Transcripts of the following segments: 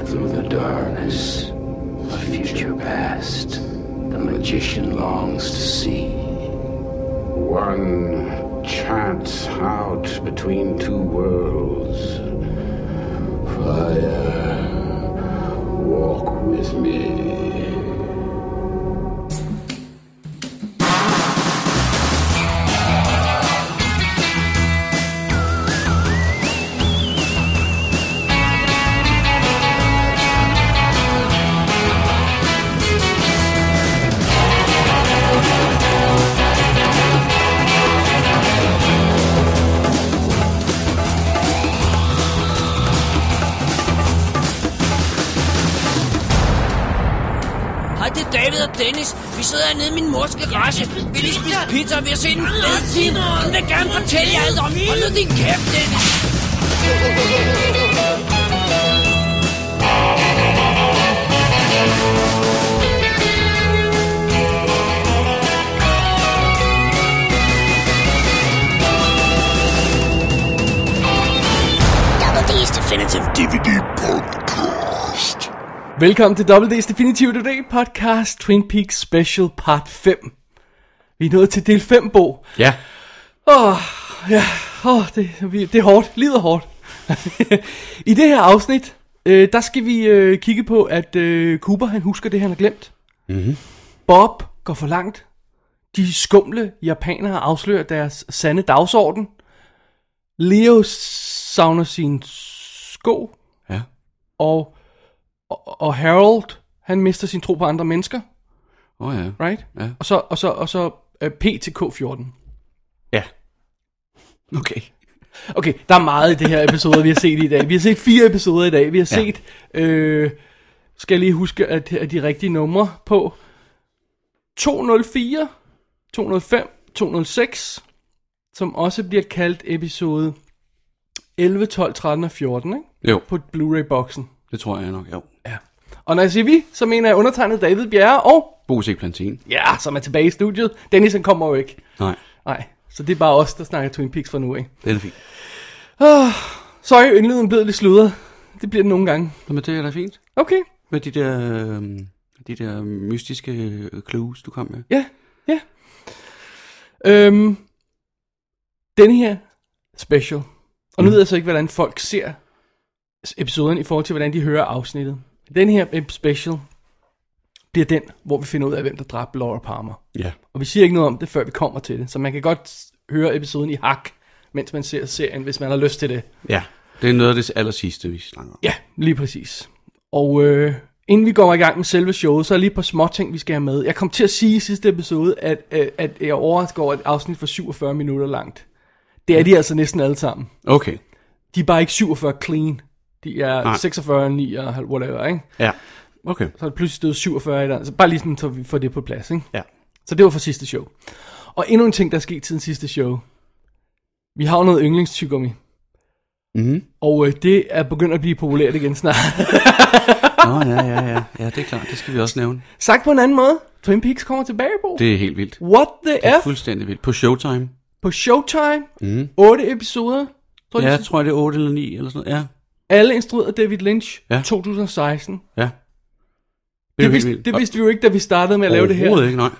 Through the darkness, a future past, the magician longs to see. One chance out between two worlds. Fire, walk with me. David og Dennis, vi sidder hernede i min mors garage. Vi lige spise pizza, og vi har set en fed film. Hun vil gerne fortælle jer alt om. Hold nu din kæft, Dennis. Double D's Definitive DVD Podcast. Velkommen til Double D's Definitive DVD Podcast, Twin Peaks Special Part 5. Vi er nået til del 5, Bo. Ja. Det er hårdt. Livet er hårdt. I det her afsnit, der skal vi kigge på, at Cooper, han husker det, han har glemt. Mm-hmm. Bob går for langt. De skumle japanere afslører deres sande dagsorden. Leo savner sin sko. Ja. Og Harold, han mister sin tro på andre mennesker. Ja. Right? Ja. Og så P til K14. Ja. Okay, der er meget i det her episode, vi har set i dag. Vi har set 4 episoder i dag. Vi har set, skal jeg lige huske, at de rigtige numre på 204, 205, 206, som også bliver kaldt episode 11, 12, 13 og 14, ikke? Jo. På Blu-ray-boksen. Det tror jeg nok, jo. Ja. Og når jeg siger vi, så mener jeg undertegnet David Bjerre og... Bo C. Plantin. Ja, som er tilbage i studiet. Dennis, han kommer jo ikke. Nej, så det er bare os, der snakker Twin Peaks fra nu af. det er fint. Sorry, yndlyden blev lidt sludret. Det bliver det nogle gange. Men det er da fint. Okay. Med de der mystiske clues, du kom med. Ja. Den her special. Og nu ved jeg så ikke, hvordan folk ser episoden i forhold til, hvordan de hører afsnittet. Den her special bliver den, hvor vi finder ud af, hvem der dræbte Laura Palmer. Ja. Og vi siger ikke noget om det, før vi kommer til det. Så man kan godt høre episoden i hak, mens man ser serien, hvis man har lyst til det. Ja, det er noget af det allersidste, vi snakker om. Ja, lige præcis. Og inden vi går i gang med selve showet, så er lige et par små ting, vi skal have med. Jeg kom til at sige i sidste episode, at jeg overrasker over et afsnit for 47 minutter langt. Det er de altså næsten alle sammen. Okay. De er bare ikke 47 clean. De er 46, 9 og whatever, ikke? Ja, okay. Så er det pludselig stået 47 i der. Så bare lige sådan, så vi får det på plads, ikke? Ja. Så det var for sidste show. Og endnu en ting, der er sket til den sidste show. Vi har jo noget yndlingstygummi. Mhm. Og det er begyndt at blive populært igen snart. Ja, det er klart. Det skal vi også nævne. Sagt på en anden måde. Twin Peaks kommer tilbage, Bo. Det er helt vildt. What the Det er F? fuldstændig vildt. På Showtime. På Showtime. Mhm. 8 episoder. Ja, jeg tror, det er 8 eller 9 eller sådan noget. Ja. Alle instrueret af David Lynch. Ja. 2016. Ja. Det er jo helt vildt. Det vidste vi jo ikke, da vi startede med at lave det her. Overhovedet ikke, nej.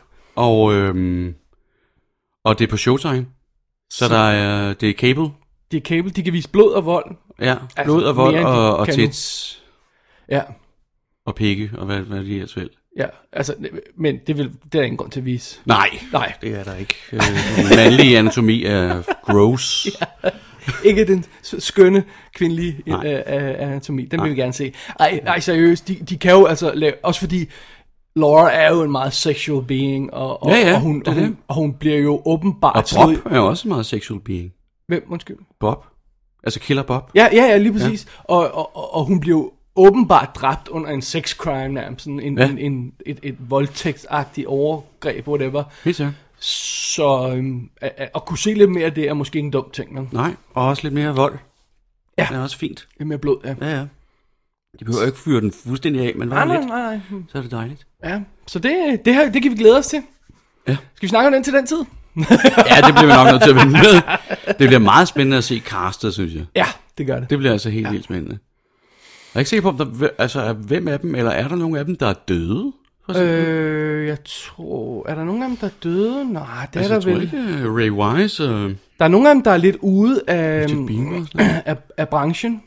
Og det er på Showtime. Så der er, det er cable. Det er cable. De kan vise blod og vold. Ja, blod og vold mere end de og kan nu. tits Ja. og pikke og hvad de ellers vil. Ja, altså, men det er der ingen grund til at vise. Nej, det er der ikke. Mandlig anatomi er gross. Ja. Ikke den skønne kvindelige anatomi. Den vil vi gerne se. Ej, seriøst. De kan jo altså lave, også fordi Laura er jo en meget sexual being, og hun bliver jo åbenbart... Og Bob er jo også en meget sexual being. Hvem, undskyld? Bob. Altså Killer Bob. Ja, lige præcis. Ja. Og hun bliver jo åbenbart dræbt under en sex crime nærmest. Et voldtægtsagtigt overgreb, whatever. Helt sikkert. Så at kunne se lidt mere af det er måske ikke en dum ting. Men... Nej, og også lidt mere vold. Ja. Det er også fint. Lidt mere blod, ja. Ja. De behøver ikke fyre den fuldstændig af, men bare lidt. Nej. Så er det dejligt. Ja, så det kan vi glæde os til. Ja. Skal vi snakke om den til den tid? Ja, det bliver vi nok nødt til at vente med. Det bliver meget spændende at se castet, synes jeg. Ja, det gør det. Det bliver altså helt vildt spændende. Jeg er ikke sikker på, om hvem af dem, eller er der nogen af dem, der er døde? Jeg tror... Er der nogen af dem, der er døde? Nej, det er der vel. Ikke Ray Wise og... Der er nogle af dem, der er lidt ude af, af branchen.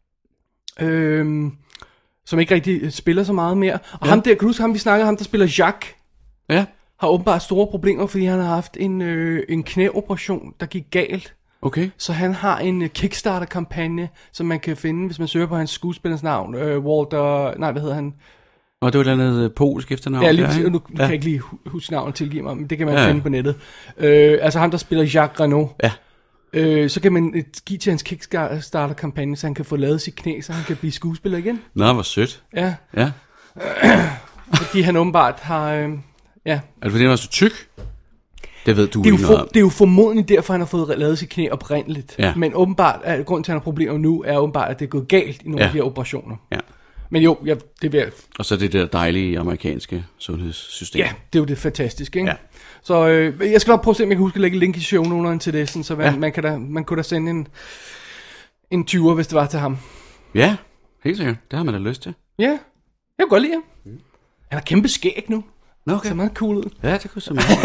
Som ikke rigtig spiller så meget mere. Og ham der, kan du huske ham, vi snakkede, ham der spiller Jacques, har åbenbart store problemer, fordi han har haft en knæoperation, der gik galt. Okay. Så han har en Kickstarter-kampagne, som man kan finde, hvis man søger på hans skuespillers navn. Walter... Nej, hvad hedder han? Og det var et eller andet polsk efternavn. Ja, lige, nu kan jeg ikke lige huske navnet tilgive mig, men det kan man finde på nettet. Altså ham, der spiller Jacques Renault. Ja. Så kan man give til hans Kickstarter-kampagne, så han kan få lavet sit knæ, så han kan blive skuespiller igen. Nå, hvor sødt. Ja. Ja. Fordi han åbenbart har... ja. Er det fordi han var så tyk? Det ved du ikke noget om. Det er jo formodentlig derfor, han har fået lavet sit knæ oprindeligt. Ja. Men åbenbart, grunden til, at han har problemer nu, er åbenbart, at det er gået galt i nogle af de her operationer. Ja. Men jo, det vil jeg... Og så det der dejlige amerikanske sundhedssystem. Ja, det er jo det fantastiske, ikke? Ja. Så jeg skal nok prøve at se, om jeg kan huske at lægge link i shownoterne til det, sådan, så man kunne da sende en 20'er, hvis det var til ham. Ja, helt sikkert. Det har man da lyst til. Ja, jeg kan godt lide ham. Han har kæmpe skæg nu. Okay. Det ser meget cool ud. Ja, det kunne så meget.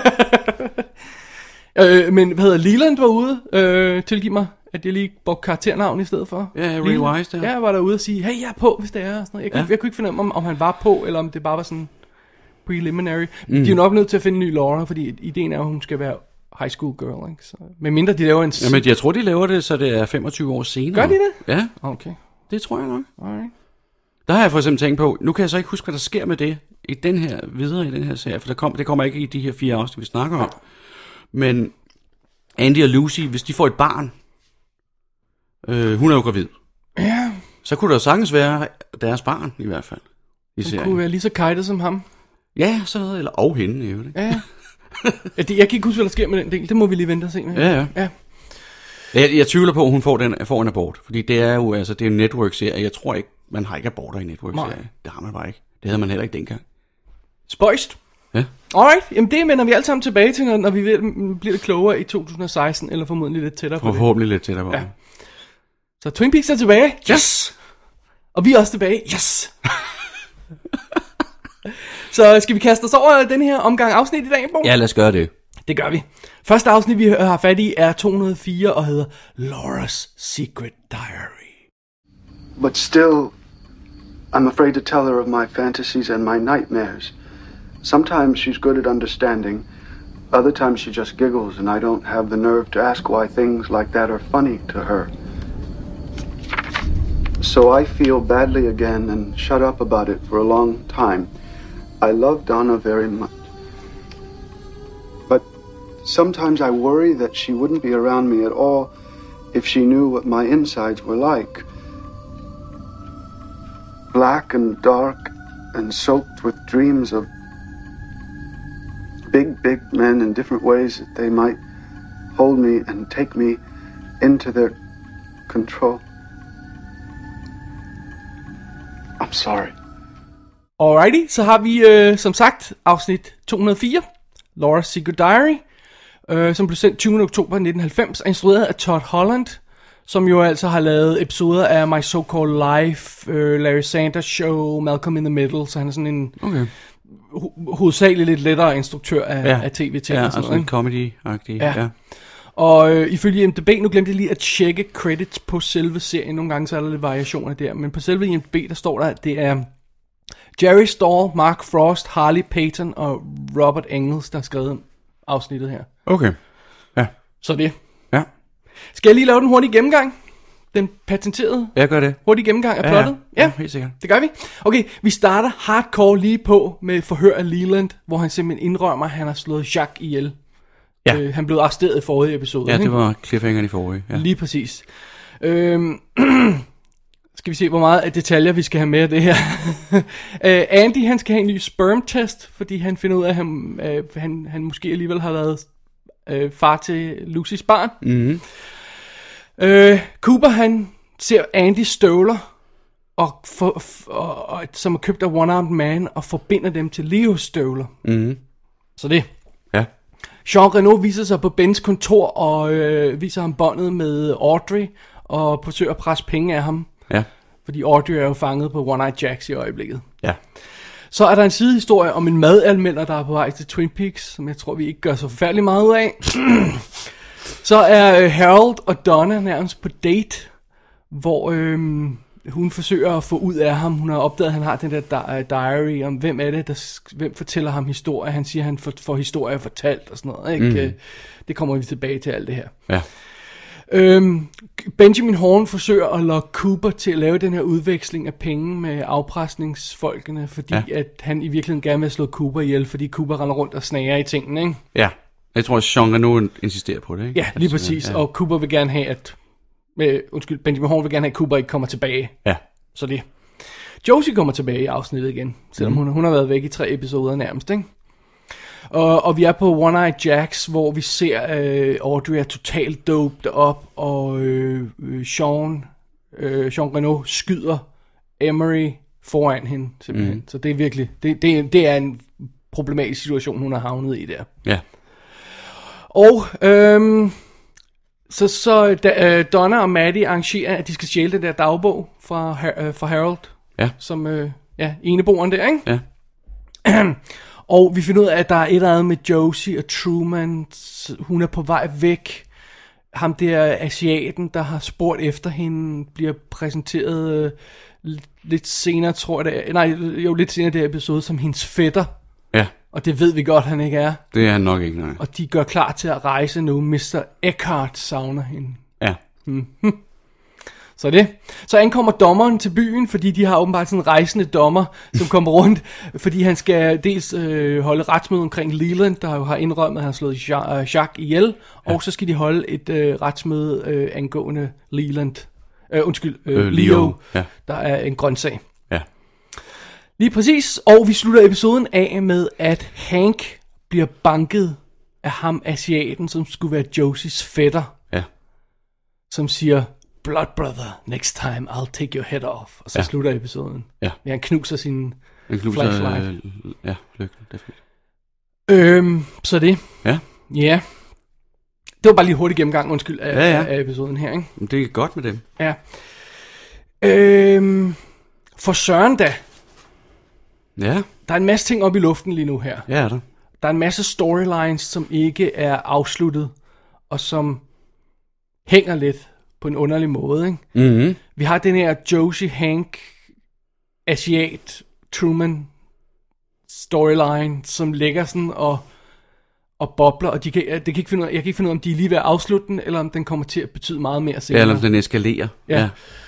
Men hvad hedder Leland var ude, tilgiv mig, at jeg lige brugte karakternavn i stedet for. Ja, Ray Wise der. Ja, jeg var derude og sige, hey, jeg er på, hvis det er. Og sådan noget. Jeg kunne ikke finde ud af, om han var på, eller om det bare var sådan preliminary. De er jo nok nødt til at finde en ny Laura, fordi ideen er, at hun skal være high school girl, ikke? Så, men mindre de laver en... Jamen, jeg tror, de laver det, så det er 25 år senere. Gør de det? Ja. Okay. Det tror jeg nok. Alright. Der har jeg for eksempel tænkt på, nu kan jeg så ikke huske, hvad der sker med det i den her serie, for det kommer ikke i de her 4 afsnit, vi snakker om. Men Andy og Lucy, hvis de får et barn, hun er jo gravid. Ja. Så kunne der sagtens være deres barn, i hvert fald. Hun kunne være lige så kajtet som ham. Ja, sådan noget, eller hende, jo det. Ja. Jeg kan ikke huske, hvad der sker med den del. Det må vi lige vente og se med. Ja. Jeg tvivler på, at hun får en abort, fordi det er jo det er en network-serie. Jeg tror ikke, man har ikke aborter i network-serie. Det har man bare ikke. Det havde man heller ikke dengang. Spøjst. Ja. Alright, jamen det vender vi alle sammen tilbage til, når vi bliver lidt klogere i 2016, eller formodentlig lidt tættere på det. Forhåbentlig lidt tættere på. Ja. Så Twin Peaks er tilbage. Yes! Og vi er også tilbage. Yes! Så skal vi kaste os over den her omgang afsnit i dag, Bo? Ja, lad os gøre det. Det gør vi. Første afsnit, vi har fat i, er 204 og hedder Laura's Secret Diary. But still, I'm afraid to tell her of my fantasies and my nightmares. Sometimes she's good at understanding. Other times she just giggles and I don't have the nerve to ask why things like that are funny to her. So I feel badly again and shut up about it for a long time. I love Donna very much. But sometimes I worry that she wouldn't be around me at all if she knew what my insides were like. Black and dark and soaked with dreams of big men in different ways that they might hold me and take me into their control. I'm sorry. Alrighty, så har vi som sagt afsnit 204, Laura's Secret Diary, som blev sendt 20. oktober 1990, instrueret af Todd Holland, som jo altså har lavet episoder af My So-Called Life, Larry Sanders Show, Malcolm in the Middle, så han er sådan en hovedsageligt lidt lettere instruktør af tv-ting. Ja, og sådan en comedy-agtig. Ja. Og ifølge IMDb, nu glemte jeg lige at tjekke credits på selve serien, nogle gange så er der lidt variationer der, men på selve IMDb, der står der, at det er Jerry Stahl, Mark Frost, Harley Payton og Robert Engels, der har skrevet afsnittet her. Okay, ja. Så det. Ja. Skal jeg lige lave den hurtige gennemgang? Den patenterede? Jeg gør det. Hurtige gennemgang af plottet? Ja, helt sikkert. Det gør vi. Okay, vi starter hardcore lige på med forhør af Leland, hvor han simpelthen indrømmer, at han har slået Jacques ihjel. Ja. Han blev arresteret i forrige episode. Ja, det var cliffhangeren i forrige. Ja. Lige præcis. Skal vi se, hvor meget af detaljer vi skal have med af det her. Andy, han skal have en ny sperm-test, fordi han finder ud af, at han måske alligevel har været far til Lucys barn. Mm-hmm. Cooper, han ser Andys støvler, som er købt af One-Armed Man, og forbinder dem til Leos støvler. Mm-hmm. Så det. Ja. Jean Renault viser sig på Bens kontor og viser ham båndet med Audrey, og forsøger at presse penge af ham. Ja. Fordi Audrey er jo fanget på One-Eyed Jacks i øjeblikket. Ja. Så er der en sidehistorie om en madanmelder, der er på vej til Twin Peaks, som jeg tror, vi ikke gør så forfærdeligt meget ud af. Så er Harold og Donna nærmest på date, hvor hun forsøger at få ud af ham. Hun har opdaget, at han har den der diary om, hvem er det, hvem fortæller ham historie. Han siger, at han får historier fortalt og sådan noget. Ikke? Det kommer vi tilbage til alt det her. Ja. Benjamin Horne forsøger at lokke Cooper til at lave den her udveksling af penge med afpresningsfolkene, fordi at han i virkeligheden gerne vil slå Cooper ihjel, fordi Cooper render rundt og snager i tingene, ikke? Ja, jeg tror, at Jean Reno insisterer på det, ikke? Ja, lige præcis, og Cooper vil gerne have, Benjamin Horne vil gerne have, at Cooper ikke kommer tilbage. Ja. Så det. Josie kommer tilbage i afsnittet igen, selvom hun har været væk i 3 episoder nærmest, ikke? Og vi er på One-Eyed Jacks, hvor vi ser Audrey er totalt doped op, og Jean Reno skyder Emery foran hende, simpelthen. Så det er virkelig, det er en problematisk situation, hun har havnet i der. Ja. Og så Donna og Maddie arrangerer, at de skal stjæle den der dagbog fra Harold, som eneboeren der, ikke? Ja. Og vi finder ud af, at der er et eller andet med Josie og Truman. Hun er på vej væk. Ham der asiaten, der har spurgt efter hende, bliver præsenteret lidt senere, tror jeg det er. Lidt senere i det episode, som hendes fætter. Ja. Og det ved vi godt, han ikke er. Det er han nok ikke, nej. Og de gør klar til at rejse nu. Mr. Eckhart savner hende. Ja. Så ankommer dommeren til byen, fordi de har åbenbart sådan en rejsende dommer, som kommer rundt, fordi han skal dels holde retsmøde omkring Leland, der jo har indrømmet, at han har slået Jacques ihjel, og så skal de holde et retsmøde angående Leland. Leo, der er en grøntsag. Ja. Lige præcis, og vi slutter episoden af med, at Hank bliver banket af ham asiaten, som skulle være Josies fætter. Ja. Som siger, "Blood brother, next time I'll take your head off." Og så slutter episoden. Ja. Han knuser sin flashlight. Ja, lykken, det er fint. Så det. Ja. Ja. Det var bare lige hurtigt gennemgang, af episoden her, ikke? Det er godt med dem. Ja. For søren da. Ja. Der er en masse ting op i luften lige nu her. Ja, er der. Der er en masse storylines, som ikke er afsluttet, og som hænger lidt på en underlig måde, ikke? Mm-hmm. Vi har den her Josie, Hank, asiat, Truman storyline, som ligger sådan og bobler, og jeg kan ikke finde ud af, om de er lige ved at afslutte den, eller om den kommer til at betyde meget mere senere. Ja, eller om den eskalerer. Ja.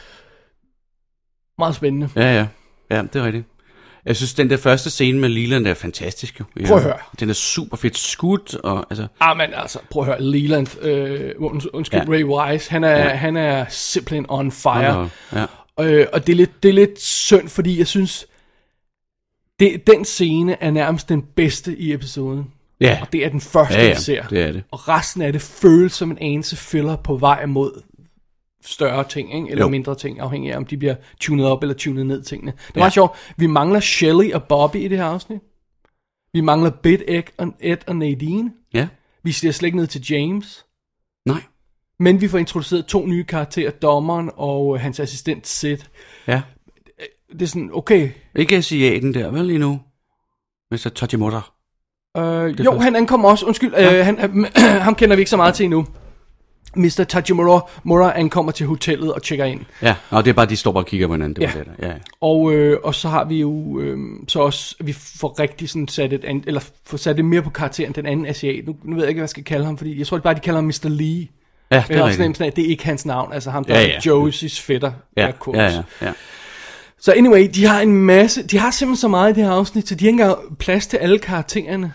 Meget spændende. Ja, det er rigtigt. Jeg synes, den der første scene med Leland er fantastisk. Jo. Prøv at høre. Den er super fedt skudt. Og, altså... Men altså, prøv at høre. Leland, Ray Wise, han er simpelthen on fire. Og det er lidt synd, fordi jeg synes, den scene er nærmest den bedste i episoden. Ja. Og det er den første, vi ser. Det er det. Og resten af det føles som en anelse filler på vej mod større ting, ikke? Eller mindre ting, afhængig af om de bliver tunet op eller tunet ned tingene. Det er meget sjovt. Vi mangler Shelley og Bobby i det her afsnit. Vi mangler Bit, Ed og Nadine. Ja. Vi ser slet ikke ned til James. Nej. Men vi får introduceret 2 nye karakterer, dommeren og hans assistent Sid. Ja. Det er sådan, okay. Ikke asiaten der, vel lige nu? Mr. Tajimura. Jo, han ankommer også. Undskyld, ham kender vi ikke så meget til endnu. Mr. Tajimura ankommer til hotellet og tjekker ind. Ja, og det er bare, de står bare og kigger på hinanden. Det var det der. Ja. Og så har vi jo så også, vi får rigtig sådan sat det mere på karakteren, den anden asiat. Nu ved jeg ikke, hvad jeg skal kalde ham, fordi jeg tror bare, de kalder ham Mr. Lee. Ja, det er rigtigt. Det er ikke hans navn, altså ham, der er Josies fætter. Ja. Så anyway, de har simpelthen så meget i det her afsnit, så de har ikke engang plads til alle karaktererne.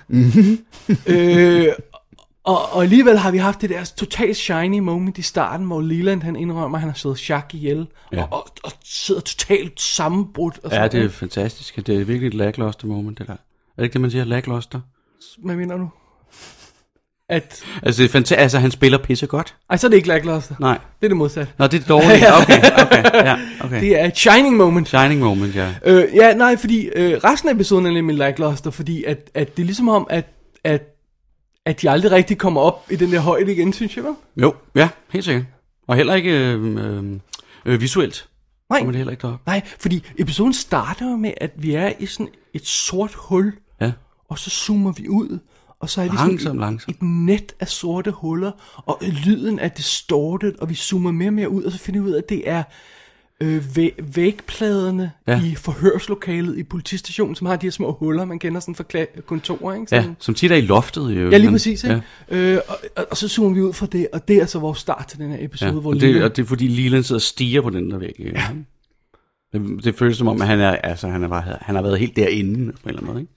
Og alligevel har vi haft det der totalt shiny moment i starten, hvor Leland han indrømmer, at han har slået Jacques ihjel, og sidder totalt sammenbrudt. Og det er fantastisk. Det er virkelig et lackluster moment, det der. Er det ikke det, man siger? Lackluster? Hvad mener du? Altså, det er fantastisk. Altså, han spiller pisse godt. Ej, så er det ikke lackluster. Nej. Det er det modsatte. Nå, det er dårligt. Okay. Det er et shining moment. Shining moment, ja. Fordi resten af episoden er nemlig lackluster, fordi at det er ligesom om, at de aldrig rigtig kommer op i den der højde igen, synes jeg, hva'? Jo, ja, helt sikkert. Og heller ikke visuelt. kommer det heller ikke derop. Nej, fordi episoden starter jo med, at vi er i sådan et sort hul, og så zoomer vi ud, og så er vi sådan et net af sorte huller, og lyden er distorted, og vi zoomer mere og mere ud, og så finder vi ud af, at det er vægpladerne i forhørslokalet i politistationen, som har de her små huller, man kender sådan fra kontorer, ikke? Sådan. Ja, som tit er i loftet. Ja, lige præcis, ikke? Ja. Og så zoomer vi ud fra det, og det er altså vores start til den her episode. Ja, hvor og det er fordi Leland sidder og stiger på den der væg. Ja. Det føles som om, at han har været helt derinde, på en eller anden måde, ikke?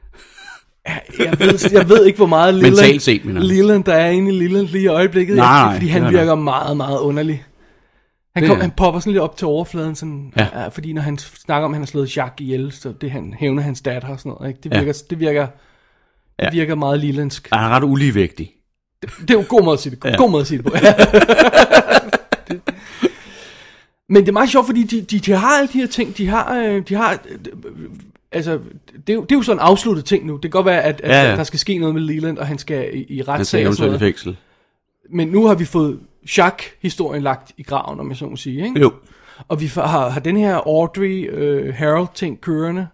Jeg ved ikke, hvor meget Leland der er inde i Leland lige i øjeblikket, fordi han virker meget, meget underlig. Han popper sådan lidt op til overfladen, sådan, fordi når han snakker om, at han har slået Jacques ihjel, så det han hævner hans datter og sådan noget, ikke? Det virker meget Lelandsk. Han er ret uligevægtig. Det er jo en god måde at sige det, god måde at sige det på. Men det er meget sjovt, fordi de har alle de her ting, de har altså, det er jo sådan en afsluttet ting nu. Det kan godt være, at der skal ske noget med Leland, og han skal i retssag og sådan noget. Fængsel. Men nu har vi fået Jacques-historien lagt i graven, om jeg så må sige, ikke? Jo. Og vi har den her Audrey Harold-ting kørende,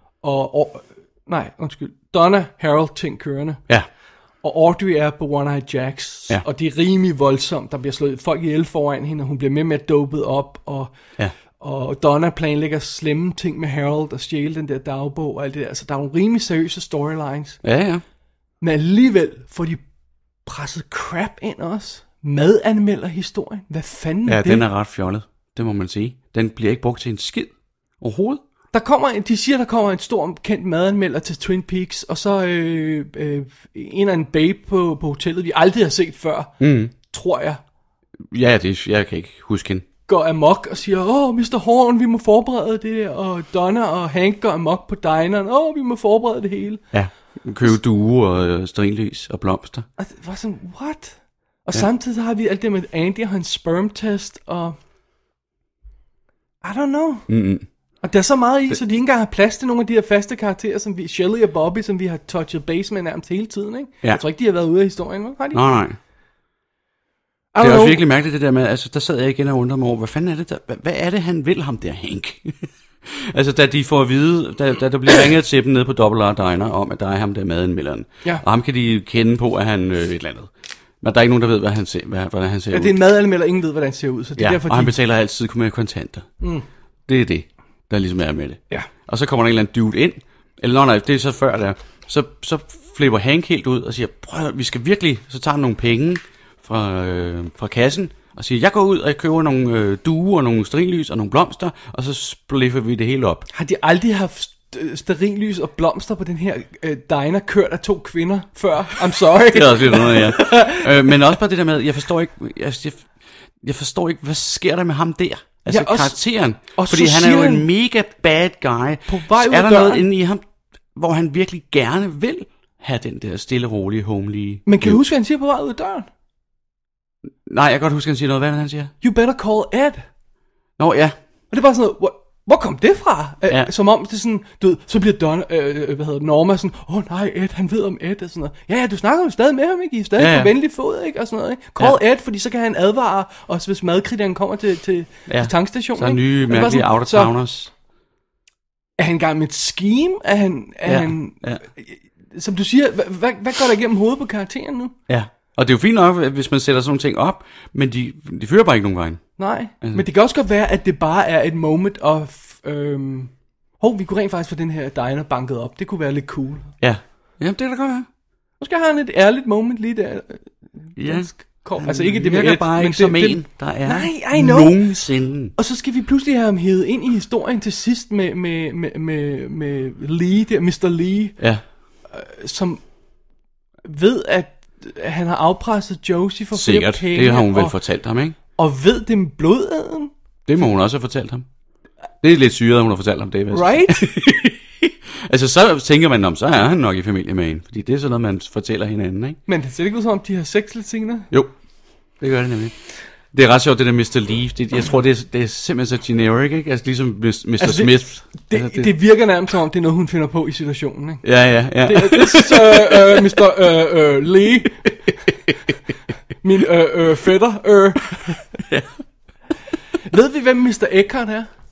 Donna Harold-ting kørende. Ja. Og Audrey er på One-Eyed Jacks, og det er rimelig voldsomt. Der bliver slået folk ihjel foran hende, og hun bliver mere dopet op, og Donna planlægger slemme ting med Harold og stjæle den der dagbog og alt det der. Så der er nogle rimelig seriøse storylines. Ja. Men alligevel får de presset crap ind også. Madanmelder historien. Hvad fanden er det? Ja, den er ret fjollet. Det må man sige. Den bliver ikke brugt til en skid overhovedet. De siger, der kommer en stor kendt madanmelder til Twin Peaks, og så en af en babe på hotellet, vi aldrig har set før, tror jeg. Ja, jeg kan ikke huske hende. Går amok og siger, Mr. Horn, vi må forberede det, og Donna og Hank går amok på dineren, vi må forberede det hele. Ja, købe duer og stearinlys og blomster. Og det var sådan, what? Og samtidig har vi alt det med Andy og hans sperm-test, og I don't know. Og der er så meget i, så de ikke engang har plads til nogle af de her faste karakterer, som Shelley og Bobby, som vi har touchet base med nærmest hele tiden, ikke? Jeg tror ikke, de har været ude af historien, har de? Nej. Det er også virkelig mærkeligt det der med, altså der sad jeg igen og undrede mig over, hvad fanden er det hvad er det han vil ham der, Hank? Altså da de får at vide, da der bliver ringet til dem nede på Double R Diner om, at der er ham der madanmelderen. Ja. Og ham kan de kende på, at han et eller andet. Men der er ikke nogen, der ved, hvordan han ser ud. Ja, det er en madanmelder, ingen ved, hvordan han ser ud. Så det er derfor, og han betaler altid med kontanter. Det er det, der ligesom er med det. Ja. Og så kommer der en eller anden dude ind, eller nej, det er så før der, så flipper Hank helt ud og siger, prøv, vi skal virkelig, så tager han nogle penge fra kassen, og siger, jeg går ud og jeg køber nogle duer og nogle stearinlys og nogle blomster, og så spliffer vi det hele op. Har de aldrig haft stearinlys og blomster på den her diner kørt af 2 kvinder før? I'm sorry. Det er også lidt noget, ja. Men også bare det der med, jeg forstår ikke, hvad sker der med ham der? Altså karakteren. Fordi han er jo en mega bad guy. På vej ud er der noget inde i ham, hvor han virkelig gerne vil have den der stille, rolige, homely... Men kan du huske, hvad han siger på vej ud af døren? Nej, jeg kan godt huske, at han siger noget. Hvad er det, han siger? You better call Ed. Nå, ja. Og det er bare sådan noget, hvor kom det fra? Som om det er sådan, du ved, så bliver Norma sådan, nej, Ed, han ved om Ed og sådan noget. Ja, du snakker jo stadig med ham, ikke? I er stadig på venlig fod, ikke? Og sådan noget, ikke? Call Ed, fordi så kan han advare os, hvis madkritikeren kommer til tankstationen. Så er nye mærkelige out-of-towners. Er han i gang med et scheme? Er han som du siger, hvad går der igennem hovedet på karakteren nu? Ja. Og det er jo fint nok, hvis man sætter sådan nogle ting op, men de fører bare ikke nogen vejen. Nej, altså. Men det kan også godt være, at det bare er et moment of... vi kunne rent faktisk få den her diner banket op. Det kunne være lidt cool. Ja, jamen det kan da godt være. Måske har han et ærligt moment lige der. Ja. Altså ikke det virker bare ikke som en, der er nogensinde. Og så skal vi pludselig have ham hævet ind i historien til sidst med Lee, der Mr. Lee, som ved, at han har afpresset Josie for flere penge. Sikkert, det har hun vel fortalt ham, ikke? Og ved det med blodæden. Det må hun også have fortalt ham. Det er lidt syret, at hun har fortalt ham det. Right? Altså så tænker man, så er han nok i familie med hende. Fordi det er sådan noget, man fortæller hinanden, ikke? Men det ser ikke ud som om, de har sex lidt senere? Jo, det gør det nemlig. Det er ret sjovt, det der Mr. Lee. Jeg tror, det er simpelthen så generic, ikke? Altså ligesom Mr. Smith. Det virker nærmest som om, det er noget, hun finder på i situationen, ikke? Ja. This is Mr. Lee. Min fætter. Ja. Ved vi, hvem Mr. Eckhart er?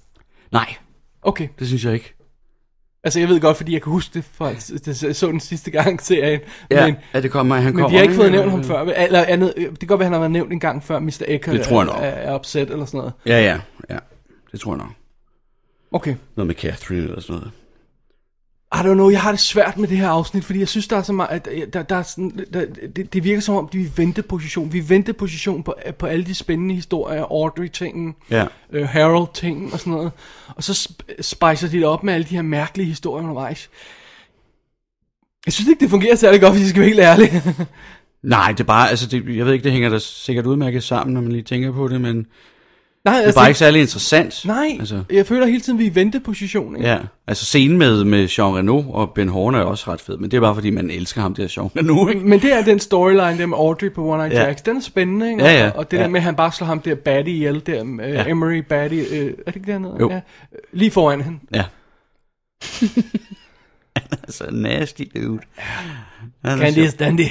Nej. Okay. Det synes jeg ikke. Altså, jeg ved godt, fordi jeg kan huske det fra, jeg så den sidste gang serien. Ja, men, det kommer, han men kommer. Vi har ikke fået nævnt ham før. Eller andet, det kan godt være, han har været nævnt en gang før, Mr. Eckhart er upset eller sådan noget. Ja. Det tror jeg nok. Okay. Noget med Catherine eller sådan noget. I don't know, jeg har det svært med det her afsnit, fordi jeg synes, der er så meget, der er sådan, det virker som om, vi venter position. Vi venter position på alle de spændende historier, Audrey-tingen, Harold-tingen og sådan noget. Og så spicer de det op med alle de her mærkelige historier undervejs. Jeg synes ikke, det fungerer særlig godt, hvis jeg skal være helt ærlig. Nej, det er bare, altså, jeg ved ikke, det hænger da sikkert udmærket sammen, når man lige tænker på det, men... Nej, det er bare ikke særlig interessant. Nej, altså. Jeg føler hele tiden, vi er i venteposition. Ikke? Ja, altså scenen med Jean Reno og Ben Horne er også ret fed, men det er bare fordi, man elsker ham, der Jean Reno, ikke? Men det er den storyline der med Audrey på One Night Jacks, den er spændende, ikke? Ja. Og det der med, at han bare slår ham der Batty ihjel, der Emery Batty, er det ikke dernede? Jo. Ja. Lige foran hende. Ja. Altså, nasty dude. Candice Dandy.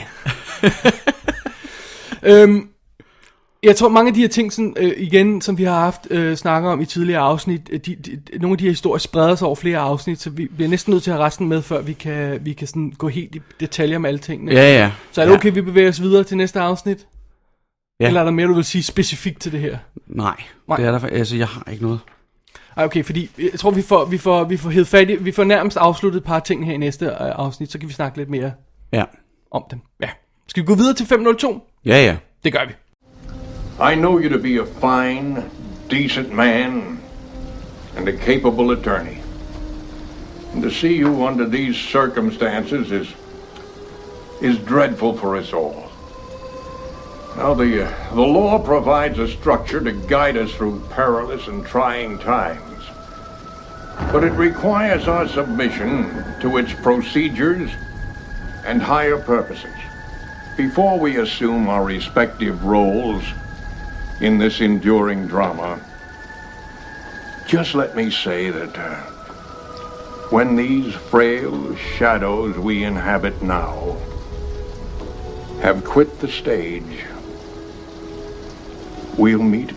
Jeg tror, mange af de her ting, sådan, igen, som vi har haft snakket om i tidligere afsnit, nogle af de her historier spreder sig over flere afsnit, så vi bliver næsten nødt til at have resten med, før vi kan sådan gå helt i detaljer med alle tingene. Ja. Så er det okay, vi bevæger os videre til næste afsnit? Ja. Eller er der mere, du vil sige specifikt til det her? Nej. Det er der, altså jeg har ikke noget. Ej, okay, fordi jeg tror, vi får hed fat i, vi får nærmest afsluttet et par ting her i næste afsnit, så kan vi snakke lidt mere om dem. Ja. Skal vi gå videre til 502? Ja. Det gør vi. I know you to be a fine, decent man and a capable attorney. And to see you under these circumstances is dreadful for us all. Now, the law provides a structure to guide us through perilous and trying times. But it requires our submission to its procedures and higher purposes before we assume our respective roles in this enduring drama. Just let me say that when these frail shadows we inhabit now have quit the stage, we'll meet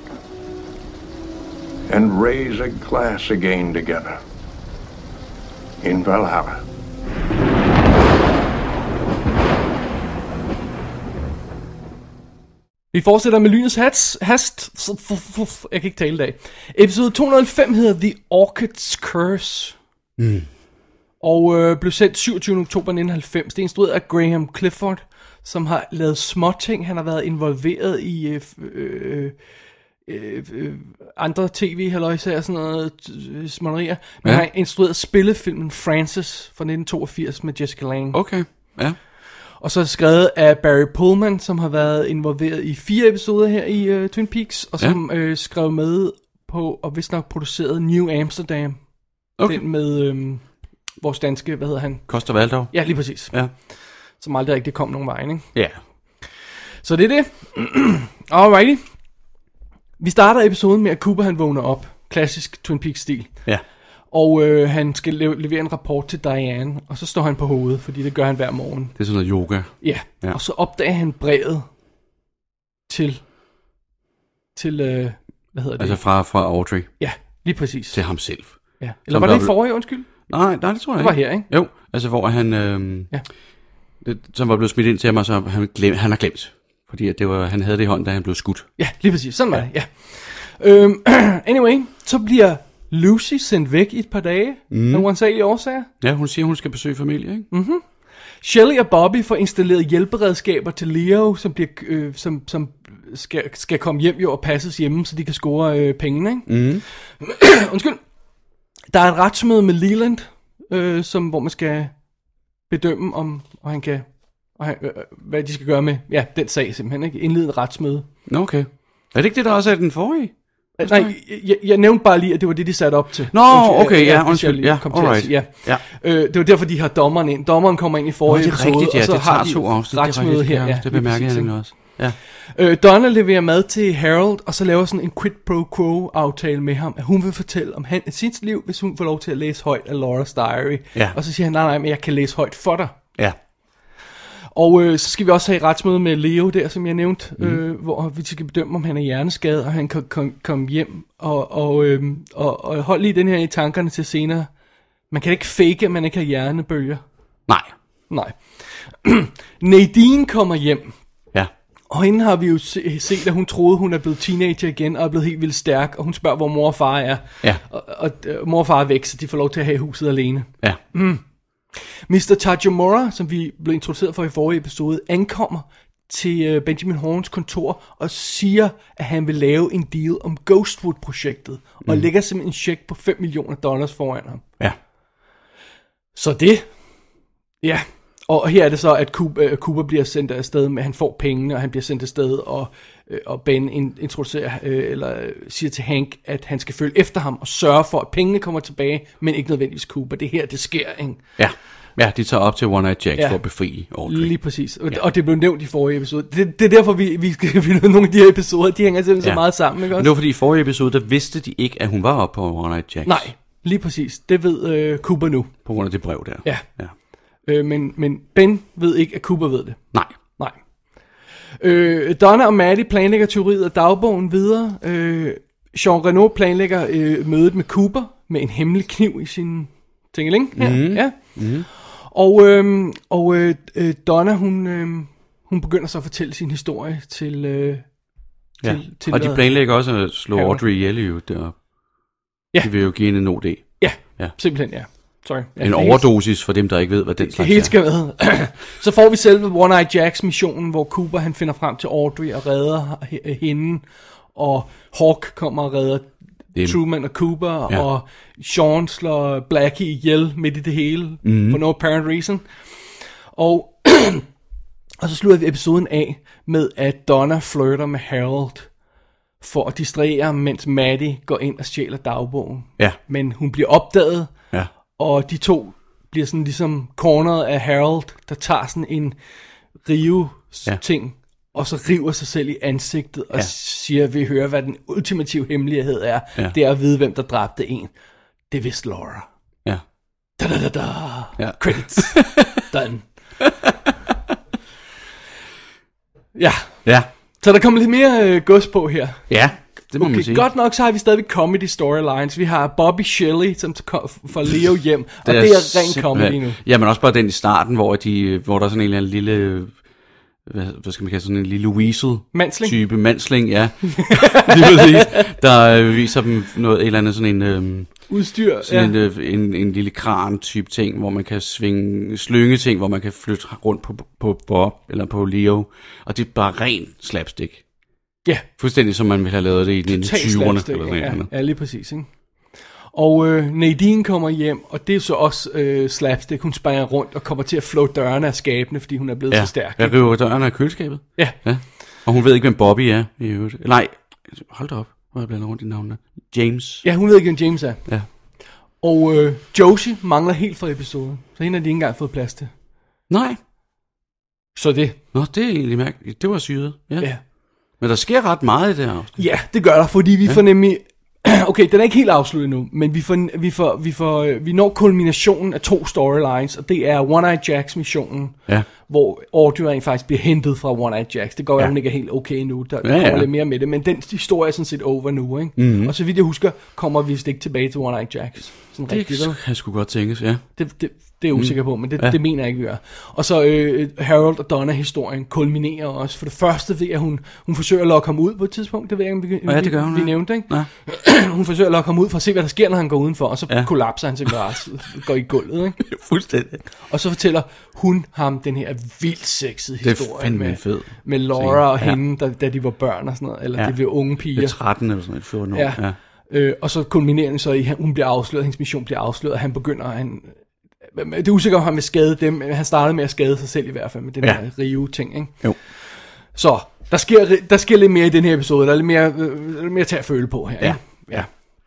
and raise a glass again together in Valhalla. Vi fortsætter med lynets hast. Jeg kan ikke tale i dag. Episode 205 hedder The Orchid's Curse. Og blev sendt 27. oktober 1990. Det er instrueret af Graham Clifford, som har lavet småting. Han har været involveret i andre tv-halløjsager og sådan noget smånerier. Men han har instrueret spillefilmen Frances fra 1982 med Jessica Lange. Okay, ja. Og så er det skrevet af Barry Pullman, som har været involveret i 4 episoder her i Twin Peaks, og som skrev med på, og vist nok produceret New Amsterdam. Okay. Den med vores danske, hvad hedder han? Koster Valdau. Ja, lige præcis. Ja. Som aldrig rigtig kom nogen vej, ikke? Ja. Så det er det. Alrighty. Vi starter episoden med, at Cooper han vågner op. Klassisk Twin Peaks-stil. Ja. Og han skal levere en rapport til Diane, og så står han på hovedet, fordi det gør han hver morgen. Det er sådan noget yoga. Ja, og så opdager han brevet til hvad hedder det? Altså fra Audrey. Ja, lige præcis. Til ham selv. Ja. Eller var det forrige, undskyld? Nej, det tror jeg ikke. Det var her, ikke? Jo, altså hvor han, som var blevet smidt ind til ham, og så han har glemt. Fordi at han havde det i hånden, da han blev skudt. Ja, lige præcis. Sådan var det, ja. Anyway, så bliver Lucy sendt væk i et par dage, af uansagelige årsager. Ja, hun siger, hun skal besøge familie, ikke? Mhm. Shelley og Bobby får installeret hjælperedskaber til Leo, som bliver, som skal komme hjem jo og passes hjemme, så de kan score pengene, ikke? Undskyld. Der er et retsmøde med Leland, hvor man skal bedømme, om han kan, hvad de skal gøre med den sag simpelthen, ikke? Indlede et retsmøde. Okay. Er det ikke det, der også er den forrige? Nej, jeg nævnte bare lige, at det var det, de satte op til. Nå, okay, ja, undskyld. Ja, alright. Ja. Det var derfor, de har dommeren ind. Dommeren kommer ind i forrige episode, og så det har de 2 afsnit, retsmøde her. Ja, det bemærker jeg også. Ja. Donna leverer mad til Harold, og så laver sådan en quid pro quo aftale med ham, at hun vil fortælle om sit liv, hvis hun får lov til at læse højt af Laura's diary. Ja. Og så siger han, nej, men jeg kan læse højt for dig. Ja. Og så skal vi også have et retsmøde med Leo der, som jeg nævnte, hvor vi skal bedømme, om han er hjerneskadet, og han kan komme hjem. Og hold lige den her i tankerne til senere. Man kan ikke fake, at man ikke har hjernebølger. Nej. Nadine kommer hjem. Ja. Og hende har vi jo set, at hun troede, hun er blevet teenager igen, og er blevet helt vildt stærk, og hun spørger, hvor mor og far er. Ja. Og mor og far er væk, så de får lov til at have huset alene. Ja. Mr. Tajimura, som vi blev introduceret for i forrige episode, ankommer til Benjamin Horns kontor og siger, at han vil lave en deal om Ghostwood-projektet, og lægger simpelthen en check på $5 million foran ham. Ja. Så det, ja, og her er det så, at Cooper bliver sendt afsted, men han får penge, og han bliver sendt afsted, og Ben introducerer, eller siger til Hank, at han skal følge efter ham og sørge for, at pengene kommer tilbage, men ikke nødvendigvis Cooper. Det her, det sker, ikke? Ja, de tager op til One Night Jacks for at befri Audrey. Lige præcis, og det blev nævnt i forrige episode. Det er derfor, vi skal finde nogle af de her episoder, de hænger simpelthen så meget sammen, ikke også? Men det var fordi i forrige episode, der vidste de ikke, at hun var oppe på One Night Jacks. Nej, lige præcis. Det ved Cooper nu. På grund af det brev der. Ja. Men Ben ved ikke, at Cooper ved det. Nej. Donna og Maddie planlægger teoriet af dagbogen videre. Jean Reno planlægger mødet med Cooper med en hemmelig kniv i sin tingeling her. Ja. Og Donna, hun begynder så at fortælle sin historie til og de planlægger også at slå Audrey ihjel i deroppe. Ja. De vil jo give hende en OD. Ja, simpelthen ja. Sorry. En overdosis for dem, der ikke ved, hvad den slags helt skal med. Så får vi selve One Eye Jacks missionen, hvor Cooper han finder frem til Audrey og redder hende, og Hawk kommer og redder Truman og Cooper, og Sean slår Blackie ihjel midt i det hele, for no apparent reason. Og så slutter vi episoden af med, at Donna flirter med Harold for at distrahere, mens Maddie går ind og stjæler dagbogen. Ja. Men hun bliver opdaget, Og de to bliver sådan ligesom corneret af Harold, der tager sådan en rive-ting, og så river sig selv i ansigtet, og siger, vi hører, hvad den ultimative hemmelighed er. Ja. Det er at vide, hvem der dræbte en. Det vidste Laura. Ja. Da-da-da-da. Ja. Credits. Done. Ja. Så der kommer lidt mere gods på her. Ja. Det må man sige. Godt nok så har vi stadig comedy storylines. Vi har Bobby Shelley, som får Leo hjem, og det er ren comedy nu. Ja, men også bare den i starten, hvor der er sådan en eller anden lille, hvad skal man kalde, sådan en lille weasel-type mansling, ja. Der viser dem noget, et eller andet sådan en udstyr, sådan en lille kran-type ting, hvor man kan slynge ting, hvor man kan flytte rundt på Bob eller på Leo, og det er bare ren slapstick. Ja. Fuldstændig som man ville have lavet det i 1920'erne. Ja, lige præcis. Ikke? Og Nadine kommer hjem, og det er så også slapstick. Hun springer rundt og kommer til at flå dørene af skabene, fordi hun er blevet så stærk. Jeg river dørene af køleskabet. Ja. Og hun ved ikke, hvem Bobby er i øvrigt. Nej, hold da op, hvor jeg blander rundt i navnene. James. Ja, hun ved ikke, hvem James er. Ja. Og Josie mangler helt fra episoden, så hende har de ikke engang fået plads til. Nej. Så det. Nå, det er egentlig mærkeligt. Det var syret. Ja. Men der sker ret meget i det her afsnit. Ja, det gør der, fordi vi får nemlig... Okay, den er ikke helt afsluttet nu, men vi når kulminationen af 2 storylines, og det er One Eye Jacks missionen, hvor Audrey rent faktisk bliver hentet fra One Eye Jacks. Det går at hun ikke er helt okay nu, der kommer lidt mere med det, men den historie er sådan set over nu, ikke? Mm-hmm. Og så vidt jeg husker, kommer vi vist ikke tilbage til One Eye Jacks. Sådan det rigtigt, kan jeg sgu godt tænkes, ja. Det er jeg usikker på, men det mener jeg ikke, vi gør. Og så Harold og Donna-historien kulminerer også. For det første ved jeg, hun forsøger at lokke ham ud på et tidspunkt. Det ved jeg ikke, om vi nævnte, ikke? Hun forsøger at lokke ham ud for at se, hvad der sker, når han går udenfor. Og så kollapser han simpelthen går i gulvet, ikke? Fuldstændig. Og så fortæller hun ham den her vildt sexede historie med Laura og hende, da de var børn og sådan noget. Eller de var unge piger. Det er 13 eller sådan noget, 14 år. Ja. Og så kulminerer den så i, hun bliver afsløret, hendes mission bliver afsløret, han begynder, det er usikkert, om han vil skade dem, men han startede med at skade sig selv i hvert fald, med den her rive-ting, ikke? Jo. Så, der sker lidt mere i den her episode, der er lidt mere til at føle på her. Ja.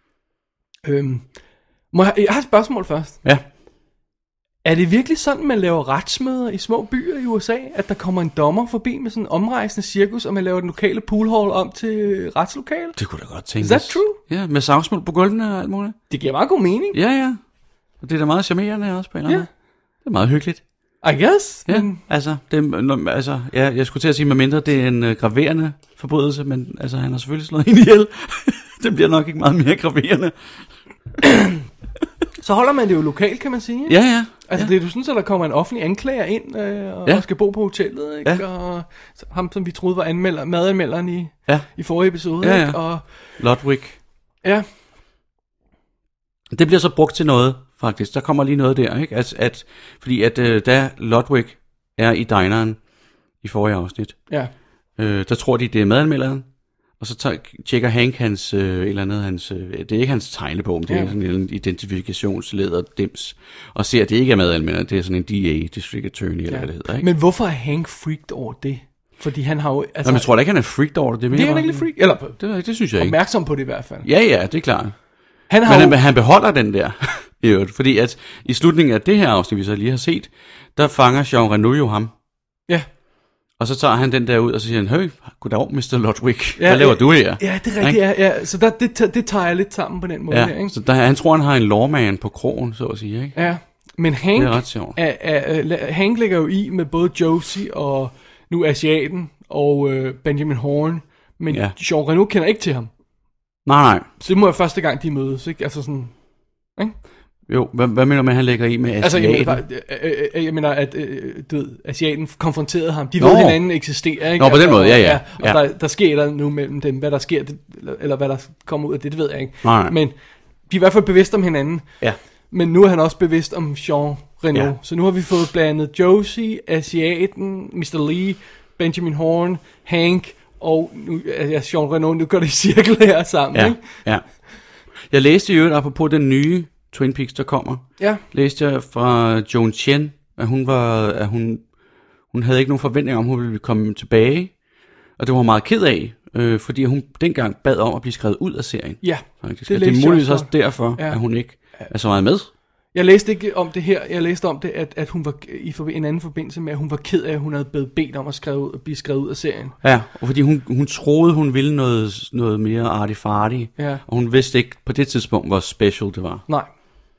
Jeg har et spørgsmål først. Ja. Er det virkelig sådan, man laver retsmøder i små byer i USA, at der kommer en dommer forbi med sådan en omrejsende cirkus, og man laver den lokale poolhall om til retslokale? Det kunne da godt tænkes. Is that true? Ja, med savsmål på gulvene og alt muligt. Det giver meget god mening. Ja. Og det er da meget charmerende også på en eller anden måde. Det er meget hyggeligt. I guess. Ja, jeg skulle til at sige, medmindre det er en graverende forbrydelse, men altså, han har selvfølgelig slået hende ihjel. Det bliver nok ikke meget mere graverende. Så holder man det jo lokalt, kan man sige. Ikke? Ja. Altså, det er jo sådan, at der kommer en offentlig anklager ind, og skal bo på hotellet, ikke? Ja. Og ham, som vi troede var madanmelderen i forrige episode, ja. Ikke? Og, Ludwig. Ja. Det bliver så brugt til noget, faktisk. Der kommer lige noget der, ikke? Fordi da Ludwig er i dineren i forrige afsnit, der tror de, det er madanmelderen, og så tjekker Hank hans, det er ikke hans tegnebog, det er sådan en identifikationsleder dims, og ser, at det ikke er madanmelderen, det er sådan en DA, District Attorney, eller hvad det hedder, ikke? Men hvorfor er Hank freaked over det? Fordi han har jo... Altså, men jeg tror da ikke, han er freaked over det. Det er han ikke lidt freak? Eller, det synes jeg ikke. Opmærksom på det i hvert fald. Ja, det er klart. Men han beholder den der, i øvrigt, fordi at i slutningen af det her afsnit, vi så lige har set, der fanger Jean Reno jo ham. Ja. Og så tager han den der ud, og så siger han, høj, goddag, Mr. Ludwig, hvad laver du her? Ja, det er rigtigt, ja. Så det tager jeg lidt sammen på den måde her, ikke? Så han tror, han har en lawman på krogen, så at sige, ikke? Ja, men Hank, det er ret sjovt. Hank ligger jo i med både Josie og nu asiaten og Benjamin Horne, men Jean Reno kender ikke til ham. Nej. Så det må være første gang, de mødes, ikke? Altså sådan, ikke? Jo, hvad mener du med, at han lægger i med asiaten? Altså, jeg mener, at du ved, asiaten konfronterede ham. De ved, at hinanden eksisterer, ikke? Nå, på den måde, ja. Og der sker der nu mellem dem, hvad der sker, eller hvad der kommer ud af det ved jeg ikke. Nej. Men de er i hvert fald bevidst om hinanden. Ja. Men nu er han også bevidst om Jean Reno. Ja. Så nu har vi fået blandet Josie, asiaten, Mr. Lee, Benjamin Horne, Hank og nu, Jean Reno. Nu går det i cirkel her sammen, ikke? Ja. Jeg læste jo apropos den nye Twin Peaks, der kommer. Ja. Læste jeg fra Joan Chen, at hun havde ikke nogen forventning om, hun ville komme tilbage. Og det var hun meget ked af, fordi hun dengang bad om at blive skrevet ud af serien. Ja, det er muligvis også derfor, at hun ikke er så meget med. Jeg læste ikke om det her. Jeg læste om det, at hun var i en anden forbindelse med, at hun var ked af, at hun havde bedt om at blive skrevet ud af serien. Ja, og fordi hun troede, hun ville noget mere arty-farty. Ja. Og hun vidste ikke på det tidspunkt, hvor special det var. Nej.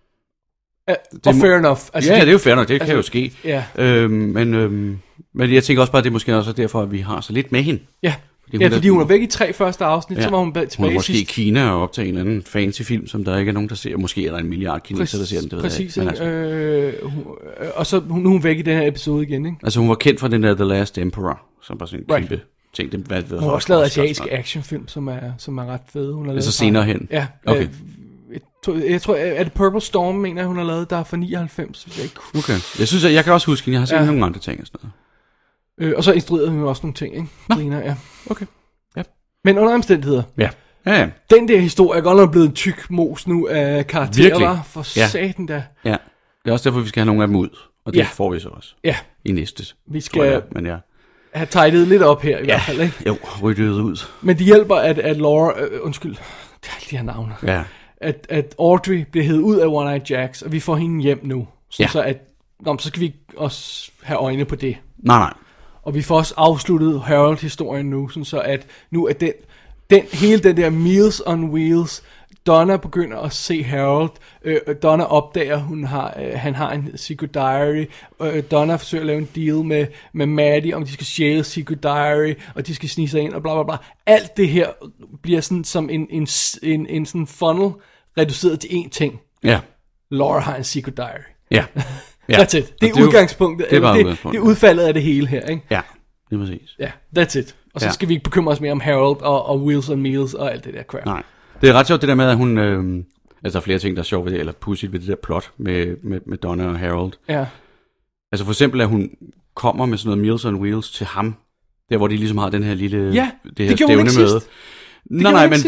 Og fair enough. Altså, det er jo fair nok, det kan jo ske. Ja. Men jeg tænker også bare, at det er måske også derfor, at vi har så lidt med hende. Ja. Fordi hun var væk i 3 første afsnit, så var hun tilbage. Hun er måske i Kina og optaget en anden fancy film, som der ikke er nogen, der ser. Måske er der 1 milliard kineser, der ser den. Det præcis, ved jeg ikke. Og så nu er hun væk i den her episode igen, ikke? Altså hun var kendt fra den der The Last Emperor, som var sådan en kæmpe ting. Hun har også lavet asiatiske actionfilm, som er ret fede. Hun har altså senere hen? Ja. Okay. Jeg tror, er det Purple Storm, mener jeg, hun har lavet, der er fra 99, hvis jeg ikke husker. Okay. Jeg synes, jeg kan også huske, jeg har set nogle andre ting og sådan noget. Og så instruerede hun også nogle ting, ikke? Nå. Ja. Okay. Ja. Men under omstændigheder. Ja. Den der historie er godt nok blevet en tyk mos nu af karakterer, var for satan da. Ja. Det er også derfor, vi skal have nogle af dem ud. Og det får vi så også. Ja. I næste. Vi skal have tightet lidt op her i hvert fald, ikke? Jo, ryddet ud. Men det hjælper, at Laura... undskyld, det er de her navne. Ja. At Audrey bliver hævet ud af One Eye Jacks, og vi får hende hjem nu. Så skal vi også have øjne på det. Nej. Og vi får også afsluttet Harold-historien nu, sådan så at nu er hele den der Meals on Wheels, Donna begynder at se Harold. Donna opdager, han har en secret diary. Donna forsøger at lave en deal med Maddie, om de skal share secret diary, og de skal snige sig ind, og bla bla bla. Alt det her bliver sådan som en sådan funnel, reduceret til én ting. Ja. Laura har en secret diary. Ja. That's it. Det er udgangspunktet. Det er udfaldet af det hele her, ikke? Ja, det er præcis. Ja, that's it. Og så skal vi ikke bekymre os mere om Harold og Wheels on Meals og alt det der crap. Nej. Det er ret sjovt det der med, at hun... altså der er flere ting, der er sjovt ved det, eller pudsigt ved det der plot med Donna og Harold. Ja. Altså for eksempel, at hun kommer med sådan noget Meals on Wheels til ham. Der, hvor de ligesom har den her lille... Ja, det her stævnemøde. Nej, men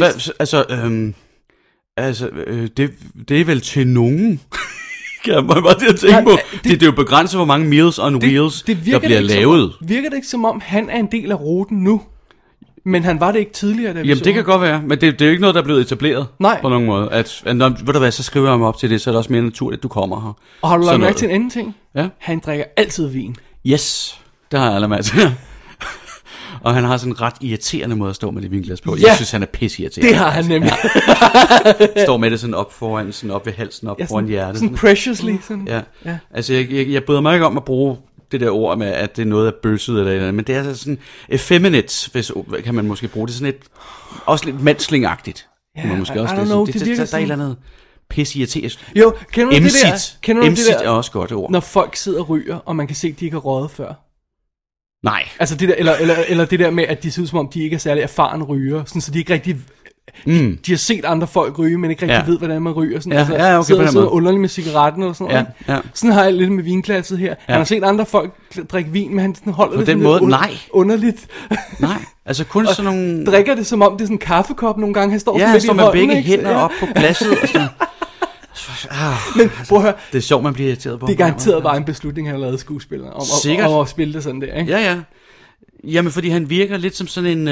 det er vel til nogen... Kan jeg bare det at tænke på. Det er jo begrænset, hvor mange Meals on Wheels, der bliver lavet. Virker det ikke som om, han er en del af ruten nu? Men han var det ikke tidligere, da vi Jamen det kan godt være, men det er jo ikke noget, der er blevet etableret. Nej. På nogen måde. Ved du hvad, så skriver jeg mig op til det, så er det også mere naturligt, at du kommer her. Og har du lagt mærke til en anden ting? Ja. Han drikker altid vin. Yes, det har jeg lagt mærke til. Og han har sådan en ret irriterende måde at stå med det vinglas på. Ja. Jeg synes, han er pisseirriterende. Det har han nemlig. Ja. Står med det sådan op foran, sådan op ved halsen, op foran hjertet. Sådan preciously. Sådan. Ja. Altså, jeg bryder mig ikke om at bruge det der ord med, at det er noget af bøsset eller noget, men det er altså sådan effeminate, hvis kan man måske bruge det. Sådan også lidt manslingagtigt. Ja, man måske også I don't know, det det virker der er et eller andet pisse-irriterende. Jo, kender du det der? Kender du det der? Er også godt ord. Når folk sidder og ryger, og man kan se, at de ikke har røget før. Nej. Altså det der, eller det der med, at de ser ud som om, de ikke er særlig erfaren ryger, sådan, så de ikke rigtig... De har set andre folk ryge, men ikke rigtig ved, hvordan man ryger. Sådan, okay, sidder underligt med cigaretten eller sådan noget. Ja. Sådan har jeg lidt med vinglasset her. Han har set andre folk drikke vin, men han sådan holder på det den sådan måde, lidt nej. Underligt. Nej, altså kun sådan nogle... Drikker det som om, det er sådan en kaffekop nogle gange. Han står han står med begge hænder op på glasset og sådan... Men prøv at høre, det er sjovt, man bliver irriteret på. Det er garanteret bare en beslutning, han har lavet skuespiller om at spille det sådan der, ikke? Ja. Jamen, fordi han virker lidt som sådan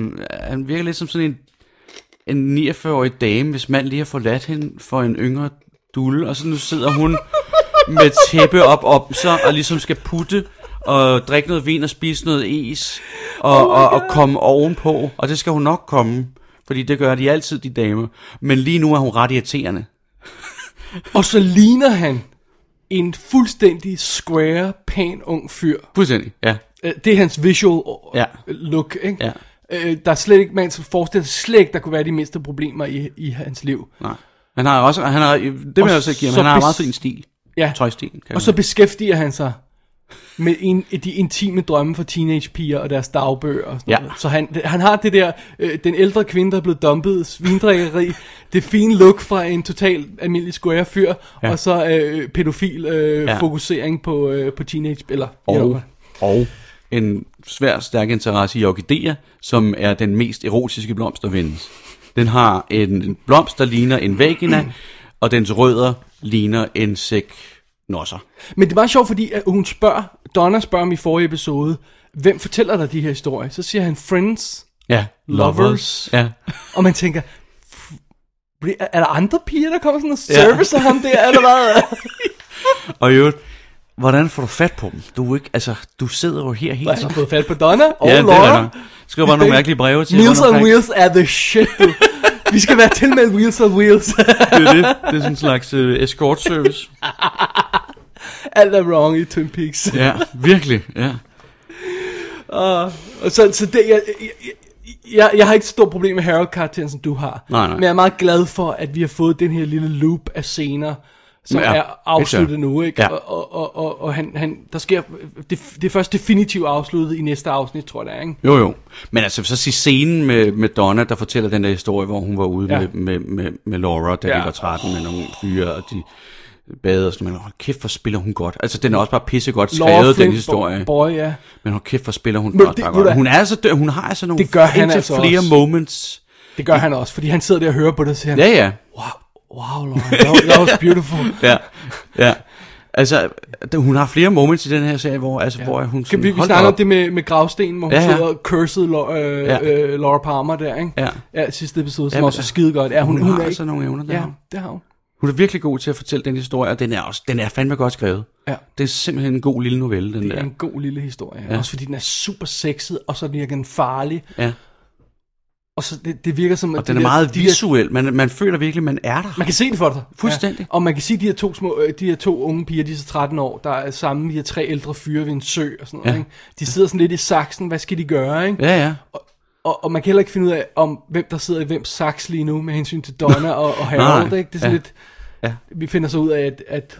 en 49-årig dame, hvis mand lige har forladt hende for en yngre dulle, og så nu sidder hun med tæppe op om sig, og ligesom skal putte og drikke noget vin og spise noget is, og komme ovenpå, og det skal hun nok komme, fordi det gør de altid, de damer. Men lige nu er hun ret irriterende. Og så ligner han en fuldstændig square, pæn ung fyr. Fuldstændig, ja. Det er hans visual look, ikke? Ja. Der er slet ikke, man forestiller sig slet ikke, der kunne være de mindste problemer i hans liv. Nej. Han har, det vil jeg også give ham, han har meget fin stil. Ja. Tøjstil. Og så beskæftiger han sig med de intime drømme for teenagepiger og deres dagbøger og sådan noget. Så han har det der, den ældre kvinde, der er blevet dumpet, svindrikkeri, det fine look fra en total almindelig square fyr, og så pædofil fokusering på teenage, eller... Og en svær stærk interesse i orkideer, som er den mest erotiske blomst, der findes. Den har en blomst, der ligner en vagina, og dens rødder ligner en sæk nosser. Men det er meget sjovt, fordi Donna spørger om i forrige episode, hvem fortæller dig de her historier? Så siger han friends, lovers. Ja. Og man tænker, er der andre piger, der kommer sådan og servicer ham der, eller hvad? Og jo, hvordan får du fat på dem? Du sidder jo her helt... Jeg har fået fat på Donna og Laura. Det er skriver bare nogle mærkelige breve til. Meals on Wheels er the shit, du. Vi skal være tilmeldt Wheels on Wheels. Det er sådan en slags escort service. Alt er wrong i Twin Peaks. Ja, virkelig, ja. Og så det, jeg har ikke så stort problem med Harold-karakteren, som du har. Nej. Men jeg er meget glad for, at vi har fået den her lille loop af scener, som er afsluttet nu, ikke? Ja. Og han, der sker, det er først definitivt afsluttet i næste afsnit, tror jeg, der, ikke? Jo. Men altså, så sige scenen med Donna, der fortæller den der historie, hvor hun var ude med Laura, da de var 13 med nogle fyre, og de bader og sådan noget. Kæft, hvor spiller hun godt. Altså, den er også bare pissegodt skrevet, den historie. Boy, ja. Men kæft, hvor spiller hun godt. Hun har altså nogle flere moments. Det gør han også, fordi han sidder der og hører på det og siger, ja. Wow, Laura, that was beautiful. Ja. Altså, hun har flere moments i den her serie, hvor hun sådan, vi snakker om det med gravstenen, hvor hun sidder og cursede Laura Palmer der, ikke? Ja, sidste episode, som også er skide godt. Ja, hun har altså nogle evner der. Ja, det har hun. Hun er virkelig god til at fortælle den historie, og den er fandme godt skrevet. Ja. Det er simpelthen en god lille novelle, den der. Det er en god lille historie. Ja. Også fordi den er super sexet, og så virker den farlig. Ja. Og så det virker som... Og den er meget visuel. Man føler virkelig, man er der. Man kan se det for dig. Fuldstændig. Ja. Og man kan se de her to unge piger, de er så 13 år, der er sammen, de her 3 ældre fyre ved en sø og sådan noget. Ikke? De sidder sådan lidt i saksen, hvad skal de gøre, ikke? Ja. Og man kan heller ikke finde ud af, om hvem der sidder i hvem saks lige nu, med hensyn til Donna og Harold, ikke? Det er sådan lidt... Ja. Vi finder så ud af, at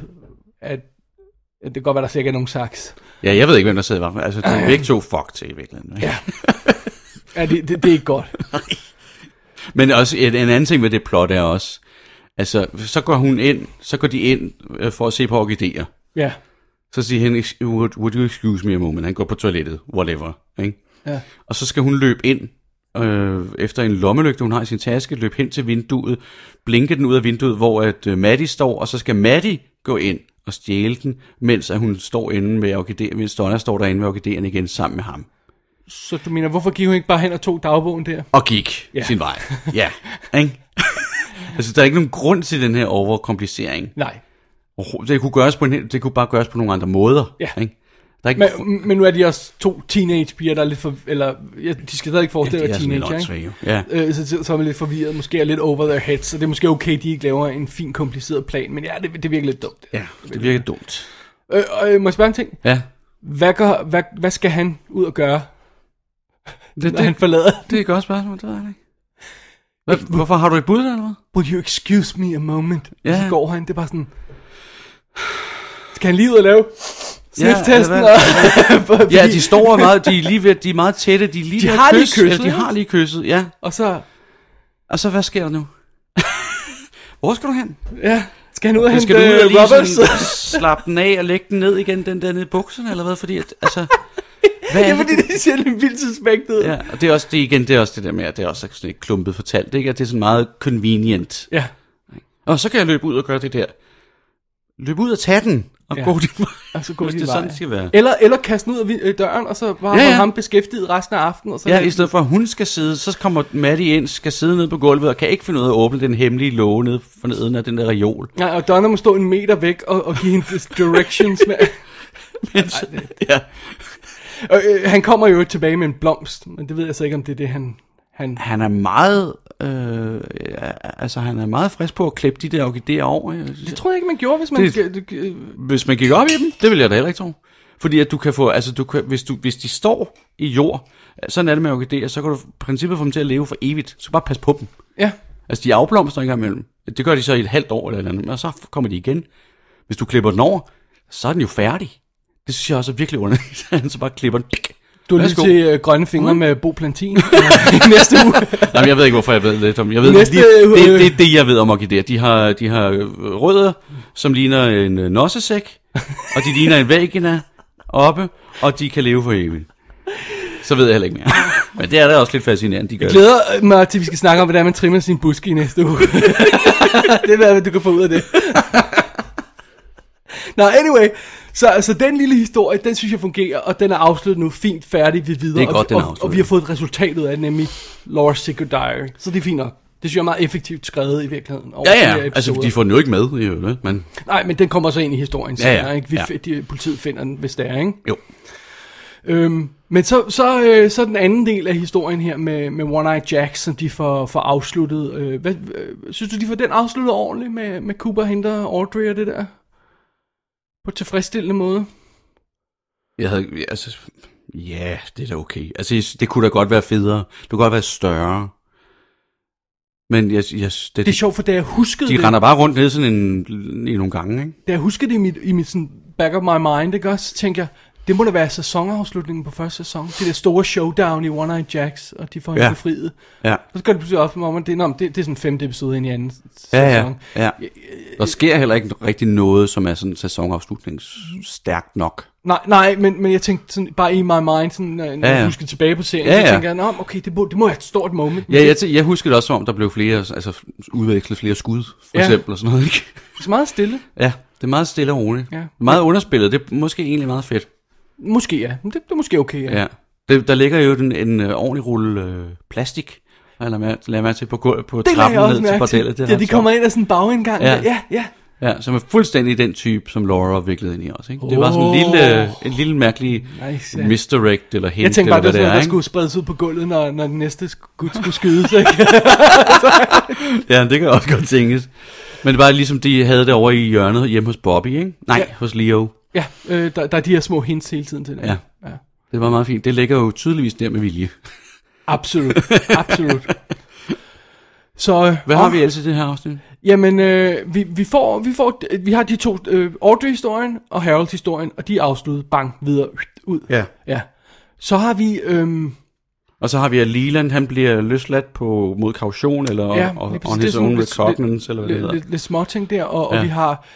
det kan godt være, der sikkert er nogen saks. Ja, jeg ved ikke, hvem der sidder. Altså, det er begge to fuck til i virkeligheden. Ja. Ja, det er ikke godt. Men også en anden ting med det plot er også, altså, så går de ind for at se på orkideer. Ja. Så siger han, would you excuse me a moment? Han går på toilettet, whatever. Ikke? Ja. Og så skal hun løbe ind, efter en lommelygte, hun har i sin taske, løbe hen til vinduet, blinke den ud af vinduet, hvor at Maddie står, og så skal Maddie gå ind og stjæle den, mens at hun står inde med orkideer, mens Donna står derinde med orkideerne igen sammen med ham. Så du mener, hvorfor gik hun ikke bare hen og tog dagbogen der? Og gik sin vej. Ja, ikke? Altså, der er ikke nogen grund til den her overkomplicering. Nej. Det kunne bare gøres på nogle andre måder. Ja. Ikke? Men nu er de også 2 teenagepiger, der er lidt for... Eller, ja, de skal stadig ikke forestille at være teenager, ikke? Ja. Så er man lidt forvirret, måske er lidt over their heads, så det er måske okay, de ikke laver en fin, kompliceret plan, men ja, det virker lidt dumt. Ja, det virker dumt. Må jeg spørge en ting? Ja. Hvad skal han ud og gøre, når han forlader? Det er et godt spørgsmål, det ved jeg ikke. Hvorfor har du et bud der, eller hvad? Will you excuse me a moment? Ja. Så går han, det er bare sådan... Skal han lige ud og lave sniff-testen? Ja, de står meget, de er meget tætte, de har lige kysset. De har lige kysset, ja. Og så hvad sker der nu? Hvor skal du hen? Ja, skal han ud og hente Roberts? Slappe den af og lægge den ned igen, den der nede i bukserne, eller hvad? Fordi, altså... Ja, fordi det ser lidt vildt suspekt ud. Ja, og det er også det er også det der med, at det er også sådan et klumpet fortalt, ikke? At det er sådan meget convenient. Ja. Og så kan jeg løbe ud og gøre det der. Løbe ud og tage den, og gå din vej. Og så gå hvis det er sådan, det skal være. Eller kaste den ud af døren, og så var ham beskæftiget resten af aftenen. Og så i stedet for at hun skal sidde, så kommer Maddie ind, skal sidde nede på gulvet, og kan ikke finde ud af at åbne den hemmelige låge nede for neden af den der reol. Ja, og Donna må stå 1 meter væk og give hende directions med... Ja. Han kommer jo tilbage med en blomst, men det ved jeg så ikke, om det er det, han... Han er meget... han er meget frisk på at klippe de der orkideer over. Det tror jeg ikke, man gjorde, hvis man... Hvis man gik op i dem, det vil jeg da heller ikke tro. Fordi at du kan få... hvis de står i jord, sådan er det med orkideer, så kan du i princippet få dem til at leve for evigt. Så bare pas på dem. Ja. Altså, de afblomster en gang imellem. Det gør de så i et halvt år eller andet, og så kommer de igen. Hvis du klipper den over, så er den jo færdig. Det synes jeg også er virkelig underligt. Han så bare klipper den. Du er lige til grønne fingre med Bo Plantin i næste uge. Jamen, jeg ved ikke, hvorfor jeg ved det om. Jeg ved, det er det, jeg ved om orkideer. De har rødder, som ligner en nossesæk, og de ligner en vagina oppe, og de kan leve for evigt. Så ved jeg heller ikke mere. Men det er da også lidt fascinerende, de gør. Jeg glæder mig til, vi skal snakke om, hvordan man trimmer sin buske i næste uge. Det er hvad du kan få ud af det. Nå, anyway, så den lille historie, den synes jeg fungerer, og den er afsluttet nu, fint færdig, vi videre. Det er godt, den er afsluttet. Og vi har fået et resultat ud af det, nemlig Laura's Secret Diary, så det er fint nok. Det synes jeg er meget effektivt skrevet i virkeligheden. Ja, altså de får den jo ikke med, men... Nej, men den kommer så ind i historien senere, ikke? Ja. Politiet finder den, hvis det er, ikke? Jo. Men så den anden del af historien her med One-Eye Jack, som de får afsluttet. Synes du, de får den afsluttet ordentligt med Cooper henter Audrey og det der? På tilfredsstillende måde? Det er da okay. Altså, det kunne da godt være federe. Det kunne godt være større. Men det er sjovt, for da jeg huskede de render bare rundt ned sådan i nogle gange, ikke? Da jeg huskede det i mit sådan back of my mind, ikke også? Så tænker jeg, det må da være sæsonafslutningen på første sæson. Det der store showdown i One-Eye Jacks, og de får hende befriet. Ja. Så skal det pludselig op med, at det er sådan 5. episode ind i anden sæson. Ja. Der sker heller ikke rigtig noget, som er sådan sæsonafslutningsstærkt nok. Nej, men jeg tænkte sådan, bare i my mind, sådan, når jeg husker tilbage på serien, så tænker jeg, okay, det må være et stort moment. Ja, jeg husker det også, som om der blev flere, altså udvekslet flere skud, for eksempel, og sådan noget, ikke? Det er meget stille. Ja, det er meget stille og roligt. Ja. Meget underspillet, det er måske egentlig meget fedt. Måske ja, det er måske okay, ja. Der ligger jo en ordentlig rulle plastik, lad mig til på trappen ned til bordellet. Ja, de kommer ind af sådan en bagindgang. Ja, som er fuldstændig den type, som Laura viklede ind i også, ikke? Det var sådan en lille mærkelig misdirect eller hint. Jeg tænkte bare, det var sådan, der skulle spredes ud på gulvet, når den næste skulle skydes, ikke? Ja, det kan også godt tænkes. Men det var ligesom, de havde det over i hjørnet hjemme hos Bobby, ikke? Nej, hos Leo. Ja, der er de her små hints hele tiden til det. Ja, det var meget fint. Det ligger jo tydeligvis der med vilje. Absolut. Så, hvad har vi ellers i det her afsnit? Jamen, vi har de to, Audrey-historien og Harold-historien, og de er afsluttet, bang, videre, ud. Ja. Så har vi... Og så har vi, at Leland, han bliver løsladt mod kaution, eller on his own recognizance, eller hvad det hedder. Lidt småting der, og vi har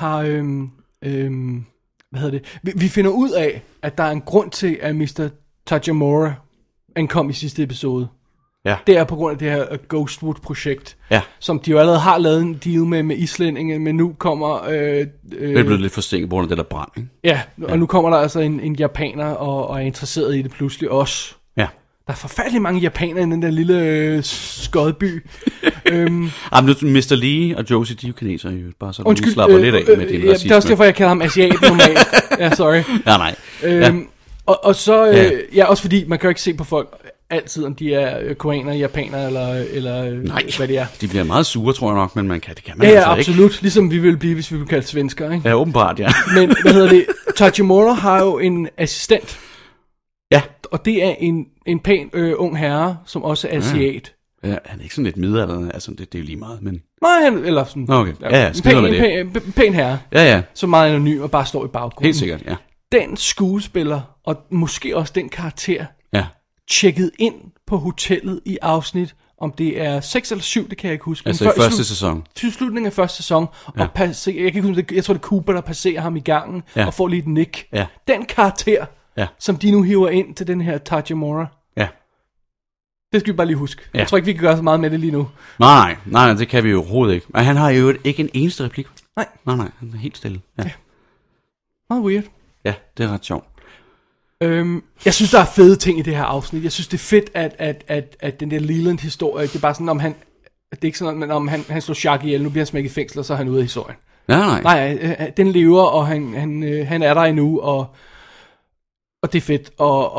hvad hedder det? Vi finder ud af, at der er en grund til, at Mr. Tajamura ankom i sidste episode. Ja. Det er på grund af det her Ghostwood-projekt, som de jo allerede har lavet en deal med islændinge, men nu kommer... det er blevet lidt forsinket på grund af det der brand, ikke? Ja, og nu kommer der altså en japaner og er interesseret i det pludselig også. Ja. Der er forfærdelig mange japanere i den der lille skodby. Jamen, Mr. Lee og Josie, de er jo kinesere jo, bare så du slapper lidt af med din racisme. Det er også derfor, jeg kalder ham asiat normalt. Ja, sorry. Ja, nej. Og så, også fordi, man kan jo ikke se på folk altid, om de er koreanere, japanere, eller nej, hvad det er. De bliver meget sure, tror jeg nok, men det kan man altså ikke. Absolut. Ligesom vi ville blive, hvis vi blev kaldt svensker, ikke? Ja, åbenbart, ja. Men, Tachimura har jo en assistent. Ja. Og det er en pæn ung herre, som også er asiat. Ja, han er ikke sådan lidt midaldrende, altså det er jo lige meget, men... Nej, eller sådan... Okay, en pæn herre, ja. som meget anonym og bare står i baggrunden. Helt sikkert, ja. Den skuespiller, og måske også den karakter, tjekket ind på hotellet i afsnit, om det er 6 eller 7, det kan jeg ikke huske. Altså i første sæson. Til slutningen af første sæson, og jeg kan ikke huske, jeg tror det er Cooper, der passerer ham i gangen, og får lige et nik. Ja. Den karakter, som de nu hiver ind til den her Tachimura. Ja. Det skal vi bare lige huske. Ja. Jeg tror ikke, vi kan gøre så meget med det lige nu. Nej, det kan vi jo overhovedet ikke. Men han har jo ikke en eneste replik. Nej, han er helt stille. Ja. Meget weird. Ja, det er ret sjovt. Jeg synes, der er fede ting i det her afsnit. Jeg synes, det er fedt, at den der Leland-historie, det er bare sådan, det er ikke sådan, om han slår Jacques ihjel, nu bliver han smækket i fængsel, og så er han ude af historien. Nej, den lever, og han er der endnu, og det er fedt,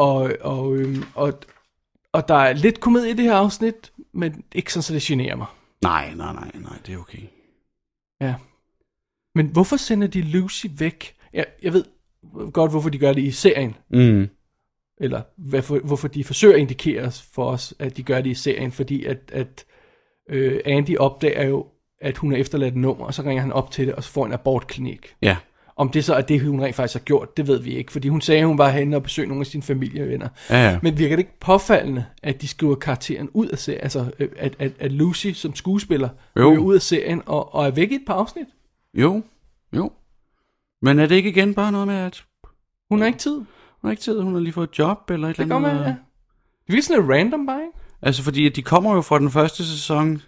og der er lidt komedie i det her afsnit, men ikke sådan, så det generer mig. Nej, det er okay. Ja. Men hvorfor sender de Lucy væk? Jeg ved godt, hvorfor de gør det i serien. Mm. Eller hvorfor de forsøger at indikere for os, at de gør det i serien. Fordi at Andy opdager jo, at hun har efterladt et nummer, og så ringer han op til det, og så får en abortklinik. Ja. Om det så er det, hun rent faktisk har gjort, det ved vi ikke. Fordi hun sagde, at hun var henne og besøgte nogle af sine familievenner. Ja. Men virker det ikke påfaldende, at de skriver karakteren ud af serien? Altså, at Lucy som skuespiller ryger ud af serien og er væk i et par afsnit? Jo. Men er det ikke igen bare noget med, at... Hun har ikke tid. Hun har lige fået et job, eller et eller andet. Det går med, ja. Det er sådan lidt random bare, ikke? Altså, fordi de kommer jo fra den første sæson.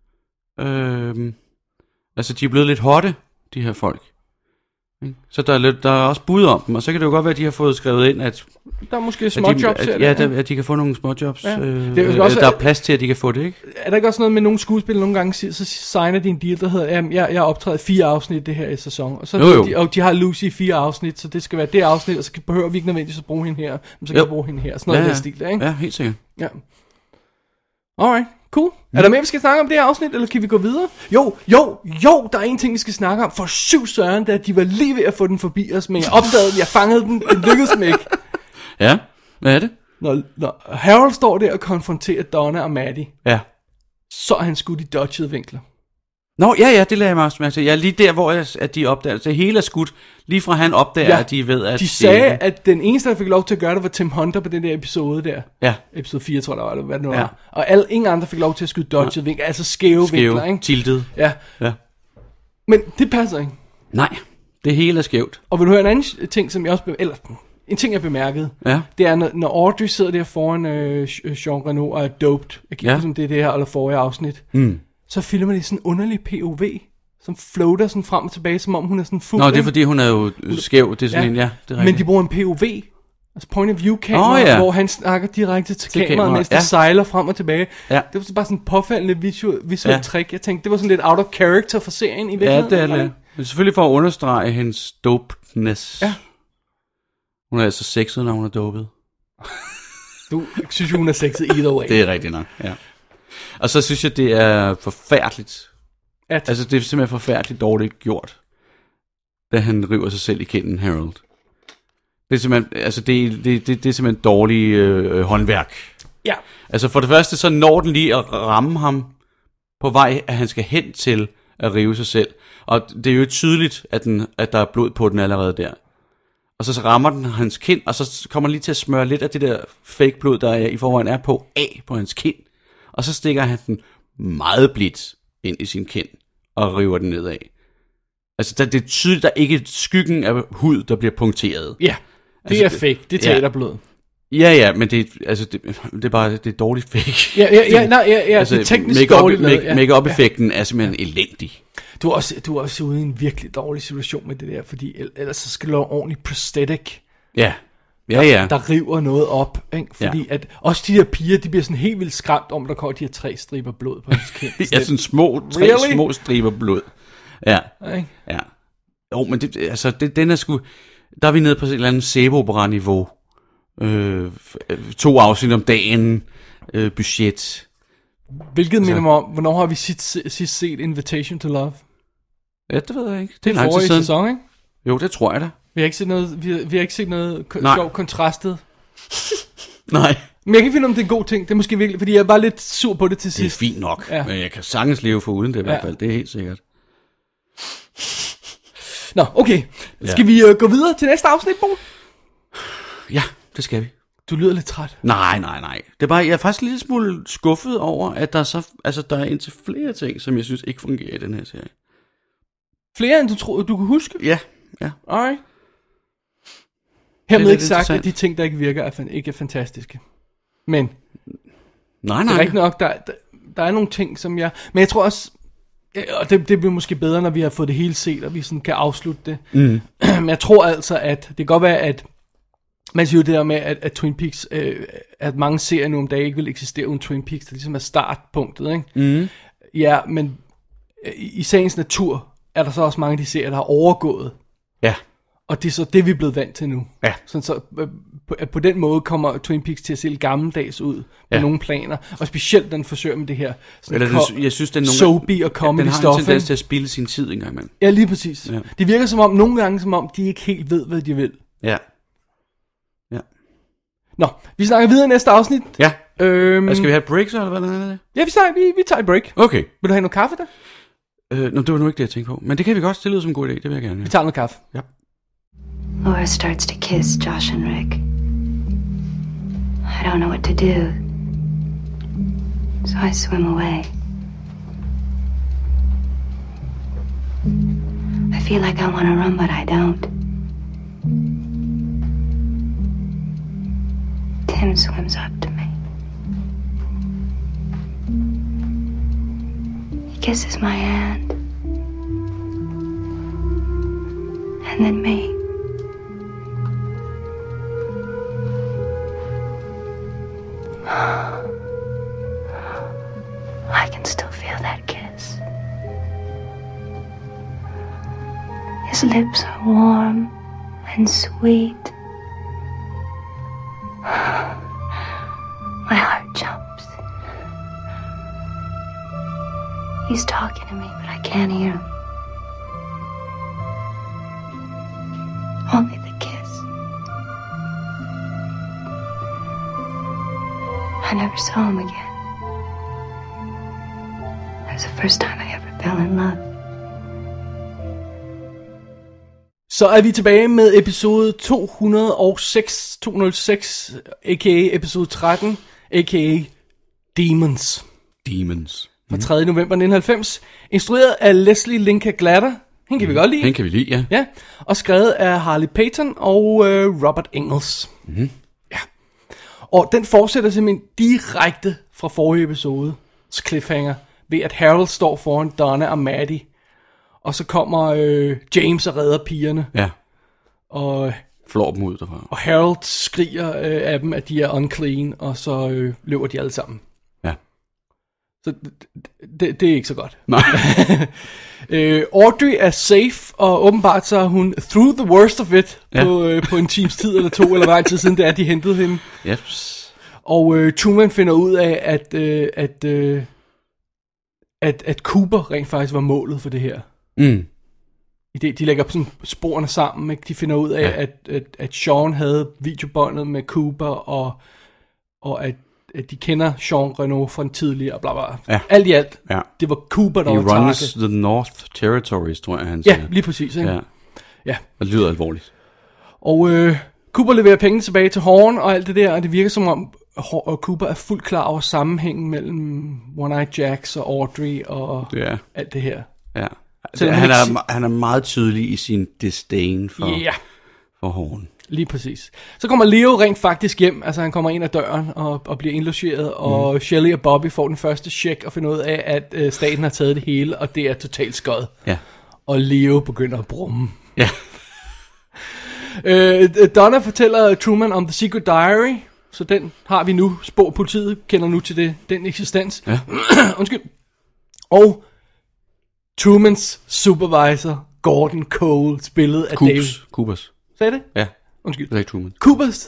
Altså, de er blevet lidt hotte, de her folk. Så der er også bud om dem, og så kan det jo godt være, at de har fået skrevet ind, at... Der er måske småjobs. At de kan få nogle småjobs. Ja. Der er plads til, at de kan få det, ikke? Er der ikke også noget med nogle skuespillere nogle gange, så signer de en deal, der hedder, jeg optræder 4 afsnit det her i sæson, og så de har Lucy i 4 afsnit, så det skal være det afsnit, og så behøver vi ikke nødvendigvis at bruge hende her, men så kan vi bruge hende her. Sådan noget af den stil der, ikke? Ja, helt sikkert. Ja. Alright, cool. Er der mere, vi skal snakke om det her afsnit, eller kan vi gå videre? Jo, der er en ting, vi skal snakke om. For 7 søren, da de var lige ved at få den forbi os, men jeg opdagede den, jeg fangede den, det lykkedes mig ikke. Ja, hvad er det? Når Harold står der og konfronterer Donna og Maddie, så er han skudt i dodgede vinkler. Nå, ja, det lader jeg mig også mærke til. Ja, lige der, hvor at de opdager, så hele er skudt, lige fra han opdager, at de ved, at... De sagde, at den eneste, der fik lov til at gøre det, var Tim Hunter på den der episode der. Ja. Episode 4, tror jeg, eller hvad det nu var. Og ingen andre fik lov til at skyde dodgede vinkler, altså skæve vinkler, ikke? Tiltet. Ja. Men det passer ikke. Nej, det hele er skævt. Og vil du høre en anden ting, som jeg også... En ting, jeg bemærkede, det er, når Audrey sidder der foran Jean Reno og er doped, jeg kan ikke huske, om det er det her eller forrige afsnit, så filmer de sådan en underlig POV, som floater sådan frem og tilbage, som om hun er sådan fuld. Nå, det er fordi, hun er jo skæv, det er sådan en, det er rigtigt. Men de bruger en POV, altså point of view kamera, hvor han snakker direkte til kameraet, mens det sejler frem og tilbage. Ja. Det var bare sådan en påfaldende visuel trick. Jeg tænkte, det var sådan lidt out of character for serien i virkeligheden. Ja, det er det. Men selvfølgelig for at understrege hendes dopeness. Ja. Hun er altså sexet, når hun er dopet. Du synes, hun er sexet either way. Det er rigtigt nok, ja. Og så synes jeg, det er forfærdeligt. Altså, det er simpelthen forfærdeligt dårligt gjort, da han river sig selv i kinden, Harold. Det er simpelthen, altså, det er simpelthen dårlig håndværk. Ja. Altså, for det første, så når den lige at ramme ham på vej, at han skal hen til at rive sig selv. Og det er jo tydeligt, at der er blod på den allerede der. Og så rammer den hans kind, og så kommer lige til at smøre lidt af det der fake blod, der i forvejen er på hans kind. Og så stikker han den meget blidt ind i sin kind og river den nedad. Altså, det er tydeligt, der er ikke skyggen af hud, der bliver punkteret. Ja, det altså, er fake. Det er teaterblod. Ja, men det er bare det er dårligt fake. Ja, altså, det er teknisk dårligt. Make-up-effekten er simpelthen elendig. Du er også ude i en virkelig dårlig situation med det der, fordi ellers så skal du lave ordentlig prosthetic. Ja. der river noget op, ikke? Fordi at også de der piger, de bliver sådan helt vildt skræmt om, der kommer de her 3 striber blod på hans kind. Ja, sådan små striber blod. Ja. Okay. Ja. Jo, men den er sgu... Der er vi nede på et eller andet sæbeopera-niveau. 2 afsnit om dagen. Budget. Hvilket minder mig om, hvornår har vi sidst set Invitation to Love? Ja, det ved jeg ikke. Det er forrige sæson, ikke? Jo, det tror jeg da. Vi har ikke set noget sjovt kontrastet. Nej. Men jeg kan ikke finde, om det er en god ting. Det er måske virkelig, fordi jeg var lidt sur på det til sidst. Det er fint nok, men jeg kan sagtens leve for uden det i hvert fald. Det er helt sikkert. Nå, okay. Skal vi gå videre til næste afsnit, Bo? Ja, det skal vi. Du lyder lidt træt. Nej. Det er bare, jeg er faktisk lidt smule skuffet over, at der er indtil flere ting, som jeg synes ikke fungerer i den her serie. Flere end du troede, du kunne huske? Ja. Alright. Hermed ikke sagt, at de ting, der ikke virker, ikke er fantastiske. Men nej. Det er rigtigt nok, der er nogle ting, som jeg... Men jeg tror også... Og det bliver måske bedre, når vi har fået det hele set, og vi sådan kan afslutte det. Men jeg tror altså, at det kan godt være, at man siger jo det der med, at Twin Peaks, at mange serier nu om dagen ikke vil eksistere uden Twin Peaks, det ligesom er startpunktet, ikke? Ja, men i sagens natur er der så også mange af de serier, der har overgået. Ja. Og det er så det, vi er blevet vant til nu. Ja. Så på den måde kommer Twin Peaks til at se lidt gammeldags ud på nogle planer. Og specielt den forsøger med det her jeg synes, den soapy og comedy stuff. Den har en tendens til at spille sin tid engang, mand. Ja, lige præcis. Ja. Det virker som om, nogle gange som om, de ikke helt ved, hvad de vil. Ja. Nå, vi snakker videre i næste afsnit. Ja. Skal vi have et break så, eller hvad er det? Ja, vi tager et break. Okay. Vil du have noget kaffe der? Det var nu ikke det, jeg tænkte på. Men det kan vi godt stille ud som en god idé, det vil jeg gerne. Ja. Vi tager noget kaffe. Ja. Laura starts to kiss Josh and Rick. I don't know what to do. So I swim away. I feel like I want to run, but I don't. Tim swims up to me. He kisses my hand. And then me. I can still feel that kiss. His lips are warm and sweet. My heart jumps. He's talking to me, but I can't hear him. Only the kiss. I never saw him again. That was the first time I ever fell in love. Så er vi tilbage med episode 206, a.k.a. episode 13, a.k.a. Demons. Fra 3. november 1990. Instrueret af Leslie Linka Glatter. Hende kan vi godt lide. Hende kan vi lide, ja. Ja. Og skrevet af Harley Payton og Robert Engels. Mm-hmm. Ja. Og den fortsætter simpelthen direkte fra forrige episodes cliffhanger, ved at Harold står foran Donna og Maddie. Og så kommer James og redder pigerne. Ja. Og flår dem ud derfra. Og Harold skriger af dem, at de er unclean, og så løber de alle sammen. Ja. Så det er ikke så godt. Nej. Audrey er safe, og åbenbart så er hun through the worst of it på en times tid eller 2, eller hvad tid siden det er, de hentede hende. Yes. Og Truman finder ud af, at Cooper rent faktisk var målet for det her. Mm. De lægger sådan sporene sammen, ikke? De finder ud af, at Sean havde videobåndet med Cooper, og at de kender Jean Reno fra en tidligere, bla bla. Ja. Alt i alt, det var Cooper, der var target. He runs the North Territories, tror jeg, han siger. Ja, lige præcis. Ikke? Ja. Det lyder alvorligt. Og Cooper leverer penge tilbage til Horn og alt det der, og det virker som om, Cooper er fuldt klar over sammenhængen mellem One-Eyed Jacks og Audrey og alt det her. Ja. Han er meget tydelig i sin disdain for Horn. Lige præcis. Så kommer Leo rent faktisk hjem, altså han kommer ind ad døren og bliver indlogeret, og Shelley og Bobby får den første check og finder ud af, at staten har taget det hele, og det er totalt skød. Ja. Og Leo begynder at brumme. Ja. Donna fortæller Truman om The Secret Diary, så den har vi nu. Politiet kender nu til den eksistens. Ja. Undskyld. Og Trumans supervisor, Gordon Cole, spillet af David... Coopers. Sagde det? Ja. Undskyld. Det er Truman. Coopers.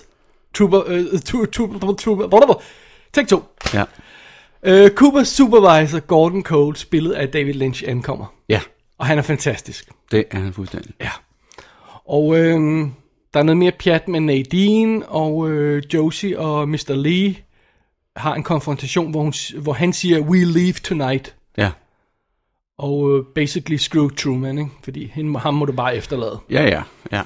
Trooper. Take 2. Ja. Coopers supervisor, Gordon Cole, spillet af David Lynch, ankommer. Ja. Og han er fantastisk. Det er han fuldstændig. Ja. Og der er noget mere pjat med Nadine, og Josie og Mr. Lee har en konfrontation, hvor han siger, we leave tonight. Ja. Og basically screw Truman, ikke? Fordi ham må du bare efterlade. Ja.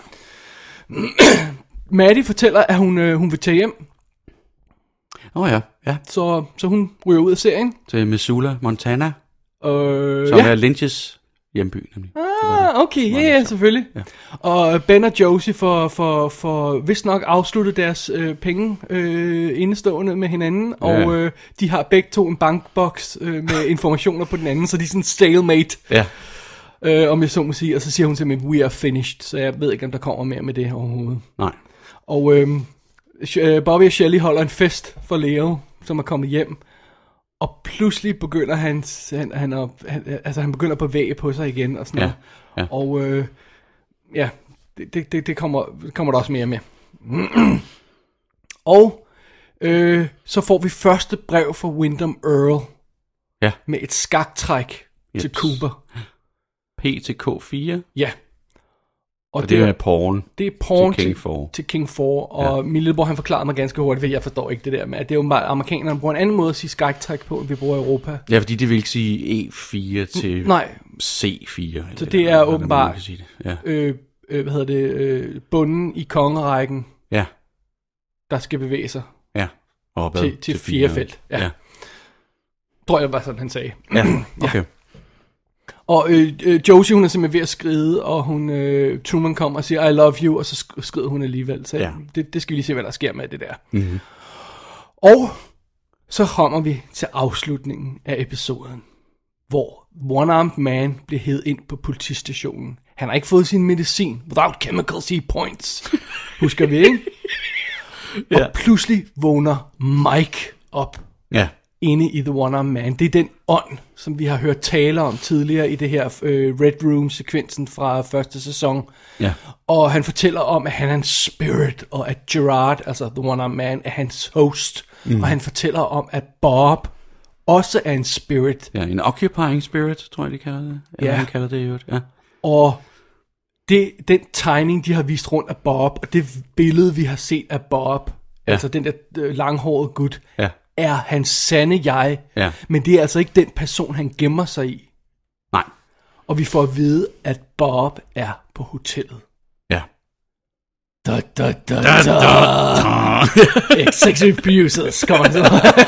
Maddie fortæller, at hun vil tage hjem. Ja. Så hun ryger ud af serien. Til Missoula, Montana. Som er Lynch's hjemby, nemlig. Okay, ja, selvfølgelig. Ja. Og Ben og Josie får vist nok afsluttet deres penge indestående med hinanden, og de har begge to en bankboks med informationer på den anden, så de er sådan stalemate, om jeg så må sige, og så siger hun til mig, we are finished, så jeg ved ikke, om der kommer mere med det overhovedet. Nej. Og Bobby og Shelley holder en fest for Leo, som er kommet hjem, og pludselig begynder han begynder at bevæge på sig igen og sådan noget. Ja. Og det kommer der også mere med. Og så får vi første brev fra Wyndham Earl med et skaktræk til Cooper. P til K4. Ja. Og det er porn. Det er porn til King 4. Og min lillebror, han forklarede mig ganske hurtigt, for jeg forstår ikke det der med, at det er jo bare amerikanerne bruger en anden måde at sige skaktræk på, end vi bruger i Europa. Ja, fordi det vil ikke sige E4 til C4. Så det er åbenbart, bunden i kongerækken, der skal bevæge sig til 4 felt. Ja. Tror jeg var sådan, han sagde. Ja, okay. Og Josie, hun er simpelthen ved at skride, og Truman kommer og siger, I love you, og så skrider hun alligevel. Så det skal vi lige se, hvad der sker med det der. Mm-hmm. Og så kommer vi til afslutningen af episoden, hvor One-Armed Man bliver hevet ind på politistationen. Han har ikke fået sin medicin. Without chemicals, he points. Husker vi, ikke? Og pludselig vågner Mike op. Ja. Inde i The One-Armed Man. Det er den ånd, som vi har hørt tale om tidligere i det her Red Room-sekvensen fra første sæson. Ja. Og han fortæller om, at han er en spirit, og at Gerard, altså The One-Armed Man, er hans host. Mm. Og han fortæller om, at Bob også er en spirit. Ja, en occupying spirit, tror jeg, de kalder det. Eller han kalder det jo. Ja. Og den tegning, de har vist rundt af Bob, og det billede, vi har set af Bob, altså den der langhårede gut, er hans sande jeg, men det er altså ikke den person, han gemmer sig i. Nej. Og vi får at vide, at Bob er på hotellet. Ja. Executive producers, kommer han så.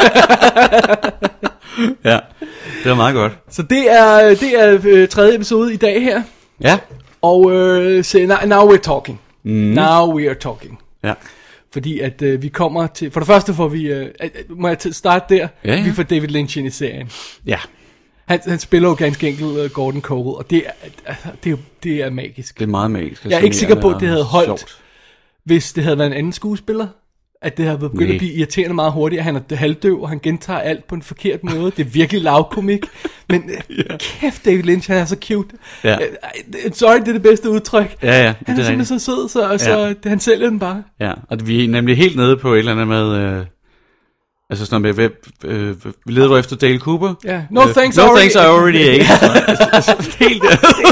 Ja, det var meget godt. Så det er tredje episode i dag her. Ja. Og now we're talking. Now we are talking. Ja. Fordi at vi kommer til... For det første får vi... må jeg starte der? Ja. Vi får David Lynch ind i serien. Ja. Han spiller jo ganske enkelt Gordon Cole, og det er magisk. Det er meget magisk. Jeg er ikke sikker på, at det havde holdt, hvis det havde været en anden skuespiller. At det havde begyndt at blive irriterende meget hurtigt. Han er halvdøv, og han gentager alt på en forkert måde. Det er virkelig lavkomik. Men kæft, David Lynch, han er så cute. Ja. Sorry, det er det bedste udtryk. Ja. Han er simpelthen så sød, så han sælger den bare. Ja, og vi er nemlig helt nede på et eller andet med... altså sådan noget med, vi leder efter Dale Cooper. Ja, no thanks, I already ate. Helt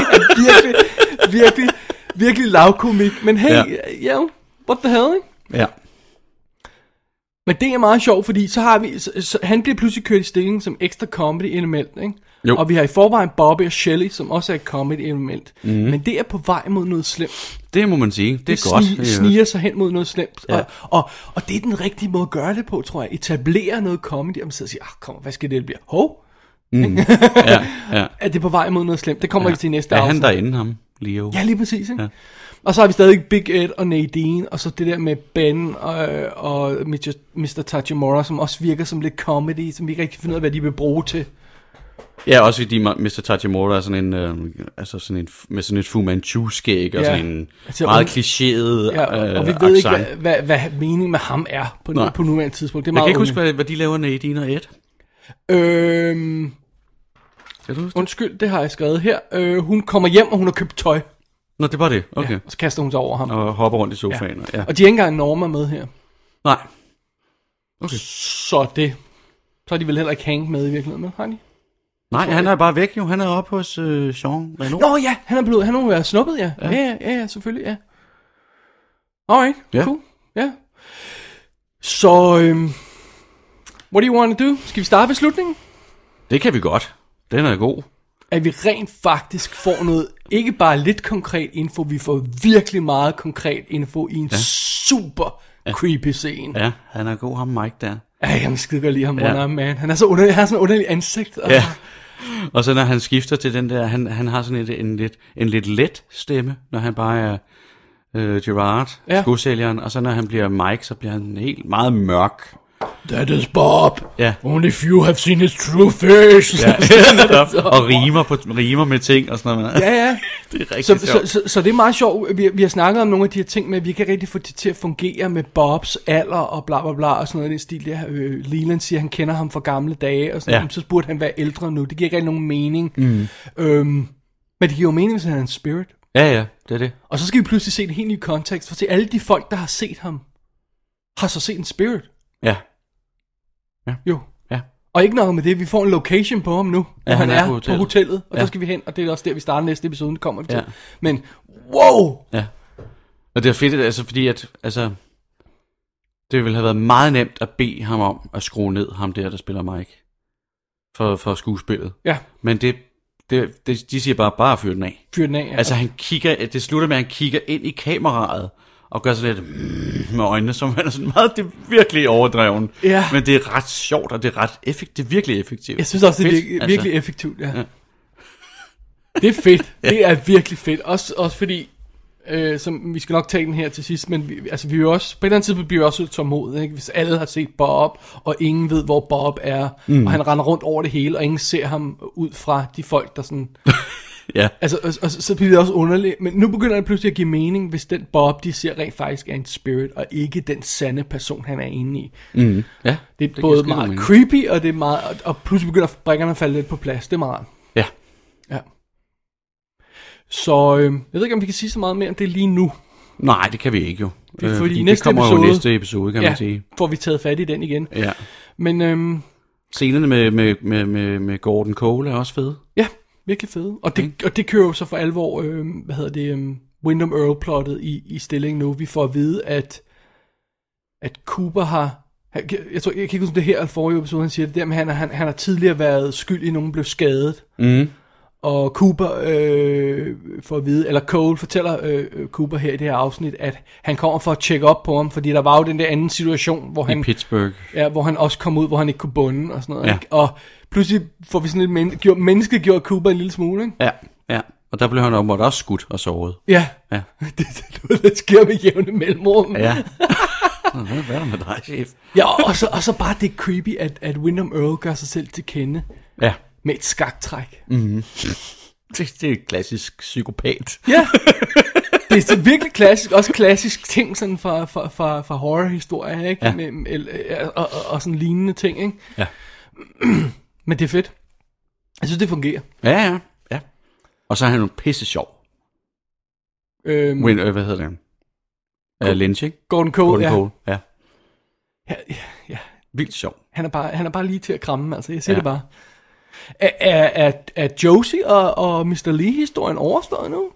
virkelig lavkomik. Men hey, what the hell, ikke? Ja. Men det er meget sjovt, fordi så har vi, han bliver pludselig kørt i stillingen som ekstra comedy element, ikke? Jo. Og vi har i forvejen Bobby og Shelley, som også er et comedy element. Men det er på vej mod noget slemt. Det må man sige. Det er godt. Det sniger sig hen mod noget slemt. Ja. Og det er den rigtige måde at gøre det på, tror jeg. Etablere noget comedy, og man sidder og siger, kom, hvad skal det blive? Hov? Ja. Er det på vej mod noget slemt? Det kommer vi til i næste afsnit. Er han derinde, ham? Leo? Ja, lige præcis, ikke? Ja. Og så har vi stadig Big Ed og Nadine, og så det der med Ben og Mr. Tajimura, som også virker som lidt comedy, som vi ikke rigtig finder ud af, hvad de vil bruge til. Ja, også fordi Mr. Tachimoto er sådan en, med sådan et Fu Manchu-skæg, og sådan en meget klichéet og vi ved ikke, hvad meningen med ham er på nuværende tidspunkt. Det er meget jeg kan ikke huske, hvad de laver Nadine og Ed. Undskyld, det har jeg skrevet her. Hun kommer hjem, og hun har købt tøj. Nå, det var det, okay. Ja, og så kaster hun sig over ham. Og hopper rundt i sofaen. Ja. Og de er ikke engang Norma med her. Nej. Okay. Så er de vel heller ikke Hank med i virkeligheden, med, har de? Nej, han er bare væk jo. Han er oppe hos Jean Reno. Nå ja, han er været snuppet, ja. Ja, selvfølgelig, ja. Alright, cool. Ja. Så, what do you want to do? Skal vi starte ved slutningen? Det kan vi godt. Den er god. At vi rent faktisk får noget, ikke bare lidt konkret info, vi får virkelig meget konkret info i en super creepy scene. Ja, han er god, ham Mike der. Ja, jeg skide godt lide ham, man. Han er så underlig, han har sådan en underlig ansigt. Ja. Og så når han skifter til den der, han har sådan en lidt let stemme, når han bare er Gerard, skosælgeren, og så når han bliver Mike, så bliver han helt meget mørk. That is Bob. Ja. Only few have seen his true face. Ja. Og rimer med ting og sådan noget. Ja. Det er rigtig sjovt. Så det er meget sjovt. Vi har snakket om nogle af de her ting, men vi kan rigtig få det til at fungere med Bobs alder og bla bla bla og sådan noget i den stil der. Leland siger, han kender ham fra gamle dage og sådan noget. Så burde han være ældre nu. Det giver ikke rigtig nogen mening. Men det giver jo mening, hvis han er en spirit. Ja, det er det. Og så skal vi pludselig se en helt ny kontekst, for se alle de folk, der har set ham, har så set en spirit. Ja. Jo. Ja. Og ikke nok med det, vi får en location på ham nu, hvor han er på hotellet, og der skal vi hen, og det er også der, vi starter næste episode, det kommer vi til. Men, wow! Ja. Og det er fedt, altså fordi at, det ville have været meget nemt at bede ham om at skrue ned, ham der spiller Mike, for skuespillet. Ja. Men de siger bare fyr den af. Fyr den af, ja. Altså det slutter med, at han kigger ind i kameraet, og gør så lidt med øjnene, som han er sådan meget, det er virkelig overdreven. Ja. Men det er ret sjovt, og det er ret effektivt. Det er virkelig effektivt. Jeg synes også, det er virkelig effektivt, ja. Det er fedt. Det er virkelig fedt. Også fordi, som vi skal nok tage den her til sidst, men vi er jo også, på et eller andet tidspunkt bliver vi også tålmodige, ikke? Hvis alle har set Bob, og ingen ved, hvor Bob er, og han render rundt over det hele, og ingen ser ham ud fra de folk, der sådan... Ja. Altså, og så bliver det også underligt. Men nu begynder det pludselig at give mening, hvis den Bob, de ser rent faktisk er en spirit, og ikke den sande person, han er inde i. Ja, det er både meget creepy, og det er meget, og pludselig begynder brækkerne at falde lidt på plads. Det er meget. Ja. Så jeg ved ikke, om vi kan sige så meget mere om det lige nu. Nej, det kan vi ikke jo. Fordi det kommer episode, jo næste episode, kan man sige. Får vi taget fat i den igen. Ja. Men scenerne med Gordon Cole er også fede. Ja. Virkelig fede. Og det kører jo så for alvor, Windham Earl-plottet i stilling nu. Vi får at vide, at Cooper har... Jeg kan ikke huske det her eller forrige episode, han siger det der, men han har tidligere været skyld i, nogen blev skadet. Og Cooper får at vide, eller Cole fortæller Cooper her i det her afsnit, at han kommer for at tjekke op på ham, fordi der var jo den der anden situation, hvor han... I Pittsburgh. Ja, hvor han også kom ud, hvor han ikke kunne bunde og sådan noget. Ja. Ikke? Og pludselig får vi sådan lidt menneskegjort Cooper en lille smule, ikke? Ja. Og der blev han åbenbart også skudt og såret. Ja. Det sker med jævne mellemrum. Ja. Hvad er der med dig, chef? Ja, og så bare det creepy, at Windham Earl gør sig selv til kende. Ja. Med et skaktræk. Det er klassisk psykopat. Ja. Det er virkelig klassisk, også klassisk ting sådan fra horrorhistorier, ikke? Ja. Og sådan lignende ting, ikke? Ja. Men det er fedt. Jeg synes, det fungerer. Ja. Og så er han jo pisse sjov. Hvad hedder det? Lynch, ikke? Gordon Cole, ja. Ja. Vildt sjov. Han er bare lige til at kramme, altså. Jeg siger det bare. Er Josie og Mr. Lee-historien overstået nu?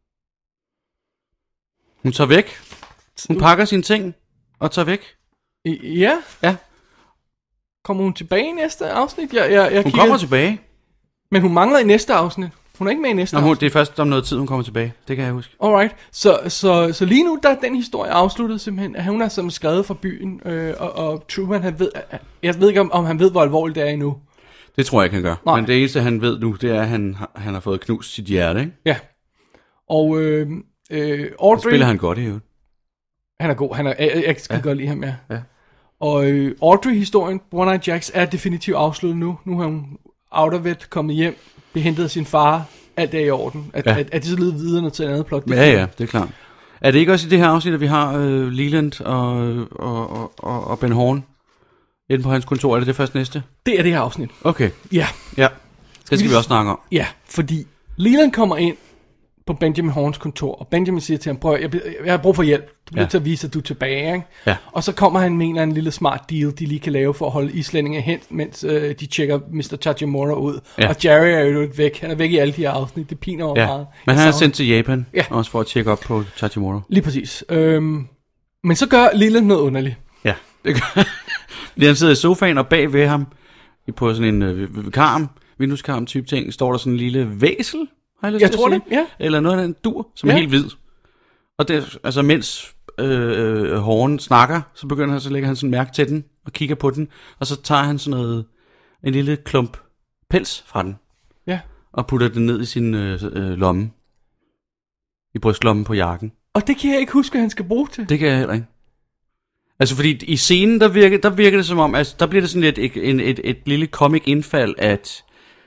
Hun tager væk. Hun pakker sine ting og tager væk. Ja. Kommer hun tilbage i næste afsnit? Hun kommer tilbage. Men hun mangler i næste afsnit. Hun er ikke med i næste afsnit. Det er først om noget tid, hun kommer tilbage. Det kan jeg huske. Alright. Så lige nu, der er den historie afsluttet simpelthen. Hun er som skrevet fra byen, og Truman, jeg ved ikke, om han ved, hvor alvorligt det er endnu. Det tror jeg ikke, han gør. Nej. Men det eneste, han ved nu, det er, at han har fået knust sit hjerte, ikke? Ja. Og Audrey... Spiller han godt i øvrigt. Han er god. Jeg kan godt lide ham, ja. Og Audrey-historien, One Eye Jacks, er definitivt afsluttet nu. Nu har hun out of it, kommet hjem, bliver hentet af sin far, alt er i orden. At de så leder videre til et andet plot. Ja, det er klart. Er det ikke også i det her afsnit, at vi har Leland og Ben Horn inde på hans kontor? Er det først næste? Det er det her afsnit. Okay. Ja. Det skal vi også snakke om. Ja, fordi Leland kommer ind på Benjamin Horns kontor, og Benjamin siger til ham, prøv, jeg har brug for hjælp. Du bliver til at vise, at du er tilbage, ikke? Ja. Og så kommer han med en eller anden lille smart deal, de lige kan lave for at holde islændinge hen, mens de tjekker Mr. Tachimura ud. Ja. Og Jerry er jo væk. Han er væk i alle de her afsnit. Det piner over meget. Men han er sendt til Japan, også for at tjekke op på Tachimura. Lige præcis. Men så gør Leland noget underligt. Ja, det gør fordi han sidder i sofaen, og bag ved ham, på sådan en vindueskarm type ting, står der sådan en lille væsel, jeg tror det, ja. Eller noget af den dur, som er helt hvid. Og det, altså mens Horn snakker, så lægger han sådan mærke til den, og kigger på den, og så tager han sådan en lille klump pels fra den, og putter den ned i sin lomme, i brystlommen på jakken. Og det kan jeg ikke huske, hvad han skal bruge til. Det kan jeg heller ikke. Altså fordi i scenen, der virker det som om, altså der bliver det sådan lidt et lille comic indfald, at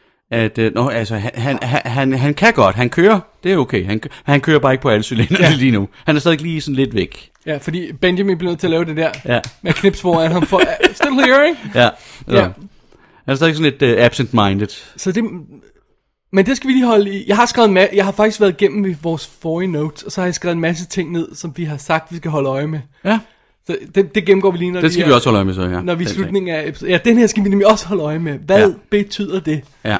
han kan godt, han kører, det er okay, han kører bare ikke på alle cylinder lige nu. Han er stadig lige sådan lidt væk. Ja, fordi Benjamin bliver nødt til at lave det der, med knips foran ham for, still here, ikke? Ja. Han er stadig sådan lidt absent-minded. Så det, men det skal vi lige holde i. Jeg har faktisk været igennem vores forrige notes, og så har jeg skrevet en masse ting ned, som vi har sagt, vi skal holde øje med. Ja. Så det gennemgår vi lige, når det skal vi også holde øje med, så ja. Når vi i slutningen af episode. Ja, den her skal vi nemlig også holde øje med. Hvad betyder det? Ja.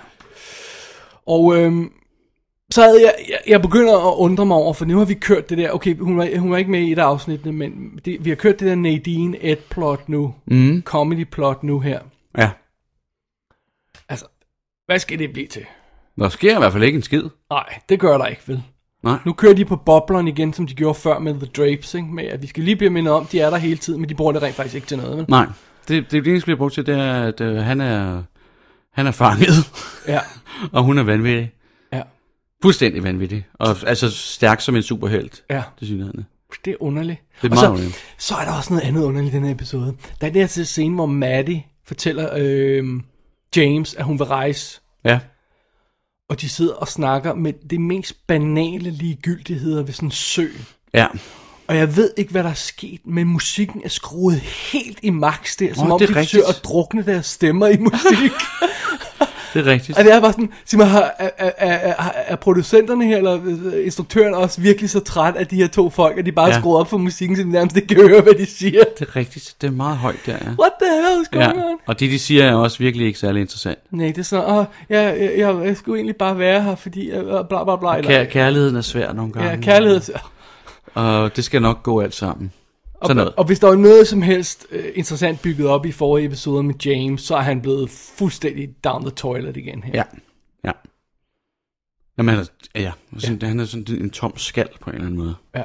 Og så havde jeg begynder at undre mig over, for nu har vi kørt det der, okay, hun var ikke med i et af afsnittene, men vi har kørt det der Nadine Ed-plot nu, comedy-plot nu her. Ja. Altså, hvad skal det blive til? Der sker i hvert fald ikke en skid. Nej, det gør der ikke, vel? Nej. Nu kører de på boblerne igen, som de gjorde før med The Drapes, ikke? Med at vi skal lige blive mindet om, de er der hele tiden, men de bruger det rent faktisk ikke til noget, vel? Nej, det eneste, bliver brugt til, det er, at han er fanget, og hun er vanvittig. Ja. Fuldstændig vanvittig, og altså stærk som en superhelt. Ja. Det er underligt. Det er meget underligt. Så er der også noget andet underligt i den her episode. Der er den her scene, hvor Maddie fortæller James, at hun vil rejse. Ja. Og de sidder og snakker med det mest banale ligegyldigheder ved sådan en sø. Ja. Og jeg ved ikke, hvad der er sket, men musikken er skruet helt i max der, som om de forsøger at drukne deres stemmer i musik. Det er rigtigt. Og det er bare sådan, sig mig, er producenterne her, eller instruktøren også virkelig så træt af de her to folk, at de bare skruer op for musikken, så de nærmest ikke kan høre, hvad de siger. Det er rigtigt. Det er meget højt der, ja. What the hell is going on? Og det, de siger, er også virkelig ikke særlig interessant. Nej, det er sådan, jeg skulle egentlig bare være her, fordi bla bla bla. Kærligheden er svær nogle gange. Ja, kærligheden. Og det skal nok gå alt sammen. Og hvis der var noget som helst interessant bygget op i forrige episoder med James, så er han blevet fuldstændig down the toilet igen her. Ja. Jamen, han er sådan en tom skal på en eller anden måde. Ja.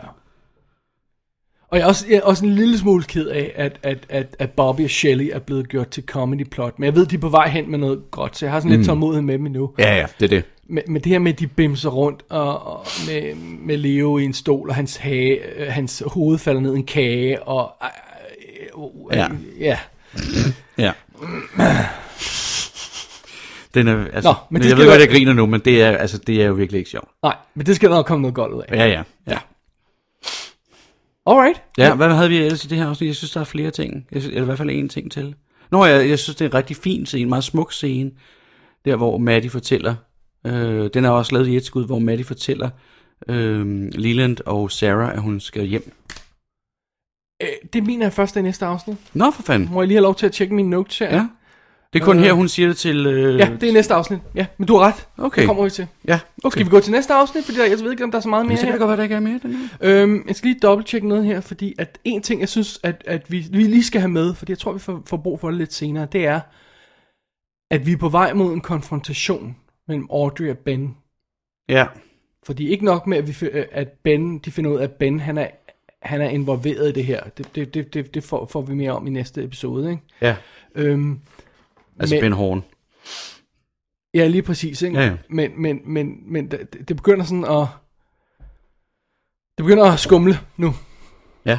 Og jeg er også en lille smule ked af, at Bobby og Shelley er blevet gjort til comedy plot. Men jeg ved, de er på vej hen med noget godt, så jeg har sådan lidt tålmodighed med dem endnu. Ja, det er det. Med det her med, at de bimser rundt og med Leo i en stol, og hans hoved falder ned i en kage, og... Ja. Den er, altså, men jeg ved godt, jeg griner nu, men det er jo virkelig ikke sjovt. Nej, men det skal der nok komme noget godt ud af. Ja. Alright. Ja, hvad havde vi ellers i det her afsnit? Jeg synes, der er flere ting. Eller i hvert fald en ting til. Jeg synes, det er en rigtig fin scene, en meget smuk scene. Der, hvor Maddie fortæller... den er også lavet i et skud, hvor Maddie fortæller Leland og Sarah, at hun skal hjem. Det mener jeg først i næste afsnit. Nå, for fanden. Må jeg lige have lov til at tjekke mine notes her? Ja. Det er kun her, hun siger det til... Ja, det er næste afsnit. Ja, men du har ret. Okay. Det kommer vi til. Ja, okay. Skal vi gå til næste afsnit? Fordi jeg ved ikke, om der er så meget mere her. Det kan godt være, der ikke er mere. Den jeg skal lige dobbelttjekke noget her, fordi at en ting, jeg synes, at vi lige skal have med, fordi jeg tror, vi får brug for det lidt senere, det er, at vi er på vej mod en konfrontation mellem Audrey og Ben. Ja. Fordi ikke nok med, at Ben, de finder ud af, at Ben, han er involveret i det her. Det får vi mere om i næste episode, ikke? Ja. Ben Horn. Ja, lige præcis, ikke? Ja. Men det begynder sådan at... Det begynder at skumle nu. Ja.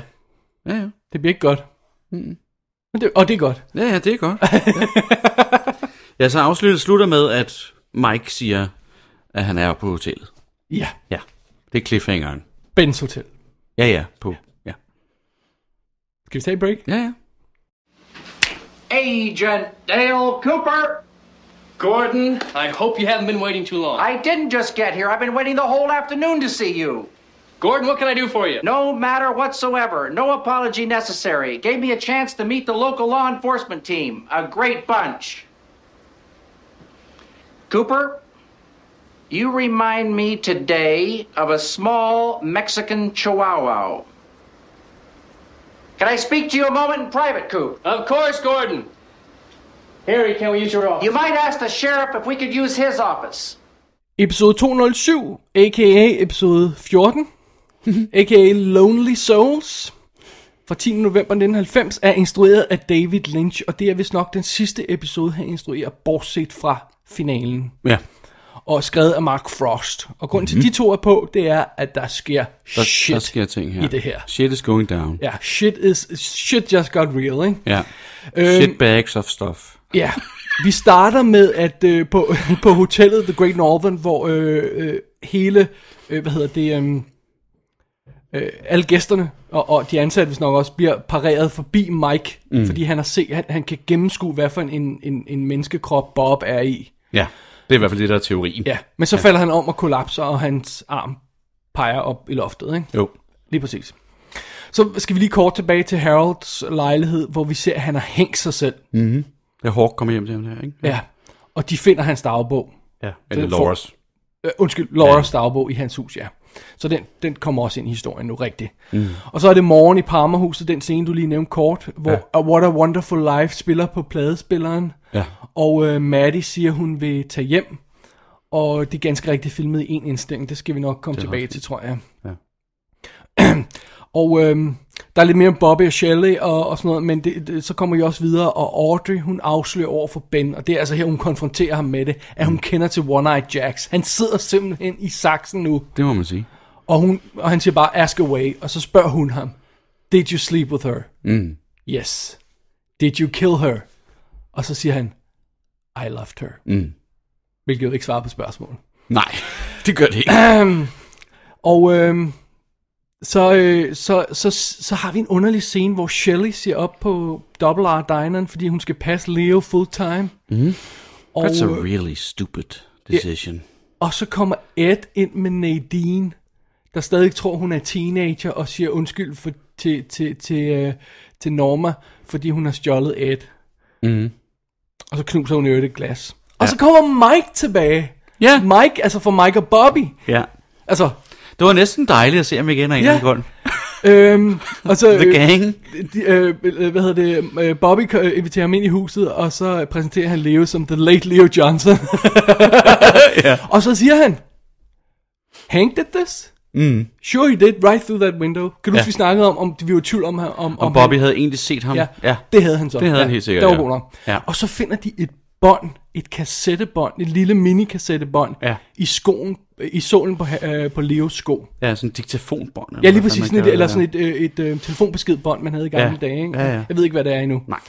Det bliver ikke godt. Og det er godt. Ja, det er godt. Ja, så afsnittet slutter med, at Mike siger, at han er på hotellet. Ja. Ja, det er cliffhangeren. Bens Hotel. Ja. Skal vi tage et break? Ja. Agent Dale Cooper! Gordon, I hope you haven't been waiting too long. I didn't just get here. I've been waiting the whole afternoon to see you. Gordon, what can I do for you? No matter whatsoever. No apology necessary. Gave me a chance to meet the local law enforcement team. A great bunch. Cooper, you remind me today of a small Mexican chihuahua. Can I speak to you a moment in private, Coop? Of course, Gordon. Harry, can we use your office? You might ask the sheriff if we could use his office. Episode 207, a.k.a. episode 14, a.k.a. Lonely Souls, fra 10. november 1990, er instrueret af David Lynch, og det er vist nok den sidste episode, han instruerer, bortset fra finalen. Ja. Og skrevet af Mark Frost. Og grunden til, de to er på, det er, at der sker shit der sker ting her. i det her. Shit is going down. Ja, shit just got real, ikke? Ja. Shit bags of stuff. Ja, vi starter med, at på hotellet The Great Northern, hvor hele, alle gæsterne og de ansatte, hvis nok også, bliver pareret forbi Mike, fordi han kan gennemskue, hvad for en menneskekrop Bob er i. Ja, det er i hvert fald det, der er teorien. Ja, men så falder han om og kollapser, og hans arm peger op i loftet, ikke? Jo. Lige præcis. Så skal vi lige kort tilbage til Harolds lejlighed, hvor vi ser, at han har hængt sig selv. Mhm. Da Hawk kommer hjem til ham der, ikke? Ja, og de finder hans dagbog. Ja, eller Lauras. Lauras dagbog i hans hus, ja. Så den kommer også ind i historien nu, rigtigt. Og så er det morgen i Parmerhuset, den scene, du lige nævnte kort, hvor A What a Wonderful Life spiller på pladespilleren. Ja. Og Maddie siger, hun vil tage hjem. Og det er ganske rigtigt filmet i en indstilling. Det skal vi nok komme tilbage til, tror jeg. Ja. Og der er lidt mere om Bobby og Shelley og sådan noget, men så kommer vi også videre, og Audrey, hun afslører over for Ben, og det er altså her, hun konfronterer ham med det, at hun kender til One-Eyed Jacks. Han sidder simpelthen i saksen nu. Det må man sige. Og han siger bare, ask away, og så spørger hun ham, did you sleep with her? Yes. Did you kill her? Og så siger han, I loved her. Hvilket jo ikke svarer på spørgsmålet. Nej, det gør det ikke. Så har vi en underlig scene, hvor Shelley siger op på Double R Dineren, fordi hun skal passe Leo full time. That's a really stupid decision. Ja, og så kommer Ed ind med Nadine, der stadig tror, hun er teenager, og siger undskyld til Norma, fordi hun har stjålet Ed. Og så knuser hun et glas. Og så kommer Mike tilbage. Ja. Mike, altså for Mike og Bobby. Ja. Altså, det var næsten dejligt at se ham igen af en grund. Og så, The Gang. Bobby inviterer ham ind i huset, og så præsenterer han Leo som the late Leo Johnson. Og så siger han, Hank did this? Sure he did, right through that window. Kan du huske, vi snakkede om vi var i tvivl om Bobby havde egentlig set ham. Ja, det havde han så. Det havde han helt sikkert, det var god nok. Og så finder de et bånd, et kassettebånd, et lille mini-kassettebånd i sålen på Leos sko. Ja, sådan et diktafonbånd. Ja, lige præcis, sådan et telefonbeskedbånd, man havde i gamle dage. Ikke? Ja. Jeg ved ikke, hvad det er endnu. Nej.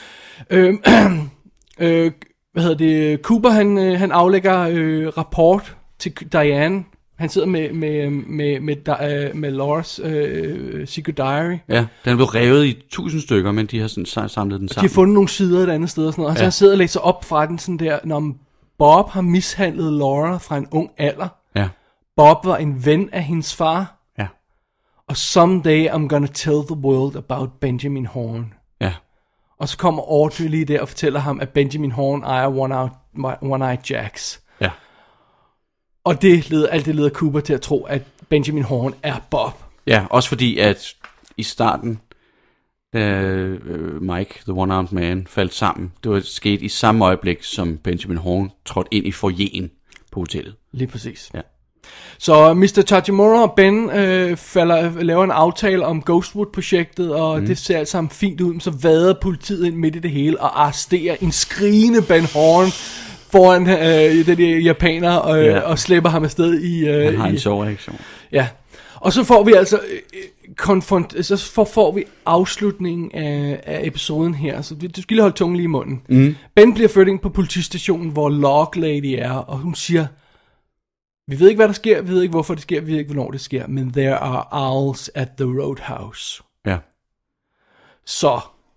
Cooper, han aflægger rapport til Diane. Han sidder med Lauras Secret Diary. Ja, den er blevet revet i 1000 stykker, men de har sådan samlet den sammen. De har fundet nogle sider et andet sted og sådan noget. Og så han sidder og læser op fra den sådan der, når Bob har mishandlet Laura fra en ung alder. Ja. Bob var en ven af hendes far. Ja. Og someday I'm gonna tell the world about Benjamin Horne. Ja. Og så kommer Audrey lige der og fortæller ham, at Benjamin Horne ejer One-Eyed Jacks. Ja. Og alt det leder Cooper til at tro, at Benjamin Horne er Bob. Ja, også fordi at i starten, da Mike, the one-armed man, faldt sammen, det var sket i samme øjeblik, som Benjamin Horne trådte ind i foyeren på hotellet. Lige præcis. Ja. Så Mr. Tajimura og Ben laver en aftale om Ghostwood-projektet, og det ser alt sammen fint ud, så vader politiet ind midt i det hele og arresterer en skrigende Ben Horne foran de japanere og slipper ham afsted i... Han har en sjov reaktion. Ja. Og så får vi altså så får vi afslutningen af episoden her. Så du skal lige holde tungen lige i munden. Ben bliver ført ind på politistationen, hvor Log Lady er, og hun siger, vi ved ikke, hvad der sker, vi ved ikke, hvorfor det sker, vi ved ikke, hvornår det sker, men there are owls at the roadhouse. Ja. Så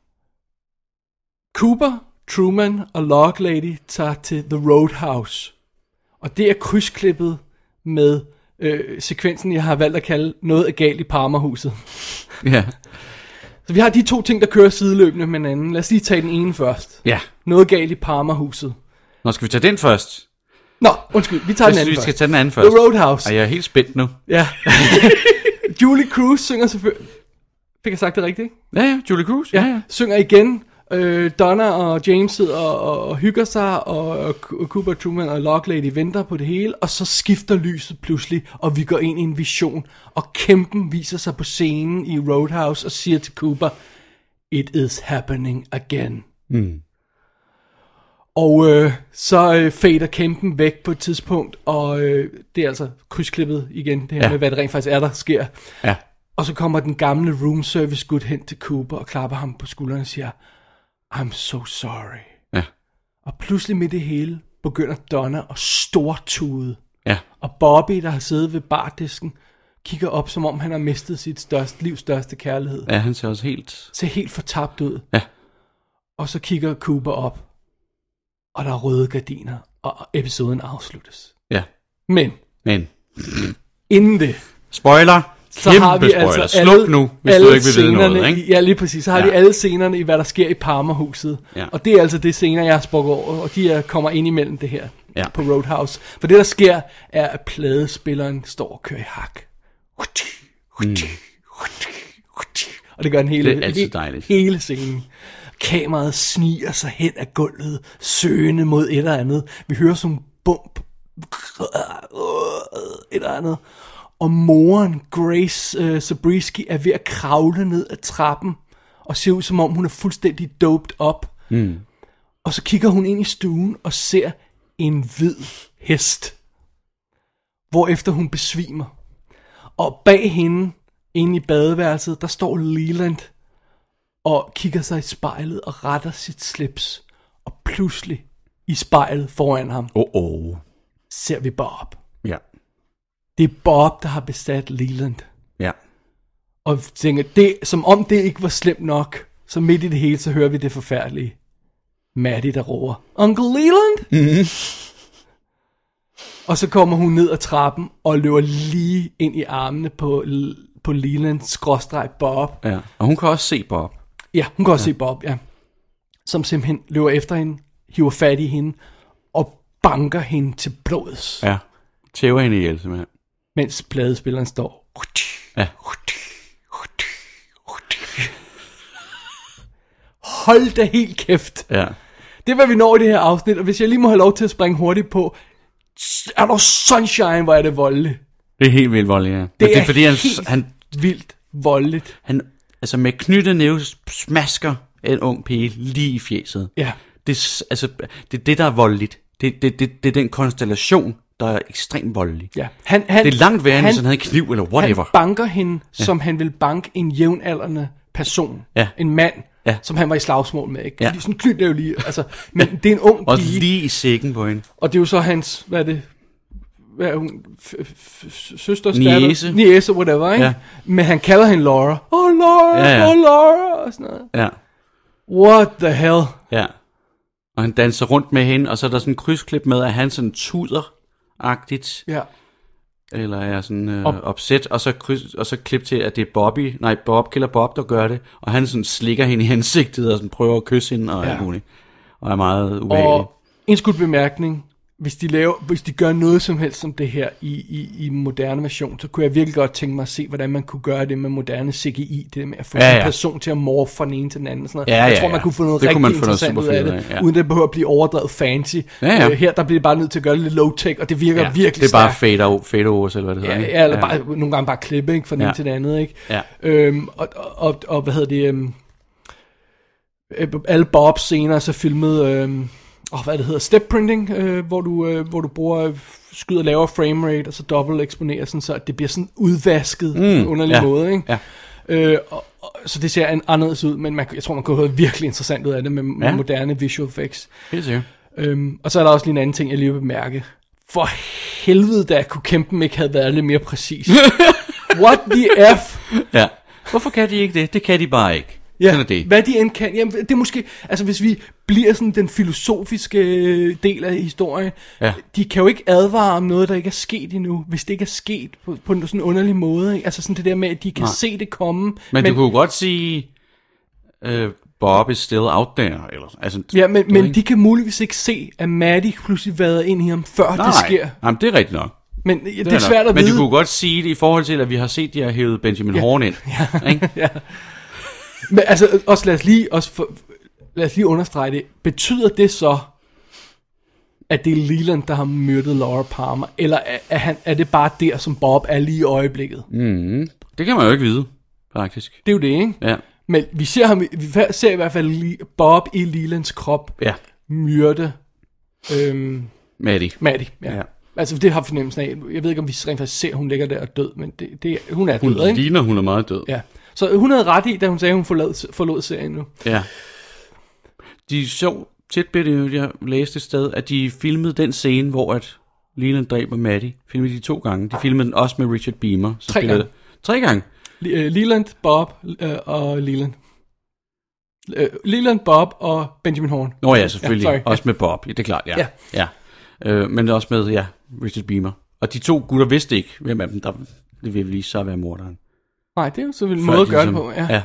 Cooper, Truman og Log Lady tager til The Roadhouse. Og det er krydsklippet med sekvensen, jeg har valgt at kalde noget er galt i Parmerhuset. Ja. Så vi har de to ting, der kører sideløbende med hinanden. Lad os lige tage den ene først. Ja. Noget galt i Parmerhuset. Nå, skal vi tage den først? Nå, undskyld, vi tager den anden først. Vi skal tage den anden først. The Roadhouse. Og jeg er helt spændt nu. Ja. Julie Cruz synger selvfølgelig... Fik jeg sagt det rigtigt, ikke? Ja, Julie Cruz. Ja. Synger igen. Donna og James sidder og hygger sig, og Cooper, Truman og Log Lady venter på det hele, og så skifter lyset pludselig, og vi går ind i en vision, og kæmpen viser sig på scenen i Roadhouse og siger til Cooper, it is happening again. Og så fader kæmpen væk på et tidspunkt, og det er altså krydsklippet igen, det her med, hvad det rent faktisk er, der sker. Ja. Og så kommer den gamle room service gut hen til Cooper og klapper ham på skulderen og siger, I'm so sorry. Ja. Og pludselig midt i det hele begynder Donna at stortude. Ja. Og Bobby, der har siddet ved bardisken, kigger op, som om han har mistet sit livs største kærlighed. Ja, han ser også helt fortabt ud. Ja. Og så kigger Cooper op, og der er røde gardiner, og episoden afsluttes. Ja. Men. Inden det. Spoiler. Så har vi altså sluk nu, hvis du ikke vil vide noget, ikke? Ja, lige præcis. Så har vi alle scenerne i, hvad der sker i Parmerhuset. Ja. Og det er altså det scener, jeg har sprukket over, og de kommer ind imellem det her på Roadhouse. For det, der sker, er, at pladespilleren står og kører i hak. Og det gør den hele scenen. Kameraet sniger sig hen ad gulvet, søgende mod et eller andet. Vi hører sådan bump. Et eller andet. Og moren, Grace Zabriskie, er ved at kravle ned ad trappen, og ser ud som om hun er fuldstændig doped op. Og så kigger hun ind i stuen og ser en hvid hest, hvorefter hun besvimer. Og bag hende, inde i badeværelset, der står Leland og kigger sig i spejlet og retter sit slips. Og pludselig i spejlet foran ham ser vi Bob. Ja. Det er Bob, der har besat Leland. Ja. Og tænker, det, som om det ikke var slemt nok, så midt i det hele, så hører vi det forfærdelige. Maddie, der råber, Uncle Leland? Og så kommer hun ned ad trappen og løber lige ind i armene på Leland/Bob. Ja, og hun kan også se Bob. Ja, hun kan også se Bob, ja. Som simpelthen løber efter hende, hiver fat i hende og banker hende til blods. Ja, tæver hende ihjel simpelthen. Mens pladespilleren står. Ja. Hold da helt kæft. Ja. Det var vi når i det her afsnit, og hvis jeg lige må have lov til at springe hurtigt på, er der Sunshine, hvor er det voldeligt. Det er helt vildt voldeligt, ja. Det er fordi han vildt voldeligt. Han, altså med knyttet næve, smasker en ung pige lige i fjeset. Ja. Det er det, der er voldeligt. Det er den konstellation, der er ekstremt voldelig. Ja. Det er langt værre, hvis han havde kniv eller whatever. Han banker hende, som han vil banke en jævnaldrende person. Ja. En mand, som han var i slagsmål med. Ikke? Fordi sådan knyt er jo lige, altså, men det er en ung pige. Og lige i sækken på hende. Og det er jo så hans, hvad er hun, søsters niece. Niece, whatever, ikke? Ja. Men han kalder hende Laura. Laura, og sådan noget. Ja. What the hell? Ja. Og han danser rundt med hende, og så er der sådan en krydsklip med, at han sådan tuder-agtigt. Ja. Eller er sådan opsæt, og så klip til, at det er Bob killer Bob, der gør det. Og han sådan slikker hende i ansigtet, og sådan prøver at kysse hende, og alt muligt. Og er meget ubehagelig. Og en skudt bemærkning, hvis de gør noget som helst som det her i moderne version, så kunne jeg virkelig godt tænke mig at se, hvordan man kunne gøre det med moderne CGI, det med at få en person til at morfe fra den ene til den anden. Sådan noget. Jeg tror, man kunne få noget rigtig interessant ud af det, uden det behøver at blive overdrevet fancy. Her der bliver det bare nødt til at gøre det lidt low-tech, og det virker virkelig stærkt. Det er bare fade over, eller hvad det hedder. Eller bare, nogle gange bare klippe, ikke, fra den ene til den anden. Ikke? Ja. Og hvad hedder det... alle Bobs scener så filmet... hvad det hedder, step printing, hvor du bruger skyder lavere framerate, og så dobbelt eksponerer sådan, så at det bliver sådan udvasket på en underlig måde, ikke? Ja. Så det ser anderledes ud, men jeg tror, man kunne høre virkelig interessant ud af det med moderne visual effects. Helt sikkert. Og så er der også lige en anden ting, jeg lige vil bemærke. For helvede, da kunne kæmpen ikke have været lidt mere præcis. What the F? Ja. Hvorfor kan de ikke det? Det kan de bare ikke. Ja, det. Hvad de end kan. Jamen, det er måske, altså hvis vi bliver sådan den filosofiske del af historien, de kan jo ikke advare om noget, der ikke er sket endnu, hvis det ikke er sket på en sådan underlig måde. Ikke? Altså sådan det der med, at de kan se det komme. Men du kunne godt sige, Bob is still out there. Eller, altså, ja, men de kan muligvis ikke se, at Maddie pludselig vader ind i ham, før det sker. Nej, det er rigtigt nok. Men det er svært at vide. Men du kunne godt sige det i forhold til, at vi har set, de har hævet Benjamin Horn ind. Ja. Ikke? Ja. Men altså, også lad os lige understrege det. Betyder det så, at det er Leland, der har myrdet Laura Palmer? Eller er det bare der, som Bob er lige i øjeblikket? Det kan man jo ikke vide, faktisk. Det er jo det, ikke? Ja. Men vi ser i hvert fald Bob i Lelands krop myrde Maddie, ja. Altså det har fornemmelsen af. Jeg ved ikke, om vi rent faktisk ser, at hun ligger der og død, men hun er død, ikke? Hun ligner, hun er meget død. Ja. Så hun havde ret i, da hun sagde, at hun forlod serien nu. Ja. De så tæt på det, jeg læste et sted, at de filmede den scene, hvor at Leland dræber Maddie. Filmede de 2 gange. De filmede den også med Richard Beamer. 3 gange. 3 gange? Leland, Bob og Leland. Leland, Bob og Benjamin Horn. Nå ja, selvfølgelig. Ja, også med Bob. Ja, det er klart, ja. Men også med, Richard Beamer. Og de 2 gutter vidste ikke, hvem af dem, der det vil lige så være morderen. Nej, det er jo så en måde at gøre det på, ja.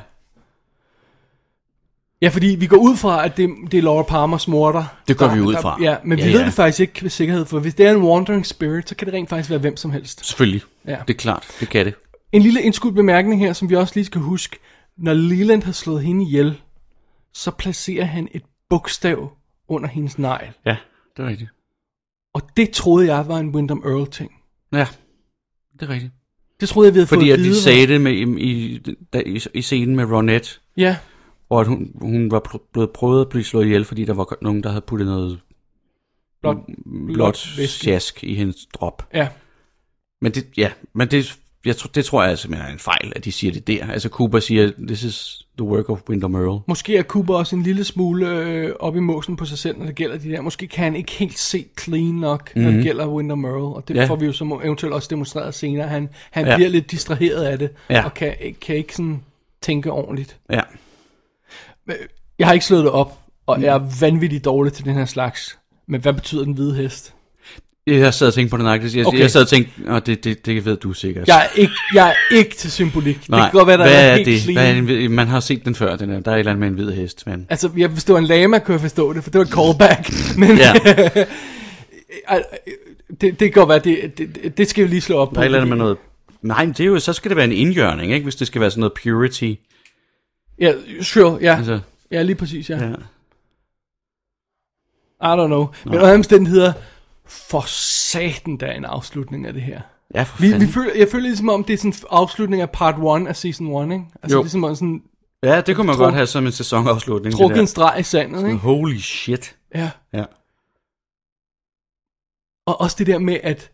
Ja, fordi vi går ud fra, at det er Laura Palmers morder. Det går vi ud fra. Ja, men vi ved det faktisk ikke med sikkerhed, for hvis det er en wandering spirit, så kan det rent faktisk være hvem som helst. Selvfølgelig, det er klart, det kan det. En lille indskudt bemærkning her, som vi også lige skal huske. Når Leland har slået hende ihjel, så placerer han et bogstav under hendes negl. Ja, det er rigtigt. Og det troede jeg var en Windham Earl ting. Ja, det er rigtigt. Det troede jeg, vi havde fået at de sagde det med, i scenen med Ronette. Ja. Og at hun var blevet prøvet at blive slået ihjel, fordi der var nogen, der havde puttet noget blåt sjask i hendes drop. Ja. Men det tror jeg simpelthen er en fejl, at de siger det der. Altså Cooper siger, this is the work of Windham Earl. Måske er Cooper også en lille smule op i måsen på sig selv, når det gælder de der. Måske kan han ikke helt se clean nok, når det gælder Windham Earl. Og det får vi jo så eventuelt også demonstreret senere. Han bliver lidt distraheret af det, og kan ikke sådan tænke ordentligt. Ja. Jeg har ikke slået det op, og jeg er vanvittigt dårlig til den her slags. Men hvad betyder den hvide hest? Jeg sad og tænkte på den nøjagtigt. Jeg sad og tænkte, det ved du sikkert. Jeg er ikke til symbolik. Nej, det kan godt være, der hvad er helt clean. Man har set den før, den der. Der er et eller andet med en hvid hest. Men... Altså, hvis det var en lama, kunne jeg forstå det, for det var et callback. Men det kan godt være, det skal vi lige slå op på. Der er et eller andet med noget... Nej, det er jo, så skal det være en indgjørning, ikke? Hvis det skal være sådan noget purity. Ja, sure, ja. Altså, ja, lige præcis, ja. I don't know. Men under omstændigheder, for satan, der er en afslutning af det her. Ja, for fanden. Jeg føler ligesom om, det er sådan en afslutning af part 1 af season 1, ikke? Altså jo. Ligesom sådan... Ja, det kunne man godt have som en sæsonafslutning. Trukket en streg i sandet, ikke? Holy shit. Ja. Ja. Og også det der med, at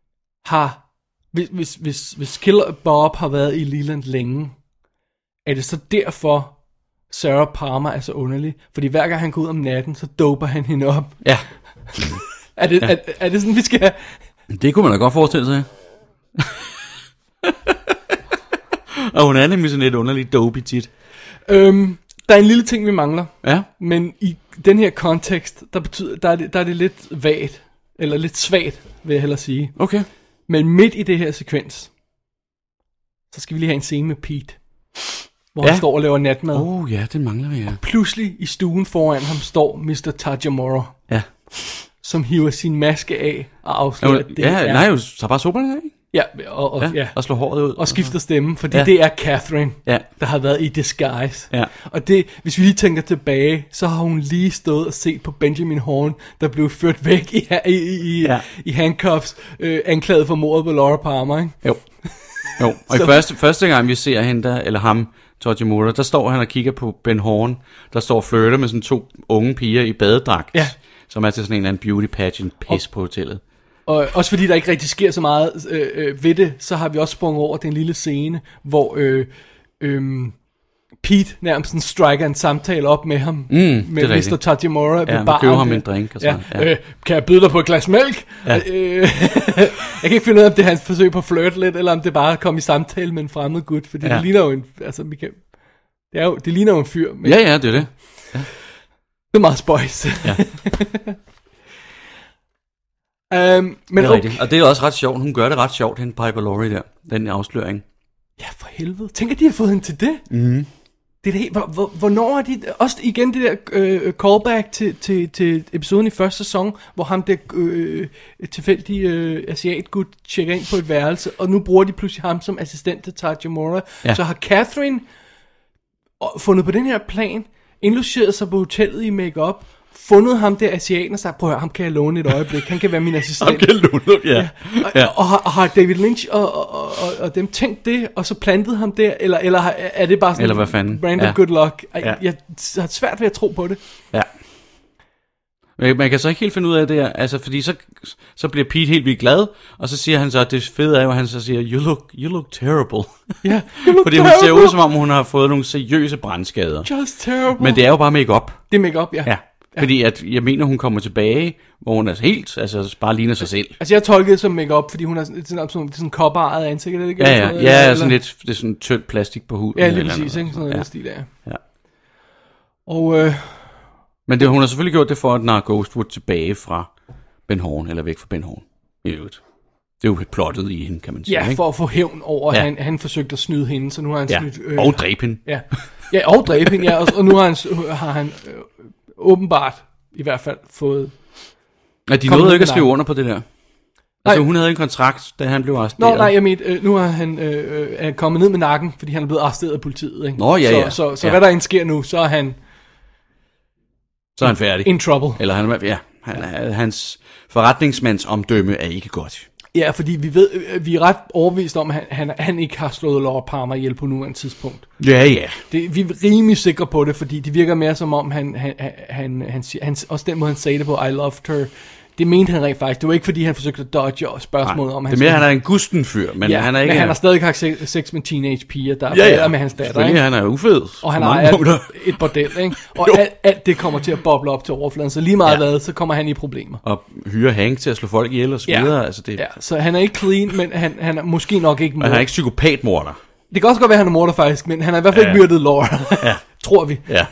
hvis Killer Bob har været i Leland længe, er det så derfor, Sarah Palmer er så underlig? Fordi hver gang han går ud om natten, så doper han hende op. Ja. Er det sådan, vi skal have? Det kunne man da godt forestille sig. Og hun er nemlig sådan lidt underlig dopey tit. Der er en lille ting, vi mangler. Ja. Men i den her kontekst, der er det lidt vagt. Eller lidt svagt, vil jeg hellere sige. Okay. Men midt i det her sekvens, så skal vi lige have en scene med Pete. Hvor han står og laver natmad. Ja, det mangler vi, ja. Og pludselig i stuen foran ham står Mr. Tajamura. Ja. Som hiver sin maske af og afslører, at det er... Nej, så bare sober af. Ja, og slår håret ud. Og skifter stemme, fordi det er Catherine, der har været i disguise. Ja. Og det, hvis vi lige tænker tilbage, så har hun lige stået og set på Benjamin Horn, der blev ført væk i handcuffs, anklaget for mordet på Laura Palmer, ikke? Jo. Og første gang vi ser hende der, eller ham, Tajamura, der står han og kigger på Ben Horn, der står og flirter med sådan 2 unge piger i badedragt. Ja. som er til sådan en eller anden beauty pageant pis på hotellet. Og også fordi der ikke rigtig sker så meget ved det, så har vi også sprunget over den lille scene, hvor Pete nærmest striker en samtale op med ham, med Mr. Tajimura ved baren. Ja, køber ham en drink og sådan. Ja. Kan jeg byde dig på et glas mælk? Ja. Jeg kan ikke finde ud af, om det er hans forsøg på at flirte lidt, eller om det bare er at komme i samtale med en fremmed gut, fordi det ligner jo en, altså, det ligner jo en fyr. Men, ja, det er det. Ja. Det er meget spøjs. Ja. Men det er rigtigt. Og det er også ret sjovt. Hun gør det ret sjovt, hende Piper Laurie der, den afsløring. Ja, for helvede. Tænk, at de har fået hende til det. Mm. Det er det helt, hvornår er de... Også igen det der callback til episoden i første sæson, hvor ham der tilfældige asiatgud tjekker ind på et værelse, og nu bruger de pludselig ham som assistent til Tajimura. Ja. Så har Catherine fundet på den her plan, indlogeret sig på hotellet i make-up, fundet ham der asiaten og sagt, prøv at høre, ham kan jeg låne et øjeblik, han kan være min assistent. Han kan låne, ja. Og har David Lynch og dem tænkt det, og så plantet ham der, eller er det bare sådan eller hvad fanden? Random good luck? Jeg har svært ved at tro på det. Ja. Men man kan så ikke helt finde ud af det her, altså fordi så bliver Pete helt vildt glad, og så siger han så, at det fede er jo, at han så siger, you look terrible. Ja, fordi hun ser ud som om, hun har fået nogle seriøse brandskader. Just terrible. Men det er jo bare make-up. Det er make-up, ja. Fordi at jeg mener, hun kommer tilbage, hvor hun er helt, altså bare ligner sig selv. Altså jeg tolker det som make-up, fordi hun er sådan kopperejet ansigt, er det ikke? Ja, sådan lidt, det er sådan tyndt plastik på huden. Ja, lige præcis, ikke? Sådan noget stil, ja. Og men hun har selvfølgelig gjort det for, at når Ghostwood tilbage fra Ben Horn, eller væk fra Ben Horn, i øvrigt. Det er jo plottet i hende, kan man sige. Ja, for at få hævn over, at han forsøgte at snyde hende, så nu har han snydt... og dræbe hende. Ja, og dræbe hende, ja, og nu har han åbenbart i hvert fald fået... Ja, de nåede ikke at skrive under på det der. Altså hun havde en kontrakt, da han blev arresteret. Nej, jeg mener, nu er han er kommet ned med nakken, fordi han er blevet arresteret af politiet, ikke? Nå, ja. Så hvad der end sker nu, så er han... Så er han færdig. In trouble. Eller hans forretningsmands omdømme er ikke godt. Ja, fordi vi er ret overbevist om, at han ikke har slået Laura Palmer ihjel på nuværende tidspunkt. Ja. Vi er rimelig sikre på det, fordi det virker mere som om, han også den måde, han sagde det på, I loved her. Det mente han rent faktisk. Det var ikke, fordi han forsøgte at dodge spørgsmålet om... Det er mere, han er en gustenfyr, men han er ikke... men han har stadig haft sex med teenage-piger, der er med hans datter, ikke? Han er ufed. Og han har et bordel, ikke? Og alt det kommer til at boble op til overfladen, så lige meget hvad, så kommer han i problemer. Og hyrer Hank til at slå folk ihjel og så videre. Altså det... Ja, så han er ikke clean, men han er måske nok ikke morder. Han er ikke psykopatmorder. Det kan også godt være, at han er morder faktisk, men han har i hvert fald ikke myrdet Laura. Ja. Tror vi. Ja.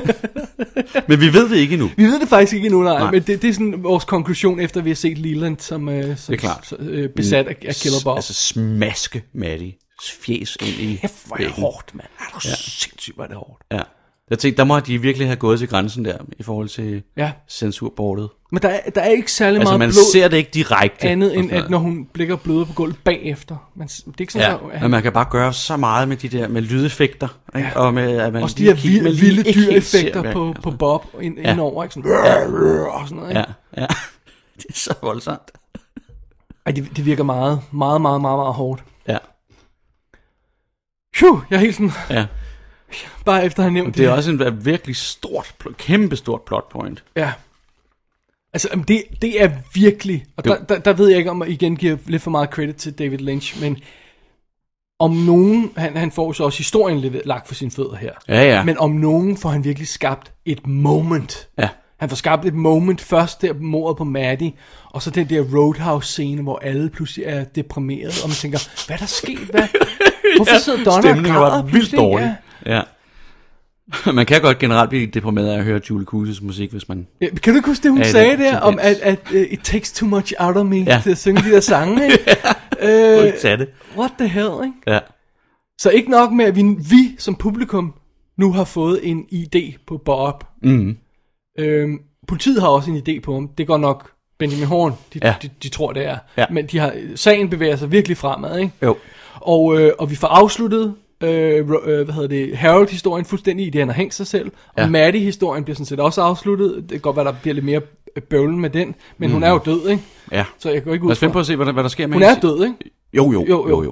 Men vi ved det ikke endnu. Vi ved det faktisk ikke endnu, nej. Men det er sådan vores konklusion, efter vi har set Leland som besat af Killer Bob. Altså smaske Maddie fjes ind i... Kæft, hvor er det hårdt, mand. Er du sindssygt, hvor er det hårdt. Ja. Jeg tænkte, der må de virkelig have gået til grænsen der, i forhold til censurbordet. Men der er ikke særlig meget blod. Altså man ser det ikke direkte. Andet end, at når hun blikker bløder på gulvet bagefter. Det er ikke sådan, men man kan bare gøre så meget med de der, med lydeffekter. Ikke? Ja. Og med, at man også de her vilde dyreffekter på Bob indover. Ikke? Sådan, og sådan noget, ikke? Ja. Det er så voldsomt. Ej, det virker meget, meget, meget, meget, meget hårdt. Ja. Jeg er helt sådan... Ja. Bare efter at have nævnt det. Det er også en virkelig kæmpestort plot point. Ja. Altså, det er virkelig... Og der ved jeg ikke, om jeg igen giver lidt for meget credit til David Lynch, men om nogen... Han får så også historien lidt lagt for sine fødder her. Ja. Men om nogen får han virkelig skabt et moment. Ja. Han får skabt et moment først der mordet på Maddie, og så den der Roadhouse-scene, hvor alle pludselig er deprimeret, og man tænker, hvad er der sket? Hvorfor sidder Donna og græder? Vildt dårligt. Ja. Man kan godt generelt blive deprimeret af at høre Julie Cruises musik, hvis man... Ja, kan du ikke huske det, hun sagde der, om at it takes too much out of me til at synge de der sange, ikke? What the hell, ikke? Ja. Så ikke nok med, at vi som publikum nu har fået en idé på Bob. Mm. Politiet har også en idé på ham. Det går nok Benjamin Horn, de tror det er. Ja. Men sagen bevæger sig virkelig fremad, ikke? Jo. Og vi får afsluttet Harold-historien fuldstændig i det, han har hængt sig selv. Og Maddie-historien bliver sådan set også afsluttet. Det kan godt være, der bliver lidt mere bøvlen med den. Men hun er jo død, ikke? Ja. Så jeg går ikke ud lad os finde på at se, hvad der sker med hun er død, ikke? Jo.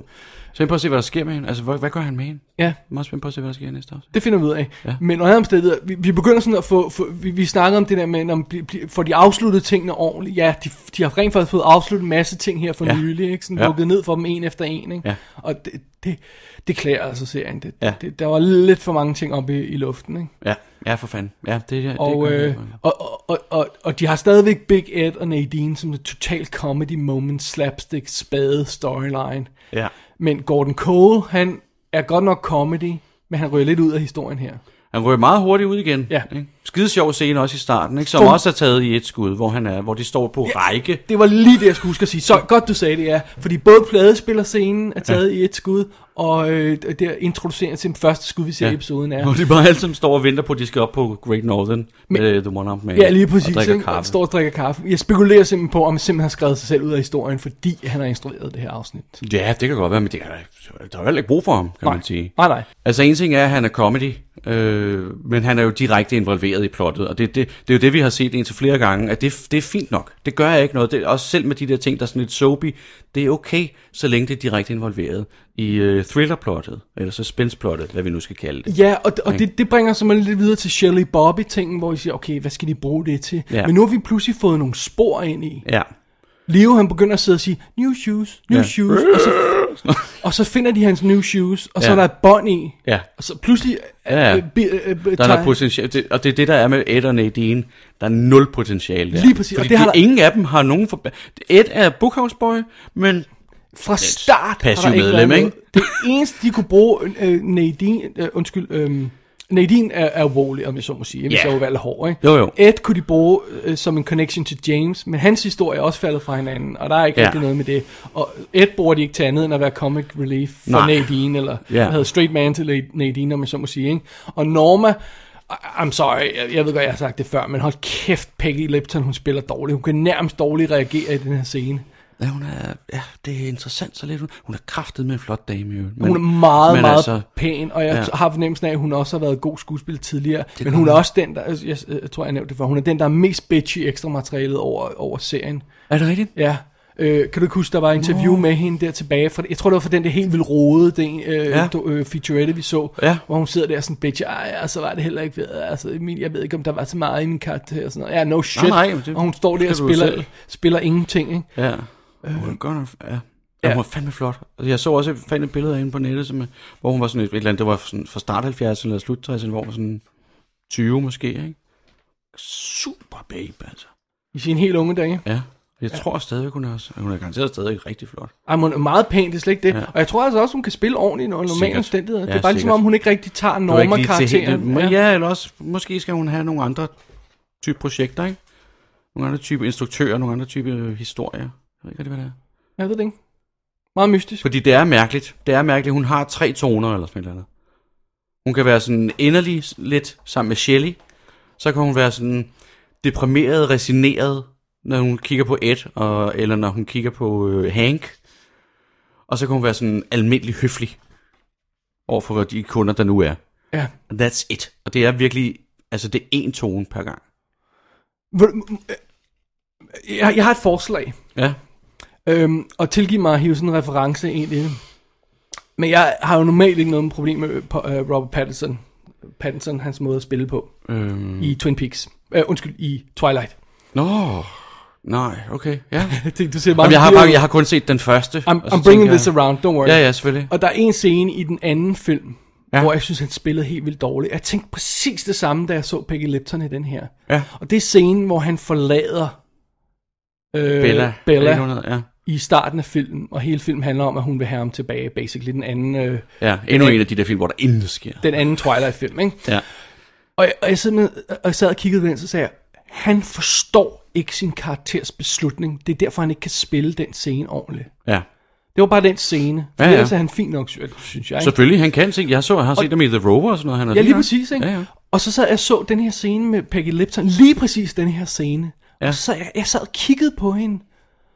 Spændt på at se, hvad der sker med hende. Altså, hvad gør han med hende? Ja. Meget spændt på at se, hvad der sker næste år. Det finder vi ud af. Ja. Men under omstændigheder, vi begynder sådan at få vi snakker om det der med, når får de afsluttet tingene ordentligt. Ja, de har rent faktisk fået afsluttet en masse ting her for nylig, ikke? Sådan lukket ned for dem en efter en, ikke? Ja. Og det klæder altså serien. Der var lidt for mange ting oppe i luften, ikke? Ja, for fanden. Ja, og de har stadigvæk Big Ed og Nadine som et totalt comedy moment, slapstick, spade storyline. Ja. Men Gordon Cole, han er godt nok comedy, men han ryger lidt ud af historien her. Han ryger meget hurtigt ud igen. Ja. Skide sjov scene også i starten, ikke? Som også er taget i et skud, hvor de står på række. Det var lige det, jeg skulle huske at sige. Så godt, du sagde det, ja. Fordi både pladespillerscenen er taget i et skud, og der introducerer til den første skud, vi ser i episoden er. Hvor de bare alle sammen står og venter på, at de skal op på Great Northern med The One-Armed Man. Ja, lige præcis. Og drikker kaffe. Står og drikker kaffe. Jeg spekulerer simpelthen på, om han simpelthen har skrevet sig selv ud af historien, fordi han har instrueret det her afsnit. Ja, det kan godt være, men der er jo heller ikke brug for ham, kan man sige. Nej. Altså en ting er, at han er comedy, men han er jo direkte involveret i plottet, og det er jo det, vi har set indtil flere gange, at det er fint nok. Det gør jeg ikke noget. Det, også selv med de der ting, der er sådan lidt soapy, det er okay, så længe det er direkte involveret i thrillerplottet, eller suspenseplottet, hvad vi nu skal kalde det. Ja, og det bringer så lidt videre til Shelley Bobby-tingen, hvor vi siger, okay, hvad skal de bruge det til? Ja. Men nu har vi pludselig fået nogle spor ind i. Ja. Leo, han begynder at sidde og sige, new shoes, og så finder de hans new shoes, og så er der et bånd i, og så pludselig... der er potentiale, og det er det, der er med Ed og Nadine, der er 0 potentiale der. Lige præcis. Fordi og ingen af dem har nogen... Ed er Bookhouse Boy, men... Fra start passiv medlem, ikke? Det eneste, de kunne bruge Nadine er Wally, om jeg så må sige. Hvis jeg var valgt hård, ikke? Jo. Ed kunne de bruge som en connection til James, men hans historie er også faldet fra hinanden, og der er ikke rigtig noget med det. Og Ed bruger de ikke til andet end at være comic relief for Nadine, eller hvad hedder straight man til Nadine, om jeg så må sige, ikke? Og Norma, I'm sorry, jeg ved godt, jeg har sagt det før, men hold kæft, Peggy Lipton, hun spiller dårligt. Hun kan nærmest dårligt reagere i den her scene. Ja, det er interessant så lidt. Hun er kraftet med en flot dame, jo. Hun er meget altså, pæn, og jeg har fornemmelsen af, at hun også har været god skuespiller tidligere. Men hun er også den, der, jeg tror, jeg nævnte det før, hun er den, der er mest bitchy ekstra materialet over serien. Er det rigtigt? Ja. Kan du ikke huske, der var et interview med hende der tilbage? Jeg tror, det var for den der helt vildt rodede featurette, vi så, hvor hun sidder der sådan bitchy. Så var det heller ikke ved. Altså, jeg ved ikke, om der var så meget i min karakter. Og sådan noget. Ja, no shit. Nej, og hun står der og spiller ingenting, ikke? Ja. Hun var fandme flot. Altså, jeg så også et billede af hende på nettet, hvor hun var sådan et eller andet, det var sådan fra start 70'erne eller slut 60'erne, hvor hun var sådan 20 måske, ikke? Super babe, altså. I sin helt unge dage. Ja. Jeg tror stadigvæk, hun er garanteret stadig rigtig flot. Hun er meget pæn, det er slet ikke det. Ja. Og jeg tror altså også, hun kan spille ordentligt under normale omstændigheder. Det er bare ligesom, om hun ikke rigtig tager Norma-karakteren. Ja, eller også, måske skal hun have nogle andre type projekter, ikke? Nogle andre type instruktører, nogle andre type historier. Jeg ved ikke, hvad det er. Jeg ved det ikke. Meget mystisk. Fordi det er mærkeligt. Hun har 3 toner eller sådan noget. Hun kan være sådan inderlig lidt sammen med Shelley. Så kan hun være sådan deprimeret, resigneret, når hun kigger på Ed, eller når hun kigger på Hank. Og så kan hun være sådan almindelig høflig overfor de kunder, der nu er. Ja. That's it. Og det er virkelig, altså det er 1 tone per gang. Jeg har et forslag. Ja. Og tilgiv mig at hive sådan en reference ind i det. Men jeg har jo normalt ikke noget problem med Robert Pattinson, hans måde at spille på i Twin Peaks. I Twilight. Nej, okay, ja. Du ser meget. Jeg har kun set den første. I'm bringing this around, don't worry. Ja, selvfølgelig. Og der er en scene i den anden film, hvor jeg synes, han spillede helt vildt dårligt. Jeg tænkte præcis det samme, da jeg så Peggy Lipton i den her. Ja. Og det er scenen, hvor han forlader Bella i starten af filmen, og hele filmen handler om, at hun vil have ham tilbage, basically den anden... endnu en af de der film, hvor der intet sker. Den anden Twilight-film, ikke? Ja. Og jeg sad og kiggede på den, så sagde jeg, han forstår ikke sin karakters beslutning. Det er derfor, han ikke kan spille den scene ordentligt. Ja. Det var bare den scene. For ellers er han fint nok, synes jeg. Ikke? Selvfølgelig, han kan se. Jeg har set dem i The Rover og sådan noget. Han lige præcis, ikke? Ja. Og så sad jeg så den her scene med Peggy Lipton, lige præcis den her scene. Ja. Og så jeg sad og kiggede på hende,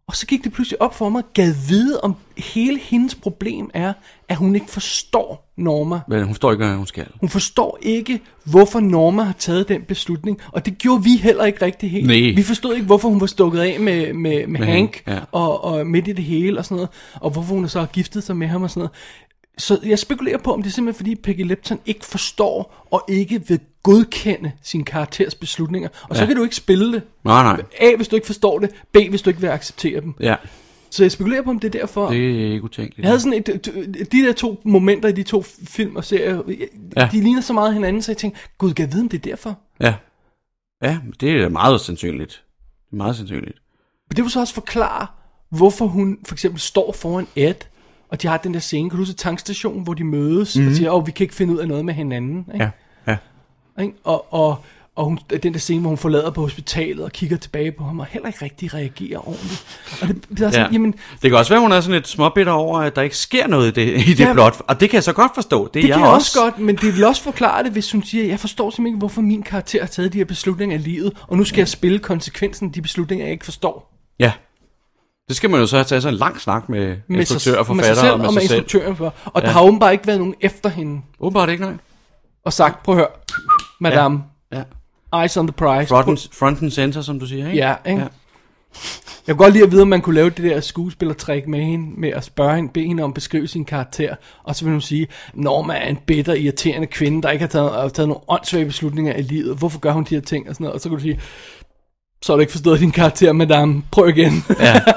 Og så gik det pludselig op for mig, gad vide, om hele hendes problem er, at hun ikke forstår Norma. Men hun forstår ikke, hvad hun skal. Hun forstår ikke, hvorfor Norma har taget den beslutning, og det gjorde vi heller ikke rigtig helt. Nej. Vi forstod ikke, hvorfor hun var stukket af med Hank, ja. og midt i det hele og sådan noget, og hvorfor hun så har giftet sig med ham og sådan noget. Så jeg spekulerer på, om det er simpelthen fordi Peggy Lipton ikke forstår og ikke vil godkende sin karakters beslutninger. Og så kan du ikke spille det. Nej. A, hvis du ikke forstår det. B, hvis du ikke vil acceptere dem. Ja. Så jeg spekulerer på, om det er derfor. Det er ikke utænkeligt. Jeg havde sådan de der to momenter i de to film og serier, de ligner så meget hinanden, så jeg tænkte, gud, kan jeg vide, om det er derfor? Ja. Ja, det er meget sandsynligt. Meget sandsynligt. Men det vil så også forklare, hvorfor hun for eksempel står foran Ed, og de har den der scene, kan du huske tankstationen, hvor de mødes, og siger, vi kan ikke finde ud af noget med hinanden. Ikke? Ja. Ikke? Og hun, den der scene, hvor hun forlader på hospitalet og kigger tilbage på ham, og heller ikke rigtig reagerer ordentligt. Og det er sådan, jamen, det kan også være, hun er sådan lidt småbitter over, at der ikke sker noget i det plot. Og det kan jeg så godt forstå. Det kan jeg også godt, men det vil også forklare det, hvis hun siger, jeg forstår simpelthen ikke, hvorfor min karakter har taget de her beslutninger i livet, og nu skal jeg spille konsekvensen af de beslutninger, jeg ikke forstår. Ja. Det skal man jo så have taget sådan en lang snak med instruktør og forfatter og med sig selv. Og der har åbenbart ikke været nogen efter hende. Åbenbart ikke, nej. Og sagt, prøv at høre, madame. Ja. Eyes on the prize. Front and center, som du siger, ikke? Ja, ikke? Ja. Jeg kunne godt lide at vide, om man kunne lave det der skuespillertræk med hende, med at bede hende om at beskrive sin karakter, og så vil hun sige, Norma er en bitter, irriterende kvinde, der ikke har taget nogle åndssvage beslutninger i livet. Hvorfor gør hun de her ting? Og sådan noget. Og så kan du sige, så har du ikke forstået din karakter, madame. Prøv igen.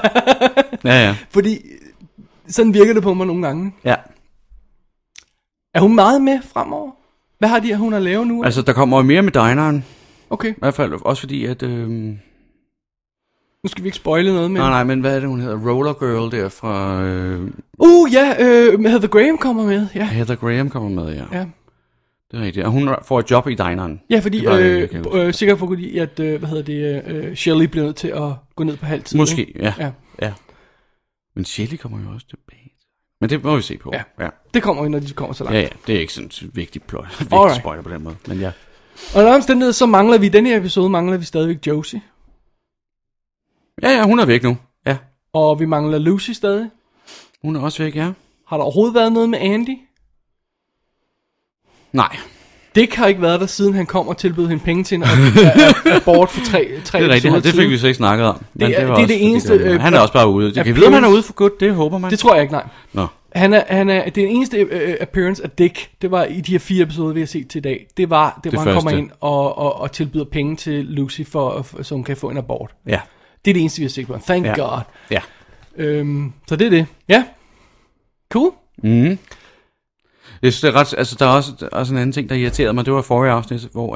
Ja. Fordi sådan virker det på mig nogle gange. Ja. Er hun meget med fremover? Hvad har hun at lave nu? Altså, der kommer jo mere med dineren. Okay. I hvert fald også fordi, at... Nu skal vi ikke spoile noget med... Nej, men hvad er det, hun hedder? Roller Girl der fra... Heather Graham kommer med. Ja. Heather Graham kommer med, ja. Ja. Det er rigtigt. Og hun får et job i dineren. Ja, fordi sikkert fordi, at Shelley bliver nødt til at gå ned på halv tid. Måske, ja. Men Shelley kommer jo også tilbage. Men det må vi se på. Ja. Det kommer jo, når de kommer så langt. Ja, det er ikke sådan en vigtig plot. Vigtig spoiler på den måde. Men ja. Og når omstændighed, så mangler vi i denne her episode, stadigvæk Josie. Ja, hun er væk nu. Ja. Og vi mangler Lucy stadig. Hun er også væk, ja. Har der overhovedet været noget med Andy? Nej. Dick har ikke været der, siden han kom og tilbød hende penge til en abort for tre det er rigtigt, det fik vi så ikke snakket om. Men det er det eneste... han er også bare ude. Kan vi vide, om han er ude for godt? Det håber man. Det tror jeg ikke, nej. Nå. Det er den eneste appearance af Dick, det var i de her 4 episoder, vi har set til i dag. Det var han kommer ind og tilbyder penge til Lucy, så hun kan få en abort. Ja. Det er det eneste, vi har set på. Thank God. Ja. Så det er det. Ja. Cool. Mhm. Jeg synes, det er ret, altså, der er også en anden ting, der irriterede mig. Det var forrige afsnit, hvor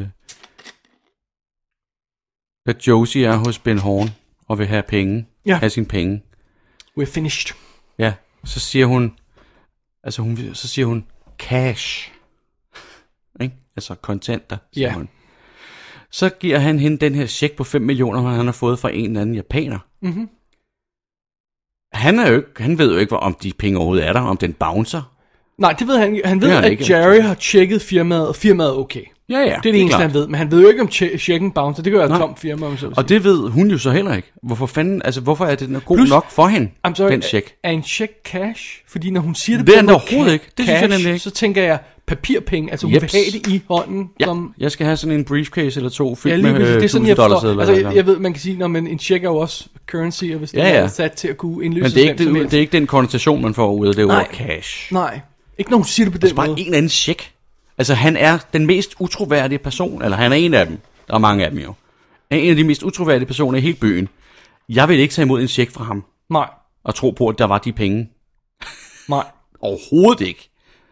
at Josie er hos Ben Horn og vil have penge. Ja. Have sine penge. We're finished. Ja, så siger hun, så siger hun cash. Ikke? Altså kontanter, siger hun. Så giver han hende den her check på 5 millioner, han har fået fra en eller anden japaner. Mhm. Han ved jo ikke, om de penge overhovedet er der, om den bouncer. Nej, det ved han. Han ved, at Jerry har tjekket firmaet, og firmaet er okay. Ja, det er det eneste, han ved. Men han ved jo ikke, om checken bouncer. Det kan være et tomt firma. Og det ved hun jo så heller ikke. Hvorfor er det god nok for hende, den check? Er en check cash? Fordi når hun siger det er den overhovedet ikke. Det synes jeg nemlig ikke. Så tænker jeg papirpenge. Altså hun vil have det i hånden. Ja, som... jeg skal have sådan en briefcase eller to fyldt med $1,000. Altså, jeg ved, man kan sige, når man en check er jo også currency, og hvis det er sat til at kunne indløses. Men det er ikke den konnotation, man får ud af det ord cash. Nej. Ikke når hun siger det på den måde. Bare en anden check. Altså han er den mest utroværdige person. Eller han er en af dem. Der er mange af dem jo. Han er en af de mest utroværdige personer i hele byen. Jeg vil ikke tage imod en check fra ham. Nej. Og tro på, at der var de penge. Nej. Overhovedet ikke.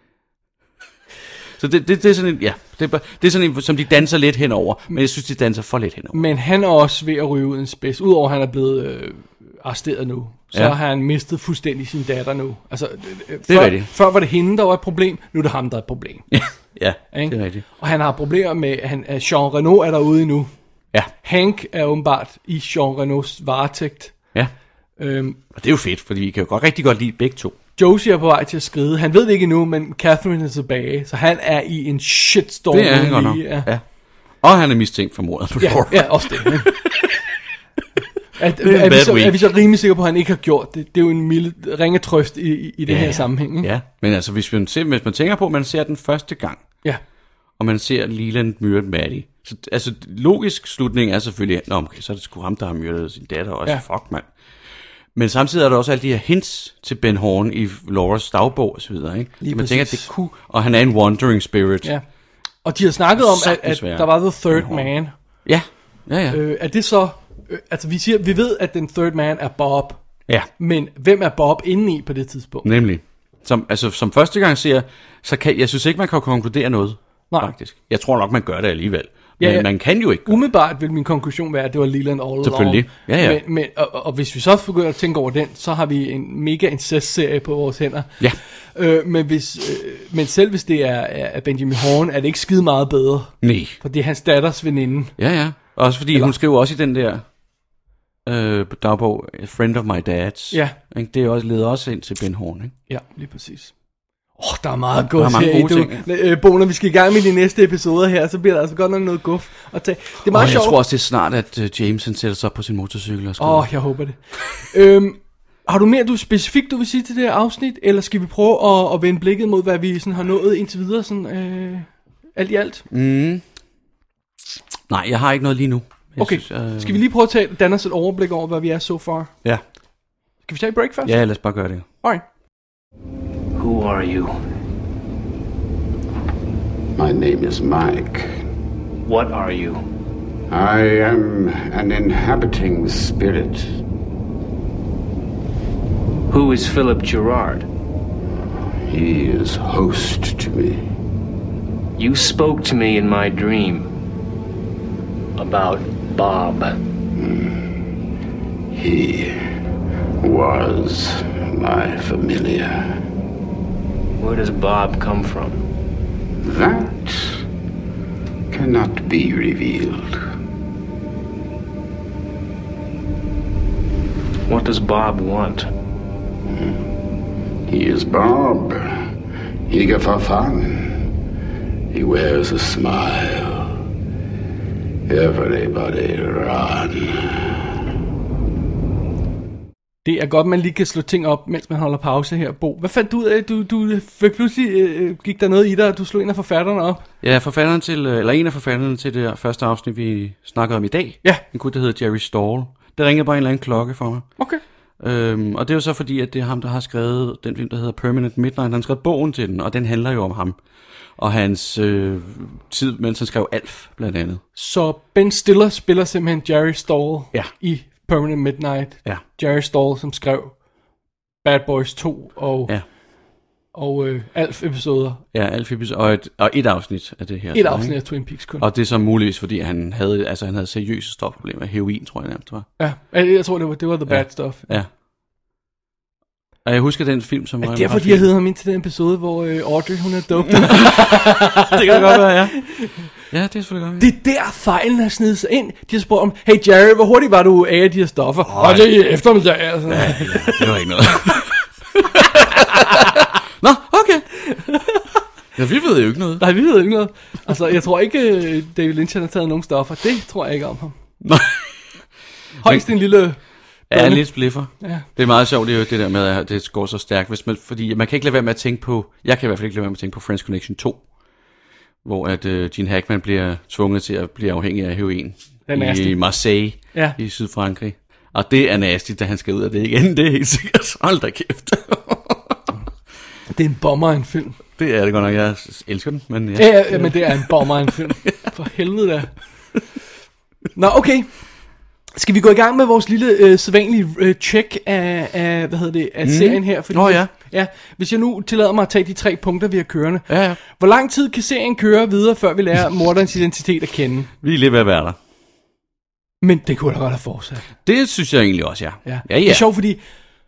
Så det er sådan en, ja, det er sådan en, som de danser lidt henover. Men jeg synes, de danser for lidt henover. Men han er også ved at ryge ud en spids. Udover at han er blevet arresteret nu, så har han mistet fuldstændig sin datter nu. Altså, før var det hende, der var et problem. Nu er det ham, der er et problem. Ja, det er rigtigt. Og han har problemer med, at Jean Reno er derude endnu. Ja. Hank er åbenbart i Jean Renos varetægt. Ja. Og det er jo fedt, fordi vi kan jo rigtig godt lide begge to. Josie er på vej til at skride. Han ved det ikke endnu, men Catherine er tilbage. Så han er i en shitstorm. Det er han godt nok. Ja. Og han er mistænkt for mordet på Laura. Ja, også det. Er vi så rimelig sikre på, at han ikke har gjort det? Det er jo en mild ringetrøst i den her sammenhæng. Ikke? Ja, men altså hvis man tænker på, at man ser den første gang, og man ser Leland myrde Maddie, så altså logisk slutning er selvfølgelig, okay, så er det sgu ham, der har myrdet sin datter også, fuck mand. Men samtidig er der også alle de her hints til Ben Horne i Lauras dagbog og så videre, ikke? Så man tænker, at det kunne, og han er en wandering spirit. Ja. Og de har snakket om, at der var the third man. Ja. Er det så, altså vi ved, at den third man er Bob. Ja. Men hvem er Bob inde i på det tidspunkt? Nemlig. Som første gang ser, så jeg synes ikke, man kan konkludere noget. Nej. Faktisk. Jeg tror nok, man gør det alligevel. Men man kan jo ikke. Umiddelbart vil min konklusion være, at det var Leland all along. Selvfølgelig. Ja. Men og hvis vi så begynder at tænke over den, så har vi en mega incest-serie på vores hænder. Ja. Men selv hvis det er Benjamin Horne, er det ikke skide meget bedre. Nej. For det er hans datters veninde. Ja. Også fordi hun skriver også i den der dagbog, A Friend of My Dad's. Ja. Det leder også ind til Ben Horne, ikke? Ja, lige præcis. Der er meget guf her. Bo, når vi skal i gang med de næste episoder her, så bliver der altså godt nok noget guf at tage. Det er meget sjovt. Jeg tror også, det er snart, at Jameson sætter sig op på sin motorcykel. Jeg håber det. Har du mere, du specifikt, du vil sige til det her afsnit? Eller skal vi prøve at vende blikket mod, hvad vi sådan har nået indtil videre, sådan, alt i alt? Nej, jeg har ikke noget lige nu. Okay, skal vi lige prøve at danne os et overblik over, hvad vi er so far? Ja. Skal vi tage et break først? Ja, lad os bare gøre det. Alright. Who are you? My name is Mike. What are you? I am an inhabiting spirit. Who is Philip Gerard? He is host to me. You spoke to me in my dream about Bob. He was my familiar. Where does Bob come from? That cannot be revealed. What does Bob want? He is Bob, eager for fun. He wears a smile. Everybody run. Det er godt, man lige kan slå ting op, mens man holder pause her, Bo. Hvad fandt du ud af? Du fik pludselig gik der noget i dig, og du slog en af forfatterne op? Ja, en af forfatterne til det første afsnit, vi snakkede om i dag. Ja. En gut, der hedder Jerry Stahl. Det ringede bare en eller anden klokke for mig. Okay. Og det er jo så fordi, at det er ham, der har skrevet den film, der hedder Permanent Midnight. Han har skrevet bogen til den, og den handler jo om ham. Og hans tid, mens han skrev Alf, blandt andet. Så Ben Stiller spiller simpelthen Jerry Stahl i Permanent Midnight. Ja. Jerry Stahl, som skrev Bad Boys 2 og Alf-episoder. Ja, Alf-episoder, og et afsnit af det her. Et afsnit af Twin Peaks kun. Og det er så muligvis, fordi han havde seriøse stofproblemer. Heroin, tror jeg nærmest var. Ja, jeg tror, det var the bad stuff. Ja. Og jeg husker den film, som var... Det er derfor, de har heddet ham ind til den episode, hvor Audrey, hun er dope. Det kan godt være, ja. Ja, det er selvfølgelig godt. Det er der fejlen har snedet sig ind. De har spurgt om, hey Jerry, hvor hurtigt var du af de her stoffer? Og det er eftermiddag, altså. Ja, det var ikke noget. Nå, okay. Ja, vi ved jo ikke noget. Nej, vi ved jo ikke noget. Altså, jeg tror ikke, David Lynch har taget nogen stoffer. Det tror jeg ikke om ham. Nej. Højst en lille... Ja, en lille spliffer. Ja. Det er meget sjovt, det er jo det der med, at det går så stærkt. Fordi man kan ikke lade være med at tænke på... Jeg kan i hvert fald ikke lade være med at tænke på French Connection 2. Hvor at Gene Hackman bliver tvunget til at blive afhængig af heroin. I Marseille i Sydfrankrig. Og det er nasty, da han skal ud af det igen. Det er helt sikkert. Hold da kæft. Det er en bomber en film. Det er det godt nok. Jeg elsker den. Men ja, men det er en bomber en film. For helvede da. Nå, okay. Skal vi gå i gang med vores lille sædvanlige check af serien her? Fordi, ja. Hvis jeg nu tillader mig at tage de 3 punkter, vi har kørende. Ja. Hvor lang tid kan serien køre videre, før vi lærer morderens identitet at kende? Vi er lidt ved at være der. Men det kunne da godt have fortsat. Det synes jeg egentlig også, ja. Det er sjovt, fordi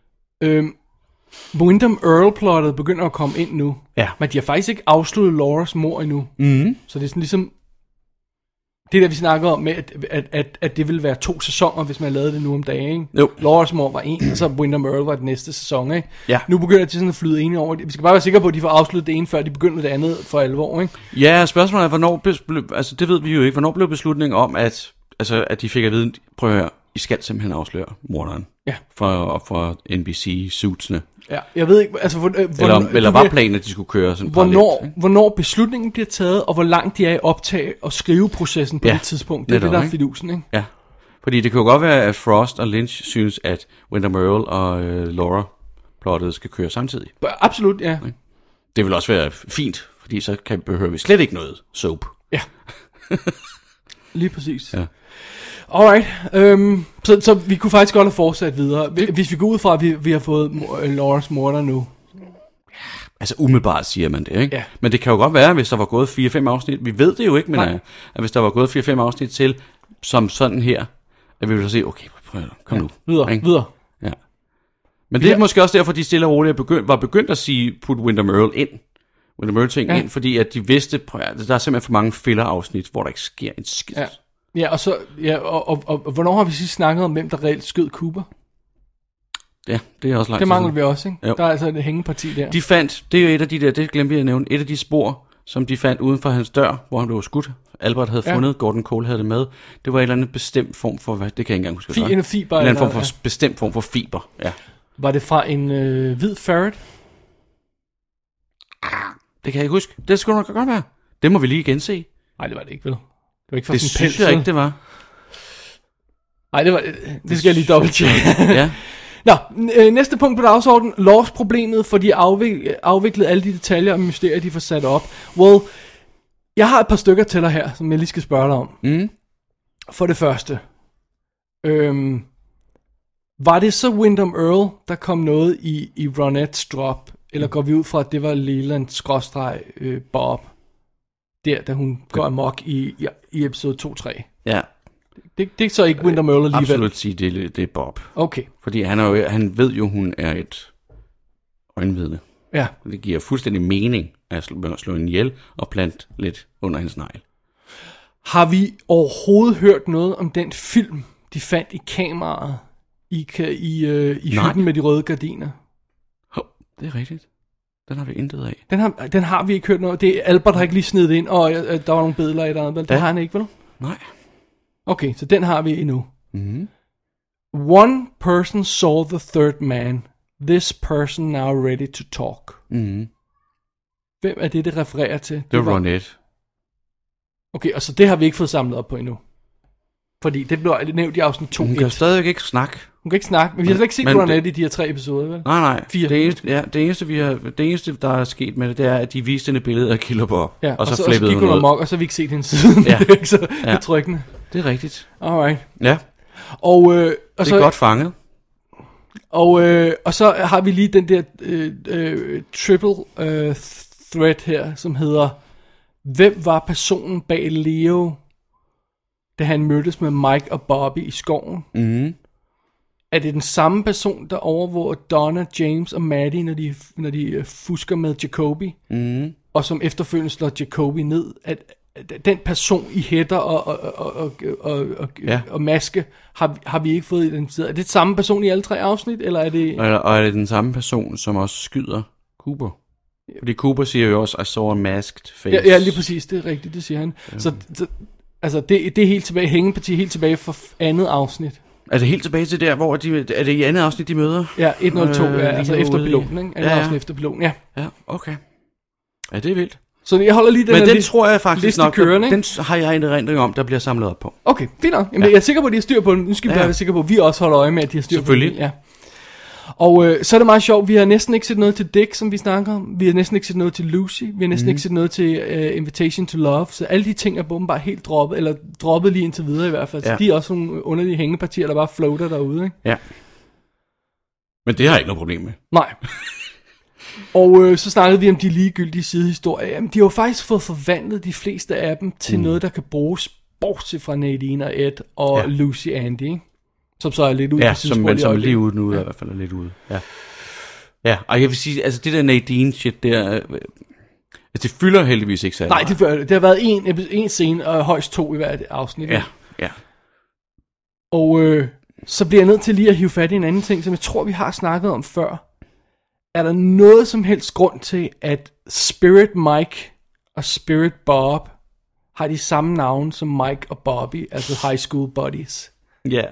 Wyndham Earl-plottet begynder at komme ind nu. Ja. Men de har faktisk ikke afsluttet Lauras mor endnu. Mm. Så det er sådan ligesom... Det der, vi snakker om med, at det ville være 2 sæsoner, hvis man lavede det nu om dagen, ikke? Jo. Lauras mor var 1, og så Wyndham Earl var den næste sæson, ikke? Ja. Nu begynder de sådan at flyde enige over det. Vi skal bare være sikre på, at de får afsluttet det ene, før de begynder det andet for alvor, ikke? Ja, spørgsmålet er, hvornår det ved vi jo ikke. Hvornår blev beslutningen om, at de fik at vide, prøv at høre, I skal simpelthen afsløre morderen. Ja. For NBC-suitsene. Ja, jeg ved ikke, altså... Eller var planen, at de skulle køre sådan hvornår beslutningen bliver taget, og hvor langt de er i optag og skriveprocessen på det tidspunkt. Det er det, der er fidusen, ikke? Ja, fordi det kan jo godt være, at Frost og Lynch synes, at Windham Earle og Laura-plottet skal køre samtidig. Absolut, ja. Det vil også være fint, fordi så behøver vi slet ikke noget soap. Ja. Lige præcis. Ja. Alright, så vi kunne faktisk godt have fortsat videre. Hvis vi går ud fra, at vi har fået Lauras morder nu. Altså umiddelbart siger man det, ikke? Ja. Men det kan jo godt være, hvis der var gået 4-5 afsnit. Vi ved det jo ikke, men at hvis der var gået 4-5 afsnit til, som sådan her, at vi ville sige, okay, kom nu. Videre. Ja. Men det er måske også derfor, de stille og roligt var begyndt at sige, put Windham Earle ind. Windham Earle ting ind, fordi at de vidste, der er simpelthen for mange filler-afsnit, hvor der ikke sker en skid. Ja. Ja, og så og hvornår har vi sidst snakket om, hvem der reelt skød Cooper? Ja, det er også langt. Det mangler vi også, ikke? Jo. Der er altså et hængeparti der. De fandt, det er jo et af de der, det glemte jeg at nævne, et af de spor, som de fandt uden for hans dør, hvor han blev skudt. Albert havde fundet, Gordon Cole havde det med. Det var en eller anden bestemt form for, hvad, det kan jeg ikke engang huske. En fiber. En eller anden form for, bestemt form for fiber, ja. Var det fra en hvid ferret? Det kan jeg ikke huske. Det skulle nok godt være. Det må vi lige gense. Nej, det var det ikke, vel? Det var ikke fra det sådan en synes jeg ikke, det var. Nej, det skal jeg lige dobbelttjekke. Ja. Nå, næste punkt på dagsordenen. Lost-problemet, for de afviklet alle de detaljer og mysterier, de får sat op. Well, jeg har et par stykker til dig her, som jeg lige skal spørge dig om. For det første. Var det så Windham Earle, der kom noget i Ronettes drop? Eller går vi ud fra, at det var Leland-Bob? Der, da hun går amok i episode 2-3. Ja. Det er så ikke Windham Earle alligevel. Absolut sige, det er Bob. Okay. Fordi han ved jo, hun er et øjenvidne. Ja. Det giver fuldstændig mening at slå en ihjel og plante lidt under hendes negl. Har vi overhovedet hørt noget om den film, de fandt i kameraet i hytten med de røde gardiner? Det er rigtigt. Den har vi intet af. Den har vi ikke hørt noget. Det er Albert har ikke lige snedet ind, og der var nogle billeder i der. Det har han ikke, vel? Nej. Okay, så den har vi endnu. Mm-hmm. One person saw the third man. This person now ready to talk. Mm-hmm. Hvem er det refererer til? Det var Ronette. Okay, og så det har vi ikke fået samlet op på endnu. Fordi det blev nævnt i afsnit 2. Hun kan stadigvæk ikke snakke. Hun kan ikke snakke, men vi har slet ikke set Ronette i de her 3 episoder, vel? Nej. 4. Det eneste, der er sket med det er, at de viste hende billede af Killer Bob. Ja, og så flippede hun noget. Og så har vi ikke set hende siden. Ja. Det er ikke så betryggende. Det er rigtigt. Alright. Ja. Og det er godt fanget. Og så har vi lige den der triple thread her, som hedder, hvem var personen bag Leo, da han mødtes med Mike og Bobby i skoven? Mm. Er det den samme person, der overvåger Donna, James og Maddie, når de fusker med Jacoby? Mm. Og som efterfølgende slår Jacoby ned? At den person i hætter og maske, har vi ikke fået identificeret. Er det samme person i alle 3 afsnit, eller er det... Og er det den samme person, som også skyder Cooper? Fordi Cooper siger jo også, I saw a masked face. Ja, lige præcis, det er rigtigt, det siger han. Så altså, det er helt tilbage, hængeparti helt tilbage fra andet afsnit. Er det helt tilbage til der, hvor er det i andet afsnit, de møder? Ja, 102, altså efter piloten, ikke? Andet afsnit efter piloten, ja. Ja, okay. Ja, det er vildt. Så jeg holder lige den. Men den tror jeg faktisk nok, kørende, den har jeg en erindring om, der bliver samlet op på. Okay, fint nok. Jamen, jeg er sikker på, at de har styr på den. Nu skal vi være sikre på, at vi også holder øje med, at de har styr på den. Selvfølgelig. Ja. Og så er det meget sjovt, vi har næsten ikke set noget til Dick, som vi snakker om. Vi har næsten ikke set noget til Lucy. Vi har næsten ikke set noget til Invitation to Love. Så alle de ting er bare helt droppet, eller droppet lige indtil videre i hvert fald. Så de er også nogle underlige hængepartier, der bare floater derude, ikke? Ja. Men det har jeg ikke noget problem med. Nej. Og så snakkede vi om de ligegyldige sidehistorier. Jamen, de har jo faktisk fået forvandlet de fleste af dem til noget, der kan bruges, bortset fra Nadine og Ed og Lucy og Andy, ikke? Som så er lidt ude. Ja, som er lige ude nu, i hvert fald er lidt ude. Ja. Ja, og jeg vil sige, altså det der Nadine shit der, altså det fylder heldigvis ikke særlig. Nej, det har været en scene, og højst 2 i hvert afsnit. Ja. Og så bliver jeg nødt til lige at hive fat i en anden ting, som jeg tror, vi har snakket om før. Er der noget som helst grund til, at Spirit Mike og Spirit Bob har de samme navne som Mike og Bobby, altså high school buddies? Ja.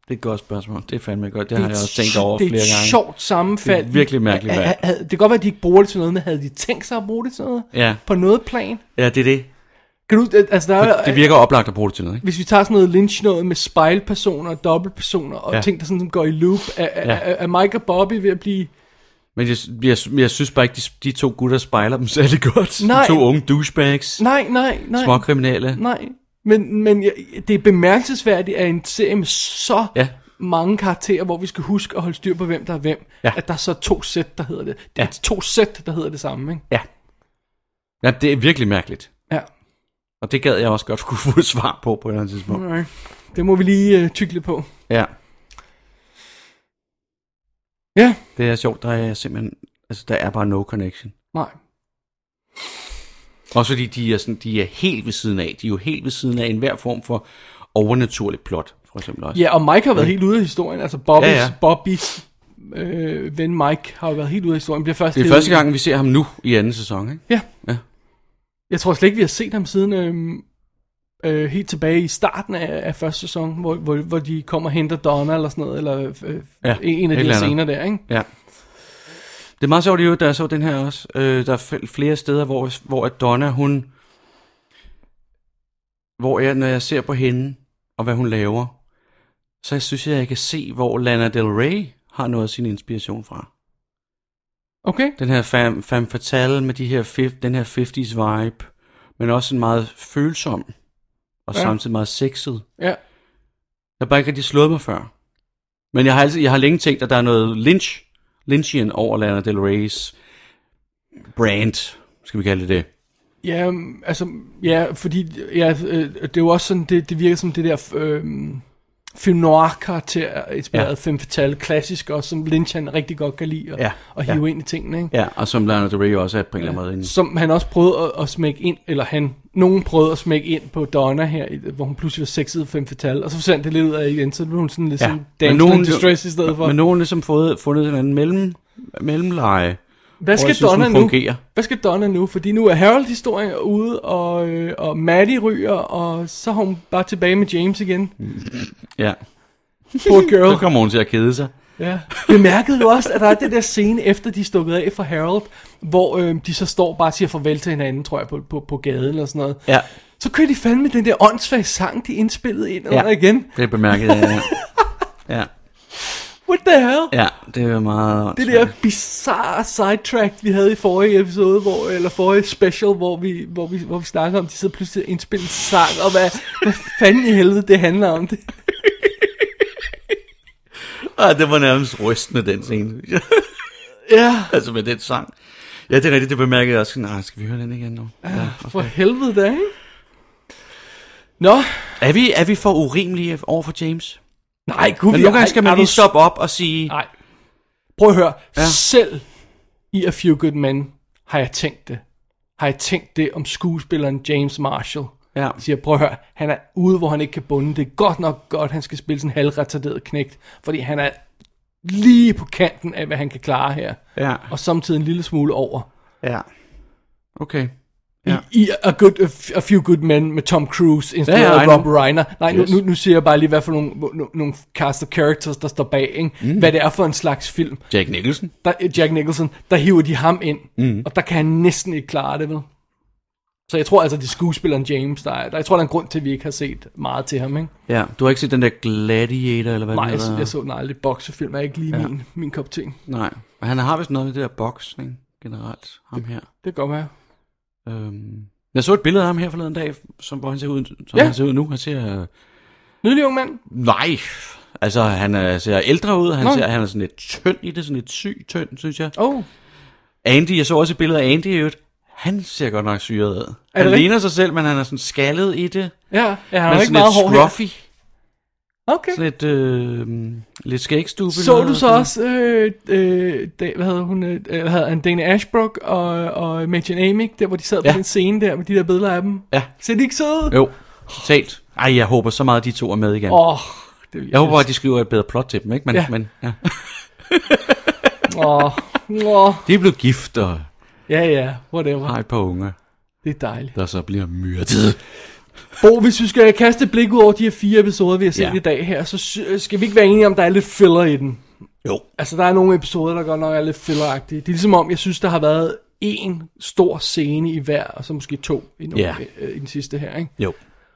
Det er et godt spørgsmål. Det er fandme godt. Det har jeg også tænkt over flere gange. Det er et sjovt sammenfald. Det er virkelig mærkeligt valg. Det kan godt være, at de ikke bruger det til noget, men havde de tænkt sig at bruge det til noget? Ja. På noget plan? Ja, det er det. Kan du, altså der er, det virker oplagt at bruge det til noget, ikke? Hvis vi tager sådan noget Lynch noget med spejlpersoner og dobbeltpersoner og ting, der sådan går i loop, er Mike og Bobby ved at blive... Men jeg synes bare ikke, de to gutter spejler dem særlig godt. Nej. De to unge douchebags. Nej. Småkriminelle. Nej, men det er bemærkelsesværdigt, at en serie med så mange karakterer, hvor vi skal huske at holde styr på, hvem der er hvem, at der er så 2 sæt, der hedder det. Det er 2 sæt, der hedder det samme, ikke? Ja, det er virkelig mærkeligt. Ja. Og det gad jeg også godt kunne få et svar på et eller andet tidspunkt. Nej, det må vi lige tykke lidt på. Ja. Ja. Det er sjovt, der er simpelthen, altså der er bare no connection. Nej. Også fordi de er helt ved siden af. De er jo helt ved siden af enhver form for overnaturligt plot, for eksempel også. Ja, og Mike har været helt ude af historien. Altså Bobbys ven Mike har været helt ude af historien. Det er første gang, vi ser ham nu i anden sæson, ikke? Ja. Jeg tror slet ikke, vi har set ham siden helt tilbage i starten af første sæson, hvor de kommer og henter Donna eller sådan noget, eller en af de scener der, ikke? Ja. Det er meget sjovt, da jeg så den her også. Der er flere steder, hvor at Donna, når jeg ser på hende, og hvad hun laver, så jeg synes jeg kan se, hvor Lana Del Rey har noget af sin inspiration fra. Okay. Den her femme fatale med den her 50's vibe, men også en meget følsom, og samtidig meget sexet. Ja. Jeg har bare ikke rigtig slået mig før. Men jeg har længe tænkt, at der er noget Lynchian over Lana Del Reys brand, skal vi kalde det. Ja, altså, fordi det er jo også sådan, det virker som det der film noir-karakter, inspireret femme fatale, klassisk også, som Lynch han rigtig godt kan lide at hive ind i tingene, ikke? Ja, og som Lana Del Rey også er på en eller anden måde inde. Som han også prøvede at smække ind, eller nogen prøvede at smække ind på Donna her, hvor hun pludselig var sexet femme fatale, og så forsvandt det lidt ud af igen, så blev hun sådan lidt sådan dancing in distress i stedet for. Men nogen ligesom fundet en anden mellemleje. Hvad skal Donna nu? Fordi nu er Harold-historien ude, og Maddie ryger, og så er hun bare tilbage med James igen. Ja. Poor girl. Så kommer hun til at kede sig. Ja. Bemærkede du også, at der er det der scene, efter de er stukket af fra Harold, hvor de så står bare og siger farvel til hinanden, tror jeg, på gaden eller sådan noget. Ja. Så kører de fandme den der åndssvage sang, de indspillede ind under igen. Det er bemærket, ja. What the hell? Ja, det er meget... Det der bizarre sidetrack, vi havde i forrige episode, eller forrige special, hvor vi snakker om, de sidder pludselig og indspiller en sang, og hvad fanden i helvede det handler om det. Det var nærmest rystende, den scene. Ja. Altså med den sang. Ja, det er rigtigt, det bemærkede jeg også. Nej, skal vi høre den igen nu? Ja, okay. For helvede da, ikke? Nå. Er vi for urimelige over for James? Nej, gud. Men nogle gange skal man lige stoppe op og sige... Nej. Prøv at høre. Ja. Selv i A Few Good Men har jeg tænkt det. Har jeg tænkt det om skuespilleren James Marshall. Ja. Siger, prøv at høre. Han er ude, hvor han ikke kan bunde. Det er godt nok godt, han skal spille sådan en halvretarderet knægt. Fordi han er lige på kanten af, hvad han kan klare her. Ja. Og samtidig en lille smule over. Ja. Okay. Ja. I A Few Good Men med Tom Cruise instrueret af Rob Reiner. Nej, yes. nu siger jeg bare lige, hvad for nogle cast of characters, der står bag, ikke? Hvad det er for en slags film. Jack Nicholson, der hiver de ham ind, og der kan han næsten ikke klare det, vel? Så jeg tror altså, det er skuespilleren James, jeg tror, der er en grund til, at vi ikke har set meget til ham, ikke? Ja, du har ikke set den der Gladiator, eller hvad det hedder? Nej, jeg så den aldrig. Boksefilm er ikke lige min kop ting. Nej, men han har vist noget med det der boksning generelt, ham her. Det kan godt være. Jeg så et billede af ham her forleden dag, hvor han ser ud, han ser ud nu. Han ser... Nydelig ung mand? Nej, altså han ser ældre ud. Han er sådan lidt tynd i det, sådan lidt syg tynd, synes jeg. Andy, jeg så også et billede af Andy i øvrigt. Han ser godt nok syret ud. Han ligner sig selv, men han er sådan skaldet i det. Ja, han har ikke meget hår scruffy. Her. Okay. Sådan lidt skægstube. Så du så også, hvad hedder hun, Dana Ashbrook og Mädchen Amick, der hvor de sad på den scene der, med de der billeder af dem. Ja. Ser de ikke så ud? Jo, totalt. Ej, jeg håber så meget, at de to er med igen. Jeg håber, at de skriver et bedre plot til dem, ikke? Men ja. De er blevet gift, og... Ja, whatever. Har et par unger. Det er dejligt. Der så bliver myrdet. Bo, hvis vi skal kaste et blik ud over de her 4 episoder, vi har set i dag her, så skal vi ikke være enige om, der er lidt filler i den. Jo. Altså, der er nogle episoder, der godt nok er lidt filleragtige. Det er ligesom om, jeg synes, der har været en stor scene i hver, og så måske 2 i den sidste her, ikke? Jo.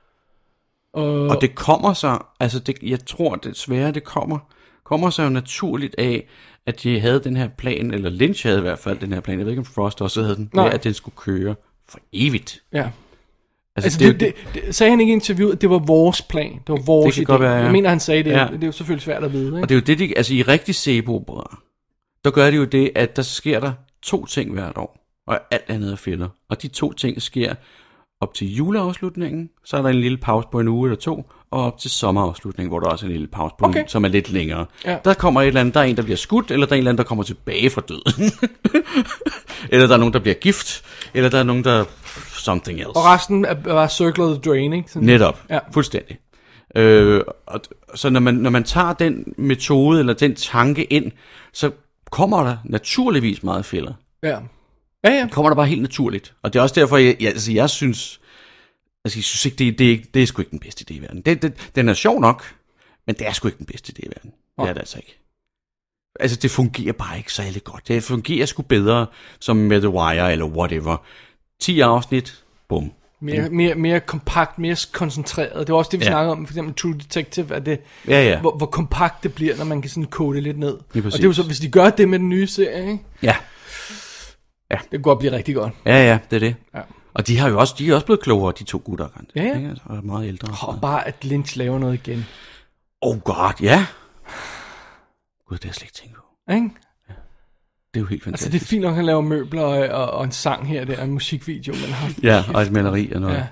Og det kommer så, altså jeg tror desværre, det kommer så jo naturligt af, at de havde den her plan, eller Lynch havde i hvert fald den her plan, jeg ved ikke om Frost også havde den, at den skulle køre for evigt. Ja. Altså det sagde han ikke i interviewet, at det var vores plan, det var vores idé. Være, ja. Jeg mener, han sagde det, det er jo selvfølgelig svært at vide. Ikke? Og det er jo det, altså i rigtig sæbeopera, der gør det jo det, at der sker der 2 ting hvert år, og alt andet er filler. Og de 2 ting sker op til juleafslutningen, så er der en lille pause på en uge eller 2, og op til sommerafslutningen, hvor der også er en lille pause på en uge, som er lidt længere. Ja. Der kommer et eller andet, der er en, der bliver skudt, eller der er en eller anden, der kommer tilbage fra døden. Eller der er nogen, der bliver gift, eller der er nogen, der something else. Og resten var Circle of the Drain, ikke? Sådan. Netop, fuldstændig. Så når man tager den metode, eller den tanke ind, så kommer der naturligvis meget filler. Ja. Kommer der bare helt naturligt. Og det er også derfor, jeg synes ikke, det er sgu ikke den bedste idé i verden. Den er sjov nok, men det er sgu ikke den bedste idé i verden. Det er det altså ikke. Altså, det fungerer bare ikke særlig godt. Det fungerer sgu bedre som med The Wire, eller whatever. 10 afsnit, bum. Mere kompakt, mere koncentreret. Det var også det, vi snakkede om, for eksempel True Detective, at det, hvor kompakt det bliver, når man kan sådan kode det lidt ned. Og det er jo så, hvis de gør det med den nye serie, ikke? Ja. Det kan godt blive rigtig godt. Ja, det er det. Ja. Og de er også blevet klogere, de 2 gutter. Ja. Og er meget ældre. Og bare at Lynch laver noget igen. Oh god, ja. Gud, det har jeg slet ikke tænkt på. Ikke? Ja. Det er jo helt fantastisk. Altså, det er fint nok, at han laver møbler og en sang her, det er en musikvideo, man har. Ja, og et maleri og noget.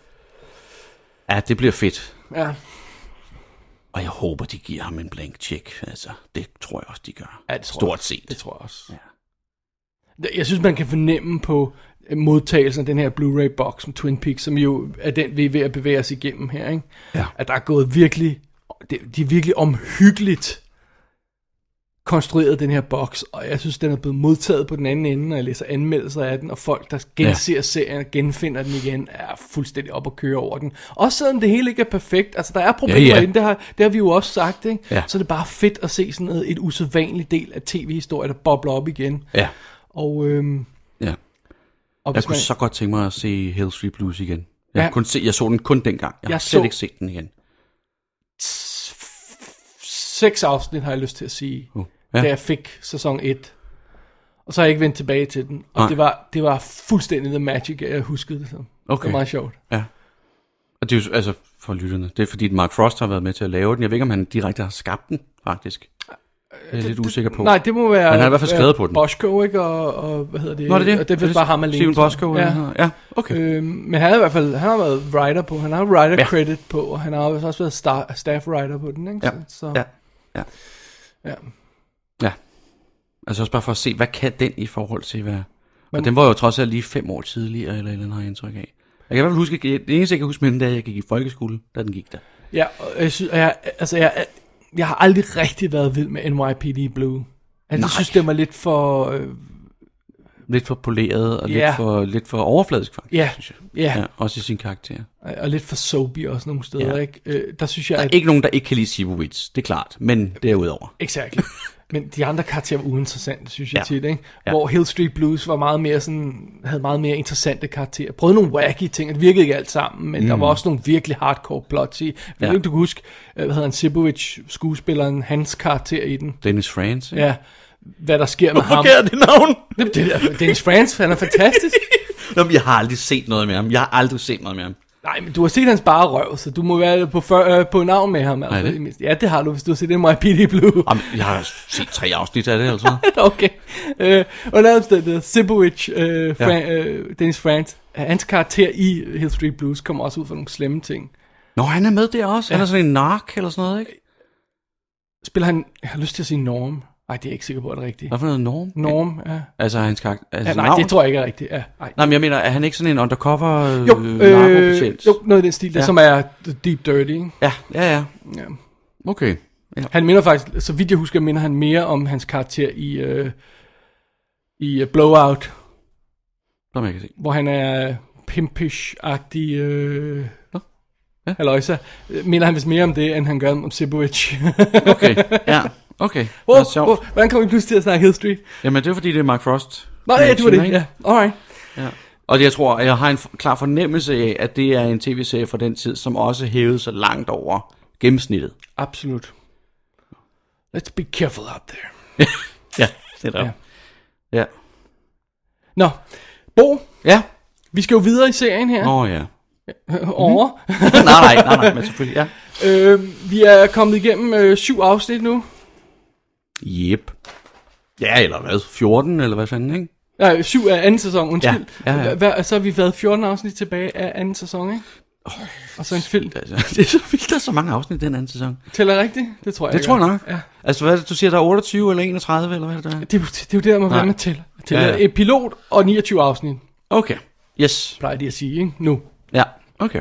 Ja, det bliver fedt. Ja. Og jeg håber, de giver ham en blank check. Altså, det tror jeg også, de gør. Ja, stort set. Det tror jeg også. Ja. Jeg synes, man kan fornemme på modtagelsen af den her Blu-ray-box med Twin Peaks, som jo er den, vi er ved at bevæge os igennem her, ikke? Ja. At der er gået virkelig, de er virkelig omhyggeligt konstrueret den her boks, og jeg synes, den er blevet modtaget på den anden ende, når jeg læser anmeldelser af den, og folk, der genser serien og genfinder den igen, er fuldstændig op at køre over den. Også selvom det hele ikke er perfekt, altså der er problemer i den, det har vi jo også sagt, ikke? Ja. Så det er bare fedt at se sådan et usædvanligt del af tv-historie, der bobler op igen. Ja. Og jeg kunne så godt tænke mig at se Hill Street Blues igen. Jeg så den kun dengang. Jeg har slet ikke set den igen. 6 afsnit har jeg lyst til at sige, da jeg fik sæson 1. Og så har jeg ikke vendt tilbage til den. Og det var fuldstændig the magic, jeg huskede det som. Okay. Det var meget sjovt. Ja. Og det er jo altså for lytterne. Det er fordi Mark Frost har været med til at lave den. Jeg ved ikke, om han direkte har skabt den, faktisk. Jeg er lidt usikker på. Nej, det må være... Men han har i hvert fald skrevet på den. Boschko, ikke? Og hvad hedder det? Nå, det er det? Og det er bare ham alene. Steven Boschko? Ja, okay. Men han har i hvert fald været writer på. Han har writer credit på, og han har også været staff writer på den, ikke? Ja. Så. Ja. Altså også bare for at se, hvad kan den i forhold til, hvad... Og den var jo trods alt lige 5 år tidligere, eller har jeg indtryk af. Jeg kan i hvert fald huske, det eneste jeg kan huske med den, da jeg gik i folkeskole, da den gik der. Ja, og jeg synes, jeg har aldrig rigtig været vild med NYPD Blue. Jeg synes, det var lidt for... lidt for poleret, og lidt for overfladisk, faktisk, synes jeg. Ja. Også i sin karakter. Og lidt for soapy også nogle steder, ikke? Der synes jeg... Der er ikke nogen, der ikke kan lide Sibowitz, det er klart, men derudover. Exakt. Men de andre karakterer var uinteressante, synes jeg tit, ikke? Hvor Hill Street Blues var meget mere sådan, havde meget mere interessante karakterer. Prøvede nogle wacky ting, det virkede ikke alt sammen, men der var også nogle virkelig hardcore plots i. Jeg ved ikke, du kan huske, hvad hedder han, Sibowitz, skuespilleren, hans karakter i den. Dennis Franz, ikke? Ja, hvad der sker med ham. Hvorfor gav det navn? Dennis Franz, han er fantastisk. Jeg har aldrig set noget med ham. Nej, men du har set hans bare røv, så du må være på navn med ham. Altså. Nej, ja, det har du, hvis du har set NYPD Blue. Jamen, jeg har set 3 afsnit af det, altså. Okay. Og der er Sibowitz, Dennis Franz. Hans karakter i Hill Street Blues kommer også ud for nogle slemme ting. Nå, han er med der også. Han er sådan en nark eller sådan noget, ikke? Spiller han, jeg har lyst til at sige Norm. Nej, det er jeg ikke sikker på, at det er rigtigt. Hvad for noget Norm? Norm, ja. Altså hans karakter? Altså nej, det tror jeg ikke er rigtigt. Ja, nej, men jeg mener, er han ikke sådan en undercover narkopatient? Jo, noget i den stil, der, som er Deep Dirty, ikke? Ja. Okay. Ja. Han minder faktisk, så vidt jeg husker, minder han mere om hans karakter i Blowout. Som jeg kan se. Hvor han er pimpish-agtig. halløjsa, minder han vist mere om det, end han gør om Sibowicz. Okay, ja, okay. Hvordan kommer vi pludselig til at snakke Hill Street? Jamen, det er fordi, det er Mark Frost. Nå, ja, det var det, ja. Alright. Ja. Og jeg tror, jeg har en klar fornemmelse af, at det er en tv-serie fra den tid, som også hævede sig langt over gennemsnittet. Absolut. Let's be careful out there. Ja, det er der. Ja. Nå, Bo. Ja. Vi skal jo videre i serien her. Ja. Over. nej, men selvfølgelig, ja. Vi er kommet igennem 7 afsnit nu. Yep. Ja, eller hvad? 14, eller hvad fanden, ikke? Ja, 7 af anden sæson, undskyld. Ja. Så har vi været 14 afsnit tilbage af anden sæson, ikke? Og så en film. Det er så vildt, der er så mange afsnit i den anden sæson. Tæller rigtigt? Det tror jeg. Det tror jeg nok. Ja. Altså, hvad er det, du siger, der er 28 eller 31, eller hvad er det der? Det er jo det, man hvordan man tæller. Et pilot og 29 afsnit. Okay, yes. Plejer de at sige, ikke? Nu. Ja, okay.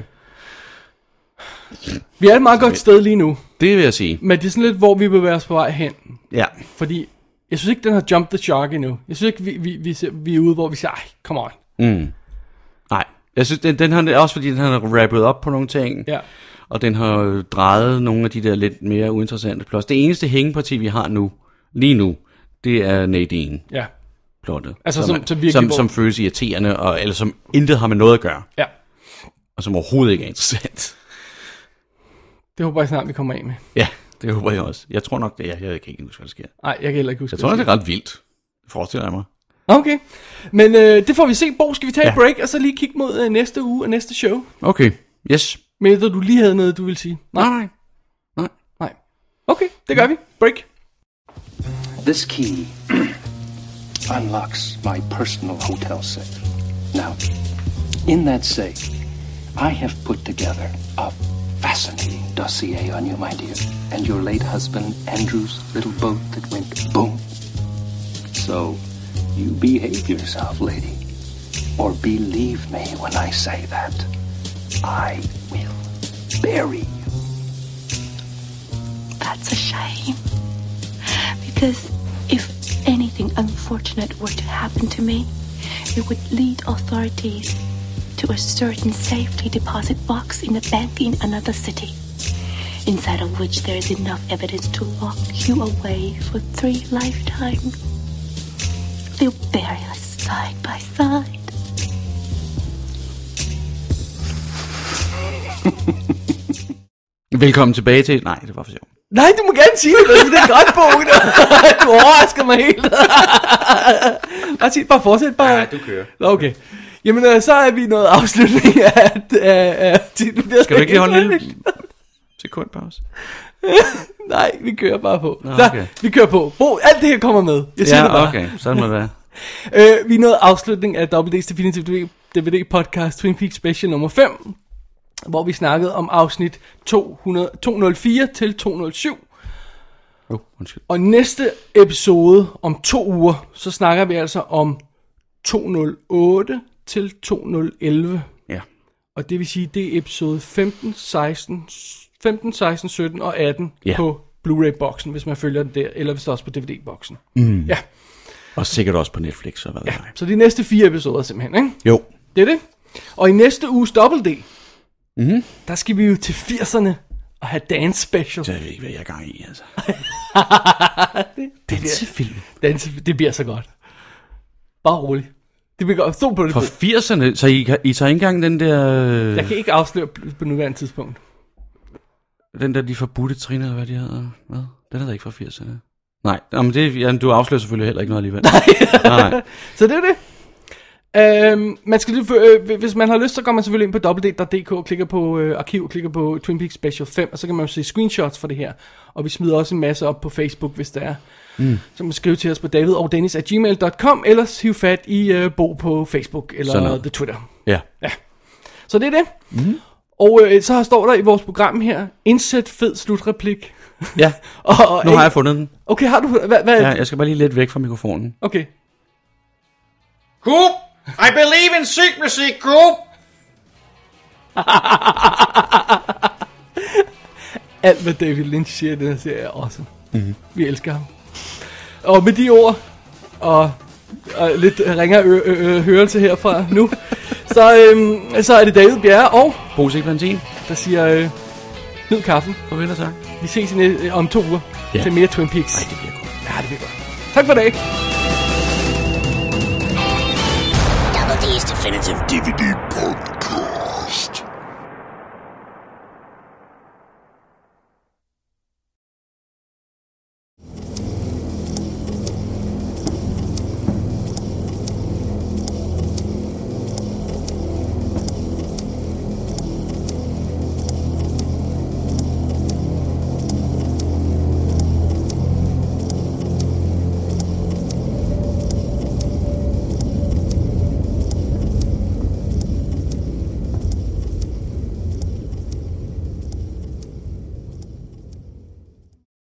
Vi er et meget godt sted lige nu. Det vil jeg sige. Men det er sådan lidt, hvor vi bevæger os på vej hen. Ja. Fordi, jeg synes ikke, den har jumped the shark endnu. Jeg synes ikke, vi er ude, hvor vi siger, come on. Nej, jeg synes, den har også fordi, den har wrappet op på nogle ting. Ja. Og den har drejet nogle af de der lidt mere uinteressante plots. Det eneste hængeparti, vi har nu, lige nu, det er Nadine. Ja. Plottet. Altså som føles irriterende, eller som intet har med noget at gøre. Ja. Og som overhovedet ikke er interessant. Det håber jeg snart, vi kommer af med. Ja, det håber jeg også. Jeg tror nok, det er. Jeg kan ikke huske, hvad der sker. Nej, jeg kan heller ikke huske, jeg tror, det er ret vildt. Det forestiller jeg mig. Okay. Men det får vi se. Bo, skal vi tage et break, og så lige kigge mod næste uge og næste show? Okay, yes. Men du lige havde noget, du ville sige? Nej. Okay, det gør vi. Break. This key unlocks my personal hotel safe. Now, in that safe, I have put together a fascinating dossier on you, my dear, and your late husband, Andrew's little boat that went boom. So, you behave yourself, lady, or believe me when I say that I will bury you. That's a shame, because if anything unfortunate were to happen to me, it would lead authorities to a certain safety deposit box in a bank in another city, inside of which there is enough evidence to lock you away for 3 lifetimes. They'll bury us side by side. Velkommen tilbage til... Nej, det var for sjovt. Nej, du må gerne sige det. Det er godt, Bo. Du overrasker mig helt. Bare fortsæt. Ja, du kører. Okay. Jamen, så er vi nået afslutning af titlen. Skal du ikke lige holde en lille sekundpause? Nej, vi kører bare på. Nå, okay. Så, vi kører på. Bo, alt det her kommer med. Jeg siger det bare. Okay, sådan må det være. Vi er nået afslutning af WD's Definitive DVD podcast Twin Peaks Special nummer 5, hvor vi snakkede om afsnit 204 til 207. Og næste episode om 2 uger, så snakker vi altså om 208 til 2011. Ja. Og det vil sige, det er episode 15, 16, 17 og 18 på Blu-ray-boksen, hvis man følger den der, eller hvis det også på DVD-boksen. Ja. Og sikkert også på Netflix. Så, hvad så de næste 4 episoder simpelthen, ikke? Jo. Det er det. Og i næste uges Double D, der skal vi jo til 80'erne og have dance special. Så jeg ved ikke, hvad jeg er gang i, altså. Dansefilm. Det bliver så godt. Bare roligt. Det bliver godt. Stå på det. For 80'erne, så I tager ikke engang den der... Jeg kan ikke afsløre på nuværende tidspunkt. Den der, de forbudte trin, eller hvad de hedder. Hvad? Den er der ikke fra 80'erne. Nej, men du afslører selvfølgelig heller ikke noget alligevel. Nej. Så det er det. Man skal hvis man har lyst, så går man selvfølgelig ind på www.dk, klikker på arkiv, klikker på Twin Peaks Special 5, og så kan man jo se screenshots for det her. Og vi smider også en masse op på Facebook, hvis der er. Så kan man skrive til os på davidogdennis@gmail.com, eller hive fat i Bo på Facebook eller The Twitter. Ja. Så det er det. Og så står der i vores program her, indsæt fed slutreplik. Ja, nu har jeg fundet den. Okay, har du... Hvad ja, jeg skal bare lige lidt væk fra mikrofonen. Okay. Coop, I believe in secrecy, Coop. Alt hvad David Lynch siger i den her serie er awesome. Vi elsker ham. Og med de ord, og lidt ringere hørelse herfra nu, så er det David Bjerre og Bo Sigmantin. der siger, nyd kaffen. Farvel og tak. Vi ses om 2 uger til mere Twin Peaks. Nej, det bliver godt. Ja, det bliver godt. Tak for det. Double D's Definitive DVD Podcast.